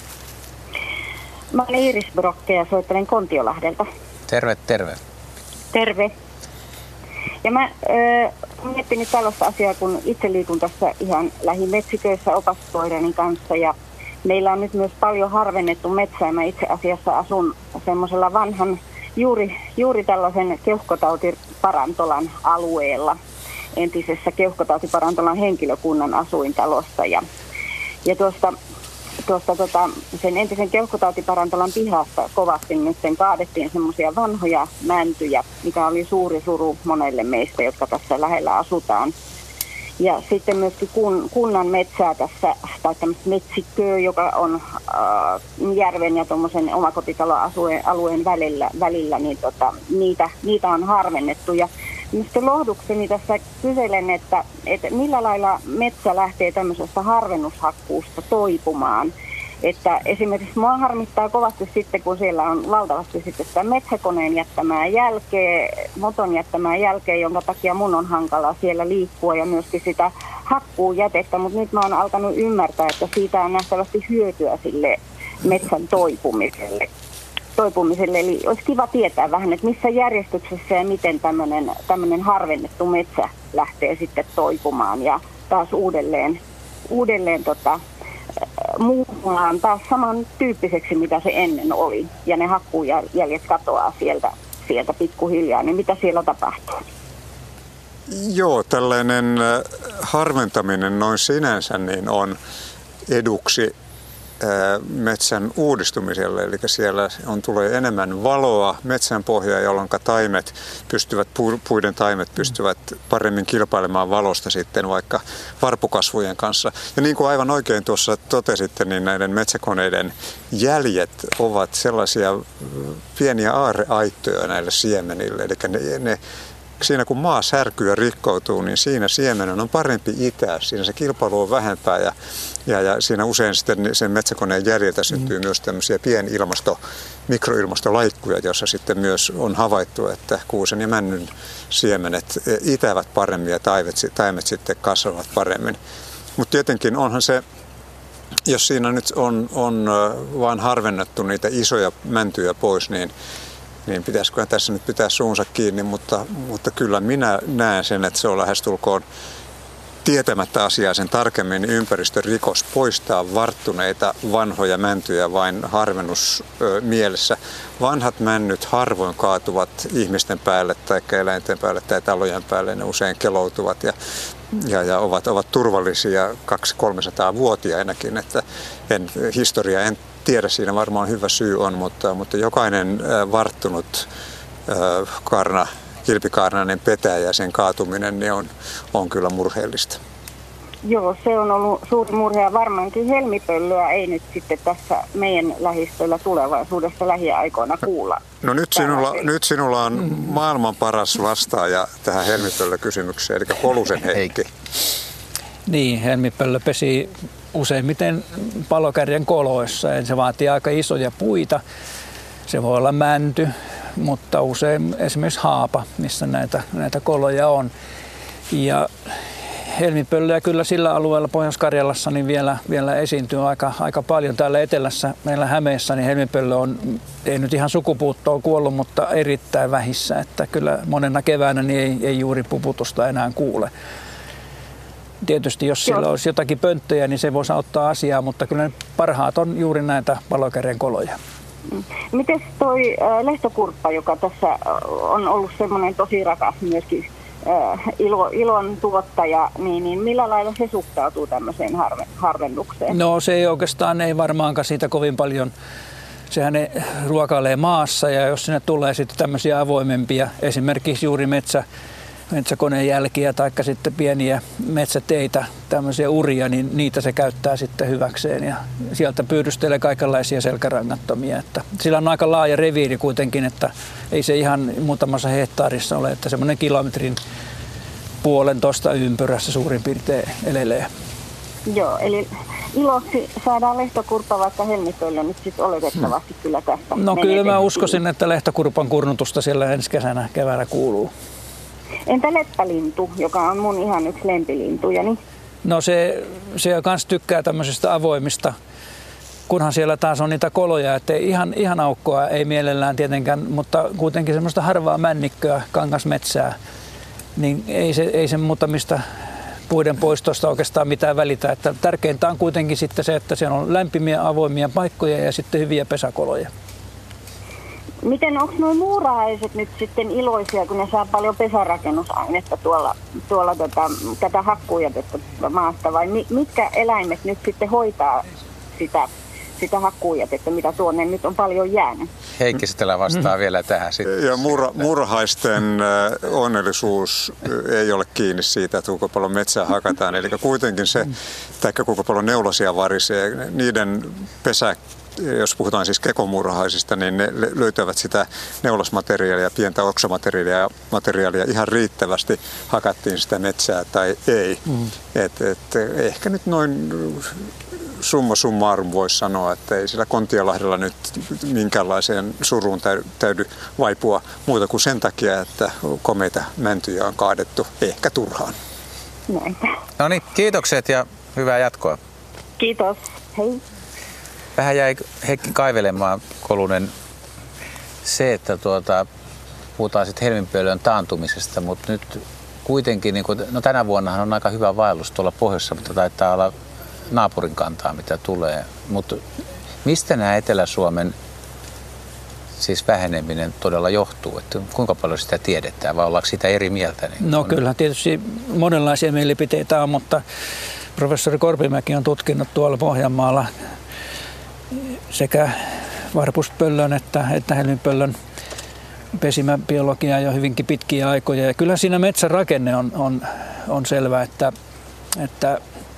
S16: Mä olen Iiris Brokke ja soittelen Kontiolahdelta.
S1: Terve, terve.
S16: Terve. Ja mä olen miettinyt tällaista asiaa, kun itse liikun tässä ihan lähimetsiköissä opaskoirani kanssa. Ja meillä on nyt myös paljon harvennettu metsää. Mä itse asiassa asun semmoisella vanhan, juuri, juuri tällaisen keuhkotautiparantolan alueella. Entisessä keuhkotautiparantolan henkilökunnan asuintalosta. Ja, ja tuosta... Tuosta tota, sen entisen keuhkotautiparantolan pihasta kovasti nyt sen kaadettiin semmoisia vanhoja mäntyjä, mikä oli suuri suru monelle meistä, jotka tässä lähellä asutaan. Ja sitten myöskin kun, kunnan metsää tässä, tai tämmöistä metsikköä, joka on äh, järven ja tuommoisen omakotitaloalueen alueen välillä, välillä niin tota, niitä, niitä on harvennettu. Ja sitten lohdukseni tässä kyselen, että, että millä lailla metsä lähtee tämmöisestä harvennushakkuusta toipumaan. Että esimerkiksi mua harmittaa kovasti sitten, kun siellä on valtavasti sitten sitä metsäkoneen jättämää jälkeä, moton jättämää jälkeä, jonka takia mun on hankala siellä liikkua ja myöskin sitä hakkuujätettä. Mutta nyt mä oon alkanut ymmärtää, että siitä on nähtävästi hyötyä sille metsän toipumiselle. toipumiselle. Eli olisi kiva tietää vähän, että missä järjestyksessä ja miten tämmöinen, tämmöinen harvennettu metsä lähtee sitten toipumaan ja taas uudelleen, uudelleen tota, muuttumaan taas samantyyppiseksi, mitä se ennen oli. Ja ne hakkuujäljet katoaa sieltä, sieltä pikkuhiljaa. Niin mitä siellä tapahtuu?
S2: Joo, tällainen harventaminen noin sinänsä niin on eduksi metsän uudistumiselle, eli siellä on, tulee enemmän valoa metsän pohjaan, jolloin taimet pystyvät, puiden taimet pystyvät paremmin kilpailemaan valosta sitten vaikka varpukasvujen kanssa. Ja niin kuin aivan oikein tuossa totesitte, niin näiden metsäkoneiden jäljet ovat sellaisia pieniä aarreaittoja näille siemenille, eli ne, ne siinä kun maa särkyy ja rikkoutuu, niin siinä siemenen on parempi itää. Siinä se kilpailu on vähempää ja, ja, ja siinä usein sitten sen metsäkoneen jäljiltä syntyy mm. myös tämmöisiä pienilmasto, mikroilmastolaikkuja, joissa sitten myös on havaittu, että kuusen ja männyn siemenet itävät paremmin ja taimet, taimet sitten kasvavat paremmin. Mutta tietenkin onhan se, jos siinä nyt on, on vaan harvennettu niitä isoja mäntyjä pois, niin niin pitäisiköhän tässä nyt pitää suunsa kiinni, mutta, mutta kyllä minä näen sen, että se on lähestulkoon tietämättä asiaa sen tarkemmin ympäristörikos poistaa varttuneita vanhoja mäntyjä vain harvennus ö, mielessä. Vanhat männyt harvoin kaatuvat ihmisten päälle tai eläinten päälle tai talojen päälle, ne usein keloutuvat ja, ja, ja ovat, ovat turvallisia kaksisataa-kolmesataa-vuotiainakin, että en, historia en tiedä, siinä varmaan hyvä syy on, mutta, mutta jokainen äh, varttunut äh, karna, kilpikaarnainen petäjä ja sen kaatuminen niin on, on kyllä murheellista.
S16: Joo, se on ollut suuri murhe ja varmaankin helmipöllöä ei nyt sitten tässä meidän lähistöllä tulevaisuudessa lähiaikoina kuulla.
S2: No nyt sinulla, nyt sinulla on maailman paras vastaaja tähän helmipöllökysymykseen, eli Polusen Heikki.
S3: Niin, helmipöllö pesii useimmiten palokärjen koloissa ja se vaatii aika isoja puita. Se voi olla mänty, mutta usein esimerkiksi haapa, missä näitä, näitä koloja on. Ja helmipöllöjä kyllä sillä alueella Pohjois-Karjalassa niin vielä, vielä esiintyy aika, aika paljon. Täällä etelässä, meillä Hämeessä, niin helmipöllö on, ei nyt ihan sukupuuttoon kuollut, mutta erittäin vähissä. Että kyllä monena keväänä niin ei, ei juuri puputusta enää kuule. Tietysti jos sillä olisi jotakin pönttöjä, niin se voisi auttaa asiaa, mutta kyllä ne parhaat on juuri näitä palokärjen koloja.
S16: Miten toi lehtokurppa, joka tässä on ollut semmoinen tosi rakas myöskin ilo, ilon tuottaja, niin, niin millä lailla se suhtautuu tämmöiseen harve, harvennukseen?
S3: No se ei oikeastaan, ei varmaankaan siitä kovin paljon. Sehän ne ruokailee maassa ja jos sinne tulee sitten tämmöisiä avoimempia, esimerkiksi juuri metsä, metsäkoneen jälkiä tai sitten pieniä metsäteitä, tämmöisiä uria, niin niitä se käyttää sitten hyväkseen ja sieltä pyydystelee kaikenlaisia selkärangattomia. Että sillä on aika laaja reviiri kuitenkin, että ei se ihan muutamassa hehtaarissa ole, että semmoinen kilometrin puolentoista ympyrässä suurin piirtein elelee.
S16: Joo, eli iloksi saadaan lehtokurppa, vaikka helmipöllö nyt sitten oletettavasti hmm. kyllä tästä
S3: No kyllä mä uskoisin, että lehtokurpan kurnutusta siellä ensi kesänä keväällä kuuluu.
S16: Entä leppälintu, joka on mun ihan yksi lempilintuja? Niin?
S3: No se, se kans tykkää tämmöisistä avoimista, kunhan siellä taas on niitä koloja, että ihan, ihan aukkoa ei mielellään tietenkään, mutta kuitenkin semmoista harvaa männikköä, kangasmetsää, niin ei se, ei se muutamista puiden poistosta oikeastaan mitään välitä. Että tärkeintä on kuitenkin sitten se, että siellä on lämpimiä avoimia paikkoja ja sitten hyviä pesäkoloja.
S16: Miten, onko nuo muurahaiset nyt sitten iloisia, kun ne saa paljon pesärakennusainetta tuolla, tuolla tota, tätä hakkuujätettä maasta, vai mitkä eläimet nyt sitten hoitaa sitä, sitä hakkuujätettä, mitä tuonne nyt on paljon jäänyt?
S1: Heikki Sitelä vastaa mm. vielä tähän sitten.
S2: Ja muura, muurahaisten onnellisuus ei ole kiinni siitä, että kuinka paljon metsää hakataan, eli kuitenkin se, tai kuinka paljon neulasia varisee, niiden pesä, jos puhutaan siis kekomuurahaisista, niin ne löytävät sitä neulasmateriaalia, pientä oksamateriaalia materiaalia ihan riittävästi, hakattiin sitä metsää tai ei. Mm. Et, et, ehkä nyt noin summa summarum voisi sanoa, että ei sillä Kontiolahdella nyt minkäänlaiseen suruun täydy vaipua muuta kuin sen takia, että komeita mäntyjä on kaadettu ehkä turhaan.
S16: Näinpä.
S1: No niin, kiitokset ja hyvää jatkoa.
S16: Kiitos. Hei.
S1: Vähän jäi Heikki kaivelemaan, Kolunen, se, että tuota, puhutaan sitten helminpöllön taantumisesta, mutta nyt kuitenkin, niin kun, no tänä vuonnahan on aika hyvä vaellus tuolla pohjoissa, mutta taitaa olla naapurin kantaa, mitä tulee. Mutta mistä nämä Etelä-Suomen siis väheneminen todella johtuu? Että kuinka paljon sitä tiedetään vai ollaanko sitä eri mieltä? Niin
S3: no
S1: on...
S3: kyllä, tietysti monenlaisia mielipiteitä on, mutta professori Korpimäki on tutkinut tuolla Pohjanmaalla sekä varpuspöllön että, että helminpöllön pesimäbiologiaa jo hyvinkin pitkiä aikoja. Ja kyllä siinä metsän rakenne on, on, on selvä, että, että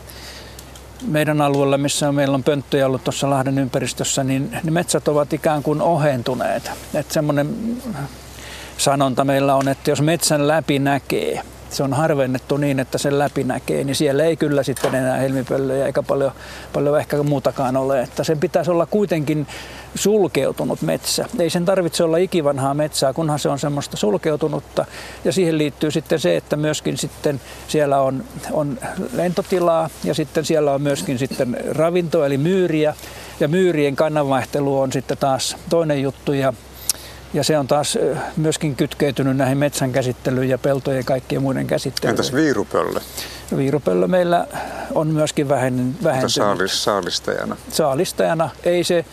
S3: meidän alueella, missä meillä on pönttöjä ollut tuossa Lahden ympäristössä, niin ne metsät ovat ikään kuin ohentuneet. Että semmoinen sanonta meillä on, että jos metsän läpi näkee, se on harvennettu niin, että sen läpi näkee, niin siellä ei kyllä sitten enää helmipöllöjä eikä paljon, paljon ehkä muutakaan ole. Että sen pitäisi olla kuitenkin sulkeutunut metsä. Ei sen tarvitse olla ikivanhaa metsää, kunhan se on semmoista sulkeutunutta. Ja siihen liittyy sitten se, että myöskin sitten siellä on, on lentotilaa ja sitten siellä on myöskin sitten ravinto eli myyriä. Ja myyrien kannanvaihtelu on sitten taas toinen juttu. Ja Ja se on taas myöskin kytkeytynyt näihin metsän käsittelyyn ja peltojen ja kaikkien muiden käsittelyyn.
S2: Entäs viirupöllö?
S3: Viirupöllö meillä on myöskin vähentynyt.
S2: Saalis, saalistajana?
S3: Saalistajana. Ei se,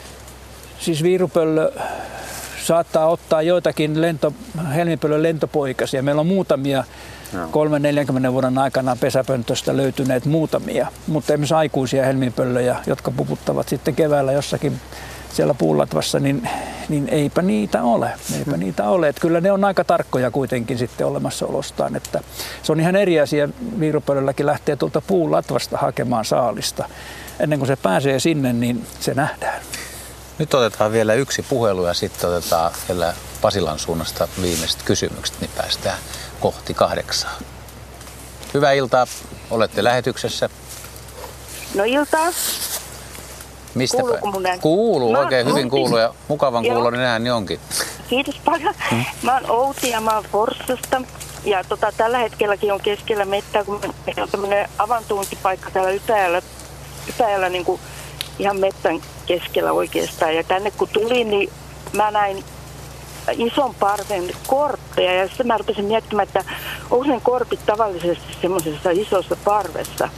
S3: siis viirupöllö saattaa ottaa joitakin lento, helmipöllön lentopoikasia. Meillä on muutamia kolme neljänkymmenen vuoden aikana pesäpöntöstä löytyneet muutamia, mutta esimerkiksi aikuisia helmipöllöjä, jotka puputtavat sitten keväällä jossakin siellä puulatvassa, niin, niin eipä niitä ole. Eipä niitä ole. Että kyllä ne on aika tarkkoja kuitenkin sitten olemassaolostaan. Että se on ihan eri asia. Viirupöllölläkin lähtee tuolta puulatvasta hakemaan saalista. Ennen kuin se pääsee sinne, niin se nähdään.
S1: Nyt otetaan vielä yksi puhelu ja sitten otetaan vielä Pasilan suunnasta viimeiset kysymykset, niin päästään kohti kahdeksaa. Hyvää iltaa. Olette lähetyksessä.
S16: No iltaa.
S1: Mistä
S16: Kuuluuko mun ääni?
S1: Kuuluu,
S16: Mä
S1: oikein hyvin
S16: Outi.
S1: kuuluu ja mukavan
S16: Joo.
S1: kuuloinen ääni onkin.
S16: Kiitos paljon. Hmm? Mä oon Outi ja mä oon Forssasta. Ja tota, tällä hetkelläkin on keskellä mettää, kun meillä on tämmöinen avantointipaikka täällä Ypäjällä, Ypäjällä niin kuin ihan mettän keskellä oikeastaan. Ja tänne kun tulin, niin mä näin ison parven korppeja ja sitten mä rupesin miettimään, että onko ne korpit tavallisesti semmoisessa isossa parvessa?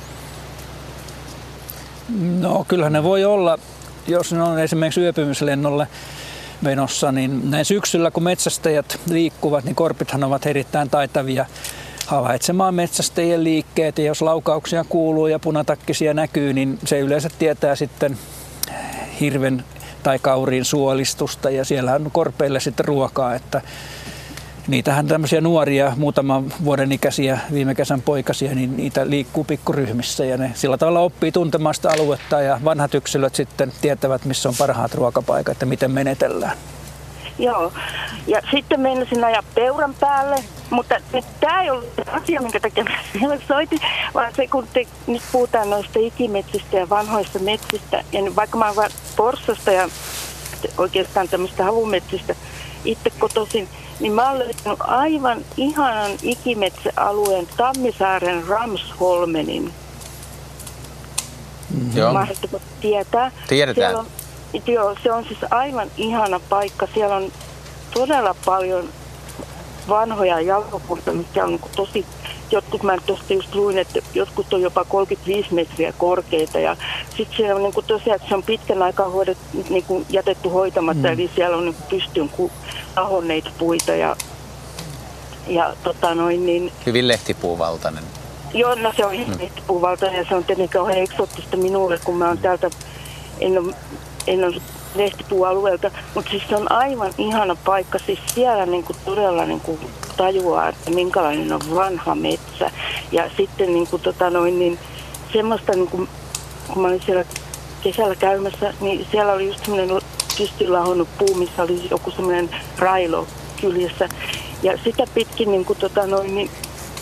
S3: No kyllähän ne voi olla, jos ne on esimerkiksi yöpymislennolle menossa, niin näin syksyllä kun metsästäjät liikkuvat, niin korpithan ovat erittäin taitavia havaitsemaan metsästäjien liikkeet, ja jos laukauksia kuuluu ja punatakkisia näkyy, niin se yleensä tietää sitten hirven tai kauriin suolistusta, ja siellä on korpeille sitten ruokaa, että niitähän tämmöisiä nuoria, muutaman vuoden ikäisiä, viime kesän poikasia, niin niitä liikkuu pikkuryhmissä ja ne sillä tavalla oppii tuntemaan sitä aluetta, ja vanhat yksilöt sitten tietävät, missä on parhaat ruokapaikat ja miten menetellään.
S17: Joo, ja sitten meinasin ajaa peuran päälle, mutta tämä ei ollut asia, minkä takia minä soitin, vaan se, kun te, nyt puhutaan noista ikimetsistä ja vanhoista metsistä, ja vaikka mä olen Porssasta ja oikeastaan tämmöistä havumetsistä itse kotoisin, niin mä olen löytänyt aivan ihanan ikimetsäalueen Tammisaaren Ramsholmenin.
S1: Mm-hmm. Joo.
S17: Mahdollista tietää.
S1: Tiedetään.
S17: On, joo, se on siis aivan ihana paikka. Siellä on todella paljon vanhoja jalkapuita, mitkä on niin kuin tosi, jotkut mä tuosta just luin, että jotkut on jopa kolmekymmentäviisi metriä korkeita, ja sitten siellä on niin kuin tosiaan, että se on pitkän aikaa hoidet, niin kuin jätetty hoitamatta, mm. eli siellä on niin pystyyn ahonneita puita, ja, ja tota noin niin...
S1: Hyvin lehtipuuvaltainen.
S17: Joo, no se on hyvin mm. lehtipuuvaltainen, ja se on tietenkin kauhean eksoottista minulle, kun mä oon täältä, en ole, en ole lehtipuualueelta, mutta siis se on aivan ihana paikka, siis siellä niin kuin todella niin kuin tajuaa, että minkälainen on vanha metsä. Ja sitten niin kuin, tota noin, niin semmoista, niin kuin, kun mä olin siellä kesällä käymässä, niin siellä oli just semmoinen pystyyn lahonnut puu, missä oli joku semmoinen railo kyljessä. Ja sitä pitkin niin kuin, tota noin, niin,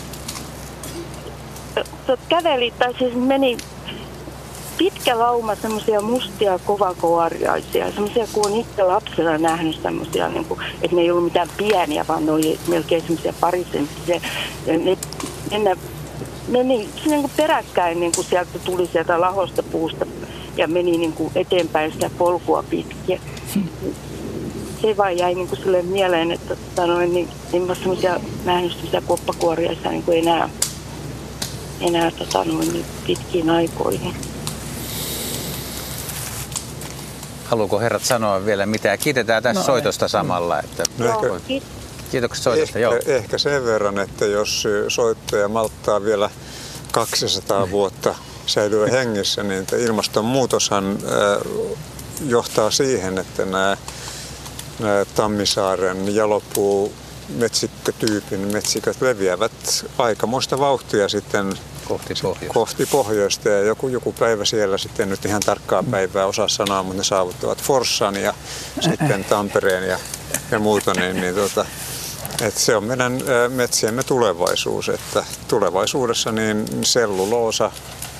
S17: käveli, tai siis meni pitkä lauma semmoisia mustia kovakoariaisia, semmoisia kuin on itse lapsena nähnyt semmoisia, niin kuin, että ne ei ollut mitään pieniä, vaan ne oli melkein semmoisia parisenttisiä. Ne mennä, meni niin kuin peräkkäin, niin kuin sieltä tuli sieltä lahosta puusta ja meni niin kuin eteenpäin sitä polkua pitkin. Se vaan jäi niin kuin silleen mieleen, että tota noin, niin, en mä semmoisia nähnyt semmoisia koppakuoriaisia niin kuin enää, enää tota noin, niin pitkiin aikoihin.
S1: Haluuko herrat sanoa vielä mitään? Kiitetään tässä no, soitosta ei. samalla. Että
S2: no, ehkä,
S1: kiitoksia soitosta.
S2: Ehkä,
S1: Joo.
S2: ehkä sen verran, että jos soittaja malttaa vielä kaksisataa vuotta säilyä hengissä, niin ilmastonmuutoshan johtaa siihen, että nämä, nämä Tammisaaren jalopuu metsikkötyypin metsiköt leviävät aikamoista vauhtia sitten
S1: kohti pohjoista.
S2: kohti pohjoista. Ja joku, joku päivä siellä sitten, nyt ihan tarkkaa päivää osaa sanoa, mutta ne saavuttavat Forssan ja sitten Tampereen ja, ja muuta. Niin, niin tota, että se on meidän metsiemme tulevaisuus, että tulevaisuudessa niin selluloosa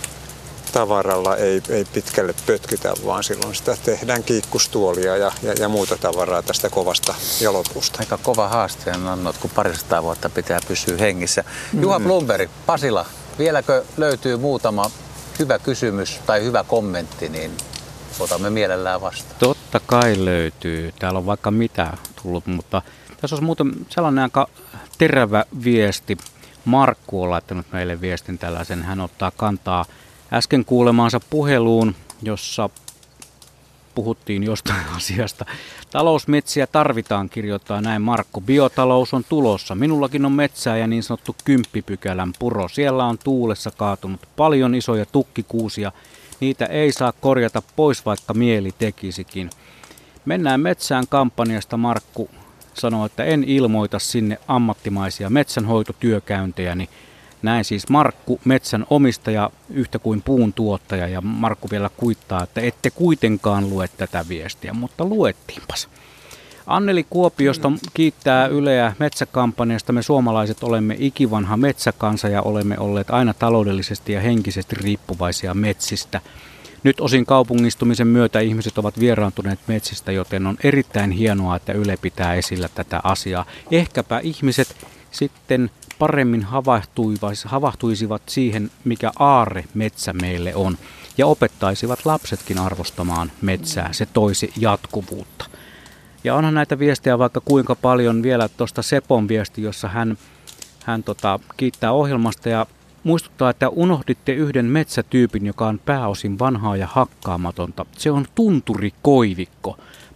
S2: tavaralla ei, ei pitkälle pötkitä, vaan silloin sitä tehdään kiikkustuolia ja, ja, ja muuta tavaraa tästä kovasta jalopuusta.
S1: Aika kova haasteen annot, kun parisataa vuotta pitää pysyä hengissä. Mm-hmm. Juha Blomberg, Pasila, vieläkö löytyy muutama hyvä kysymys tai hyvä kommentti, niin otamme mielellään vastaan.
S4: Totta kai löytyy. Täällä on vaikka mitä tullut, mutta tässä olisi muuten sellainen aika terävä viesti. Markku on laittanut meille viestin tällaisen. Hän ottaa kantaa äsken kuulemaansa puheluun, jossa puhuttiin jostain asiasta. Talousmetsiä tarvitaan, kirjoittaa näin Markku. Biotalous on tulossa. Minullakin on metsää ja niin sanottu kymppipykälän puro. Siellä on tuulessa kaatunut paljon isoja tukkikuusia. Niitä ei saa korjata pois, vaikka mieli tekisikin. Mennään metsään kampanjasta. Markku sanoo, että en ilmoita sinne ammattimaisia metsänhoitotyökäyntejäni. Näin siis Markku, metsän omistaja, yhtä kuin puun tuottaja, ja Markku vielä kuittaa, että ette kuitenkaan lue tätä viestiä, mutta luettiinpas. Anneli Kuopiosta kiittää Yleä metsäkampanjasta. Me suomalaiset olemme ikivanha metsäkansa ja olemme olleet aina taloudellisesti ja henkisesti riippuvaisia metsistä. Nyt osin kaupungistumisen myötä ihmiset ovat vieraantuneet metsistä, joten on erittäin hienoa, että Yle pitää esillä tätä asiaa. Ehkäpä ihmiset sitten paremmin havahtuisivat siihen, mikä aarre metsä meille on, ja opettaisivat lapsetkin arvostamaan metsää. Se toisi jatkuvuutta. Ja onhan näitä viestejä vaikka kuinka paljon. Vielä tuosta Sepon viesti, jossa hän, hän tota, kiittää ohjelmasta ja muistuttaa, että unohditte yhden metsätyypin, joka on pääosin vanhaa ja hakkaamatonta. Se on tunturikoivikko.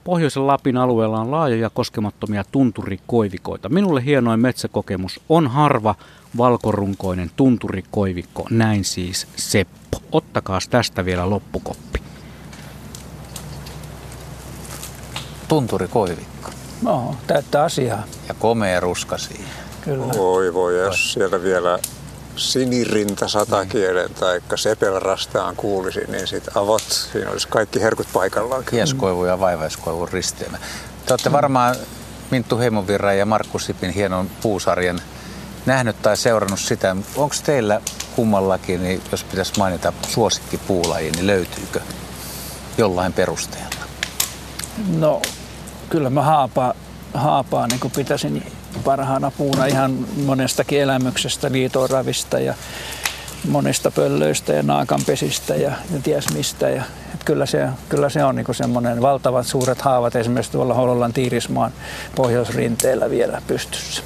S4: Pohjoisen Lapin alueella on laajoja koskemattomia tunturikoivikoita. Minulle hienoin metsäkokemus on harva valkorunkoinen tunturikoivikko, näin siis Seppo. Ottakaas tästä vielä loppukoppi.
S1: Tunturikoivikko.
S3: No, täyttä asiaa.
S1: Ja komea ruska siihen.
S3: Kyllä.
S2: Voi voi, jos siellä vielä sinirinta satakielen mm. tai sepelrastaan kuulisi, niin sitten avot, siinä olisi kaikki herkut paikallaan.
S1: Kieskoivu ja vaivaiskoivun risteemä. Te olette varmaan Minttu Heimovirran ja Markku Sipin hienon puusarjan nähnyt tai seurannut sitä. Onko teillä kummallakin, niin jos pitäisi mainita suosikkipuulaji, niin löytyykö jollain perusteella?
S3: No, kyllä mä haapaa, haapaa niin kuin pitäisin parhaana puuna ihan monestakin elämyksestä, liitoravista ja monista pöllöistä ja naakanpesistä ja, ja ties mistä. Ja, et kyllä, se, kyllä se on niin semmoinen valtavat suuret haavat esimerkiksi tuolla Hollolan Tiirismaan pohjoisrinteellä vielä pystyssä.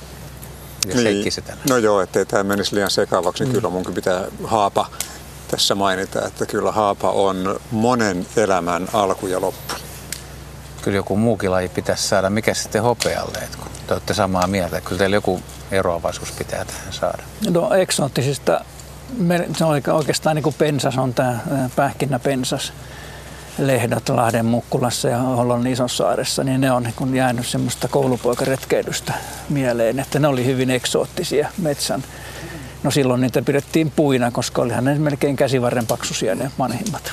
S2: Niin, no joo, ettei tämä menisi liian sekaavaksi, niin mm. kyllä munkin pitää haapa tässä mainita, että kyllä haapa on monen elämän alku ja loppu.
S1: Kyllä joku muukin laji pitäisi saada. Mikä sitten hopealle? Et kun te olette samaa mieltä, kyllä teillä joku eroavaisuus pitää tähän saada.
S3: No eksoottisista, se on oikeastaan niin kuin pensas on tämä pähkinäpensas. Lehdot Lahden Mukkulassa ja Hollon Isossaaressa, niin ne on niin jäänyt semmoista koulupoikaretkeilystä mieleen, että ne oli hyvin eksoottisia metsän. No silloin niitä pidettiin puina, koska olihan ne melkein käsivarren paksuisia ne vanhimmat.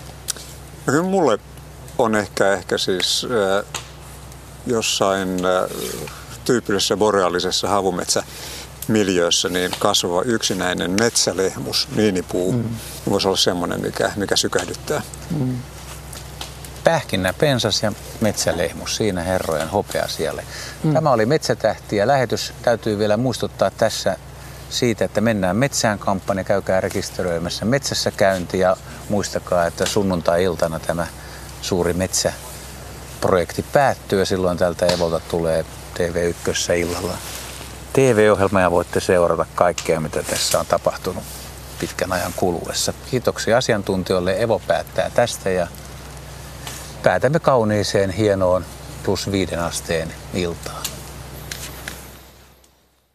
S2: No kyllä mulle on ehkä, ehkä siis äh, jossain äh, tyypillisessä boreaalisessa havumetsämiljöössä niin kasvava yksinäinen metsälehmus, niinipuu, mm. voisi olla semmoinen, mikä, mikä sykähdyttää. Mm.
S1: Pähkinä, pensas ja metsälehmus, siinä herrojen hopea siellä. Mm. Tämä oli Metsätähtiä lähetys. Täytyy vielä muistuttaa tässä siitä, että mennään metsään kampanja, käykää rekisteröimässä metsässä käynti ja muistakaa, että sunnuntai-iltana tämä suuri metsäprojekti päättyy ja silloin tältä Evolta tulee T V yksi illalla T V-ohjelma ja voitte seurata kaikkea, mitä tässä on tapahtunut pitkän ajan kuluessa. Kiitoksia asiantuntijoille. Evo päättää tästä ja päätämme kauniiseen, hienoon plus viiden asteen iltaan.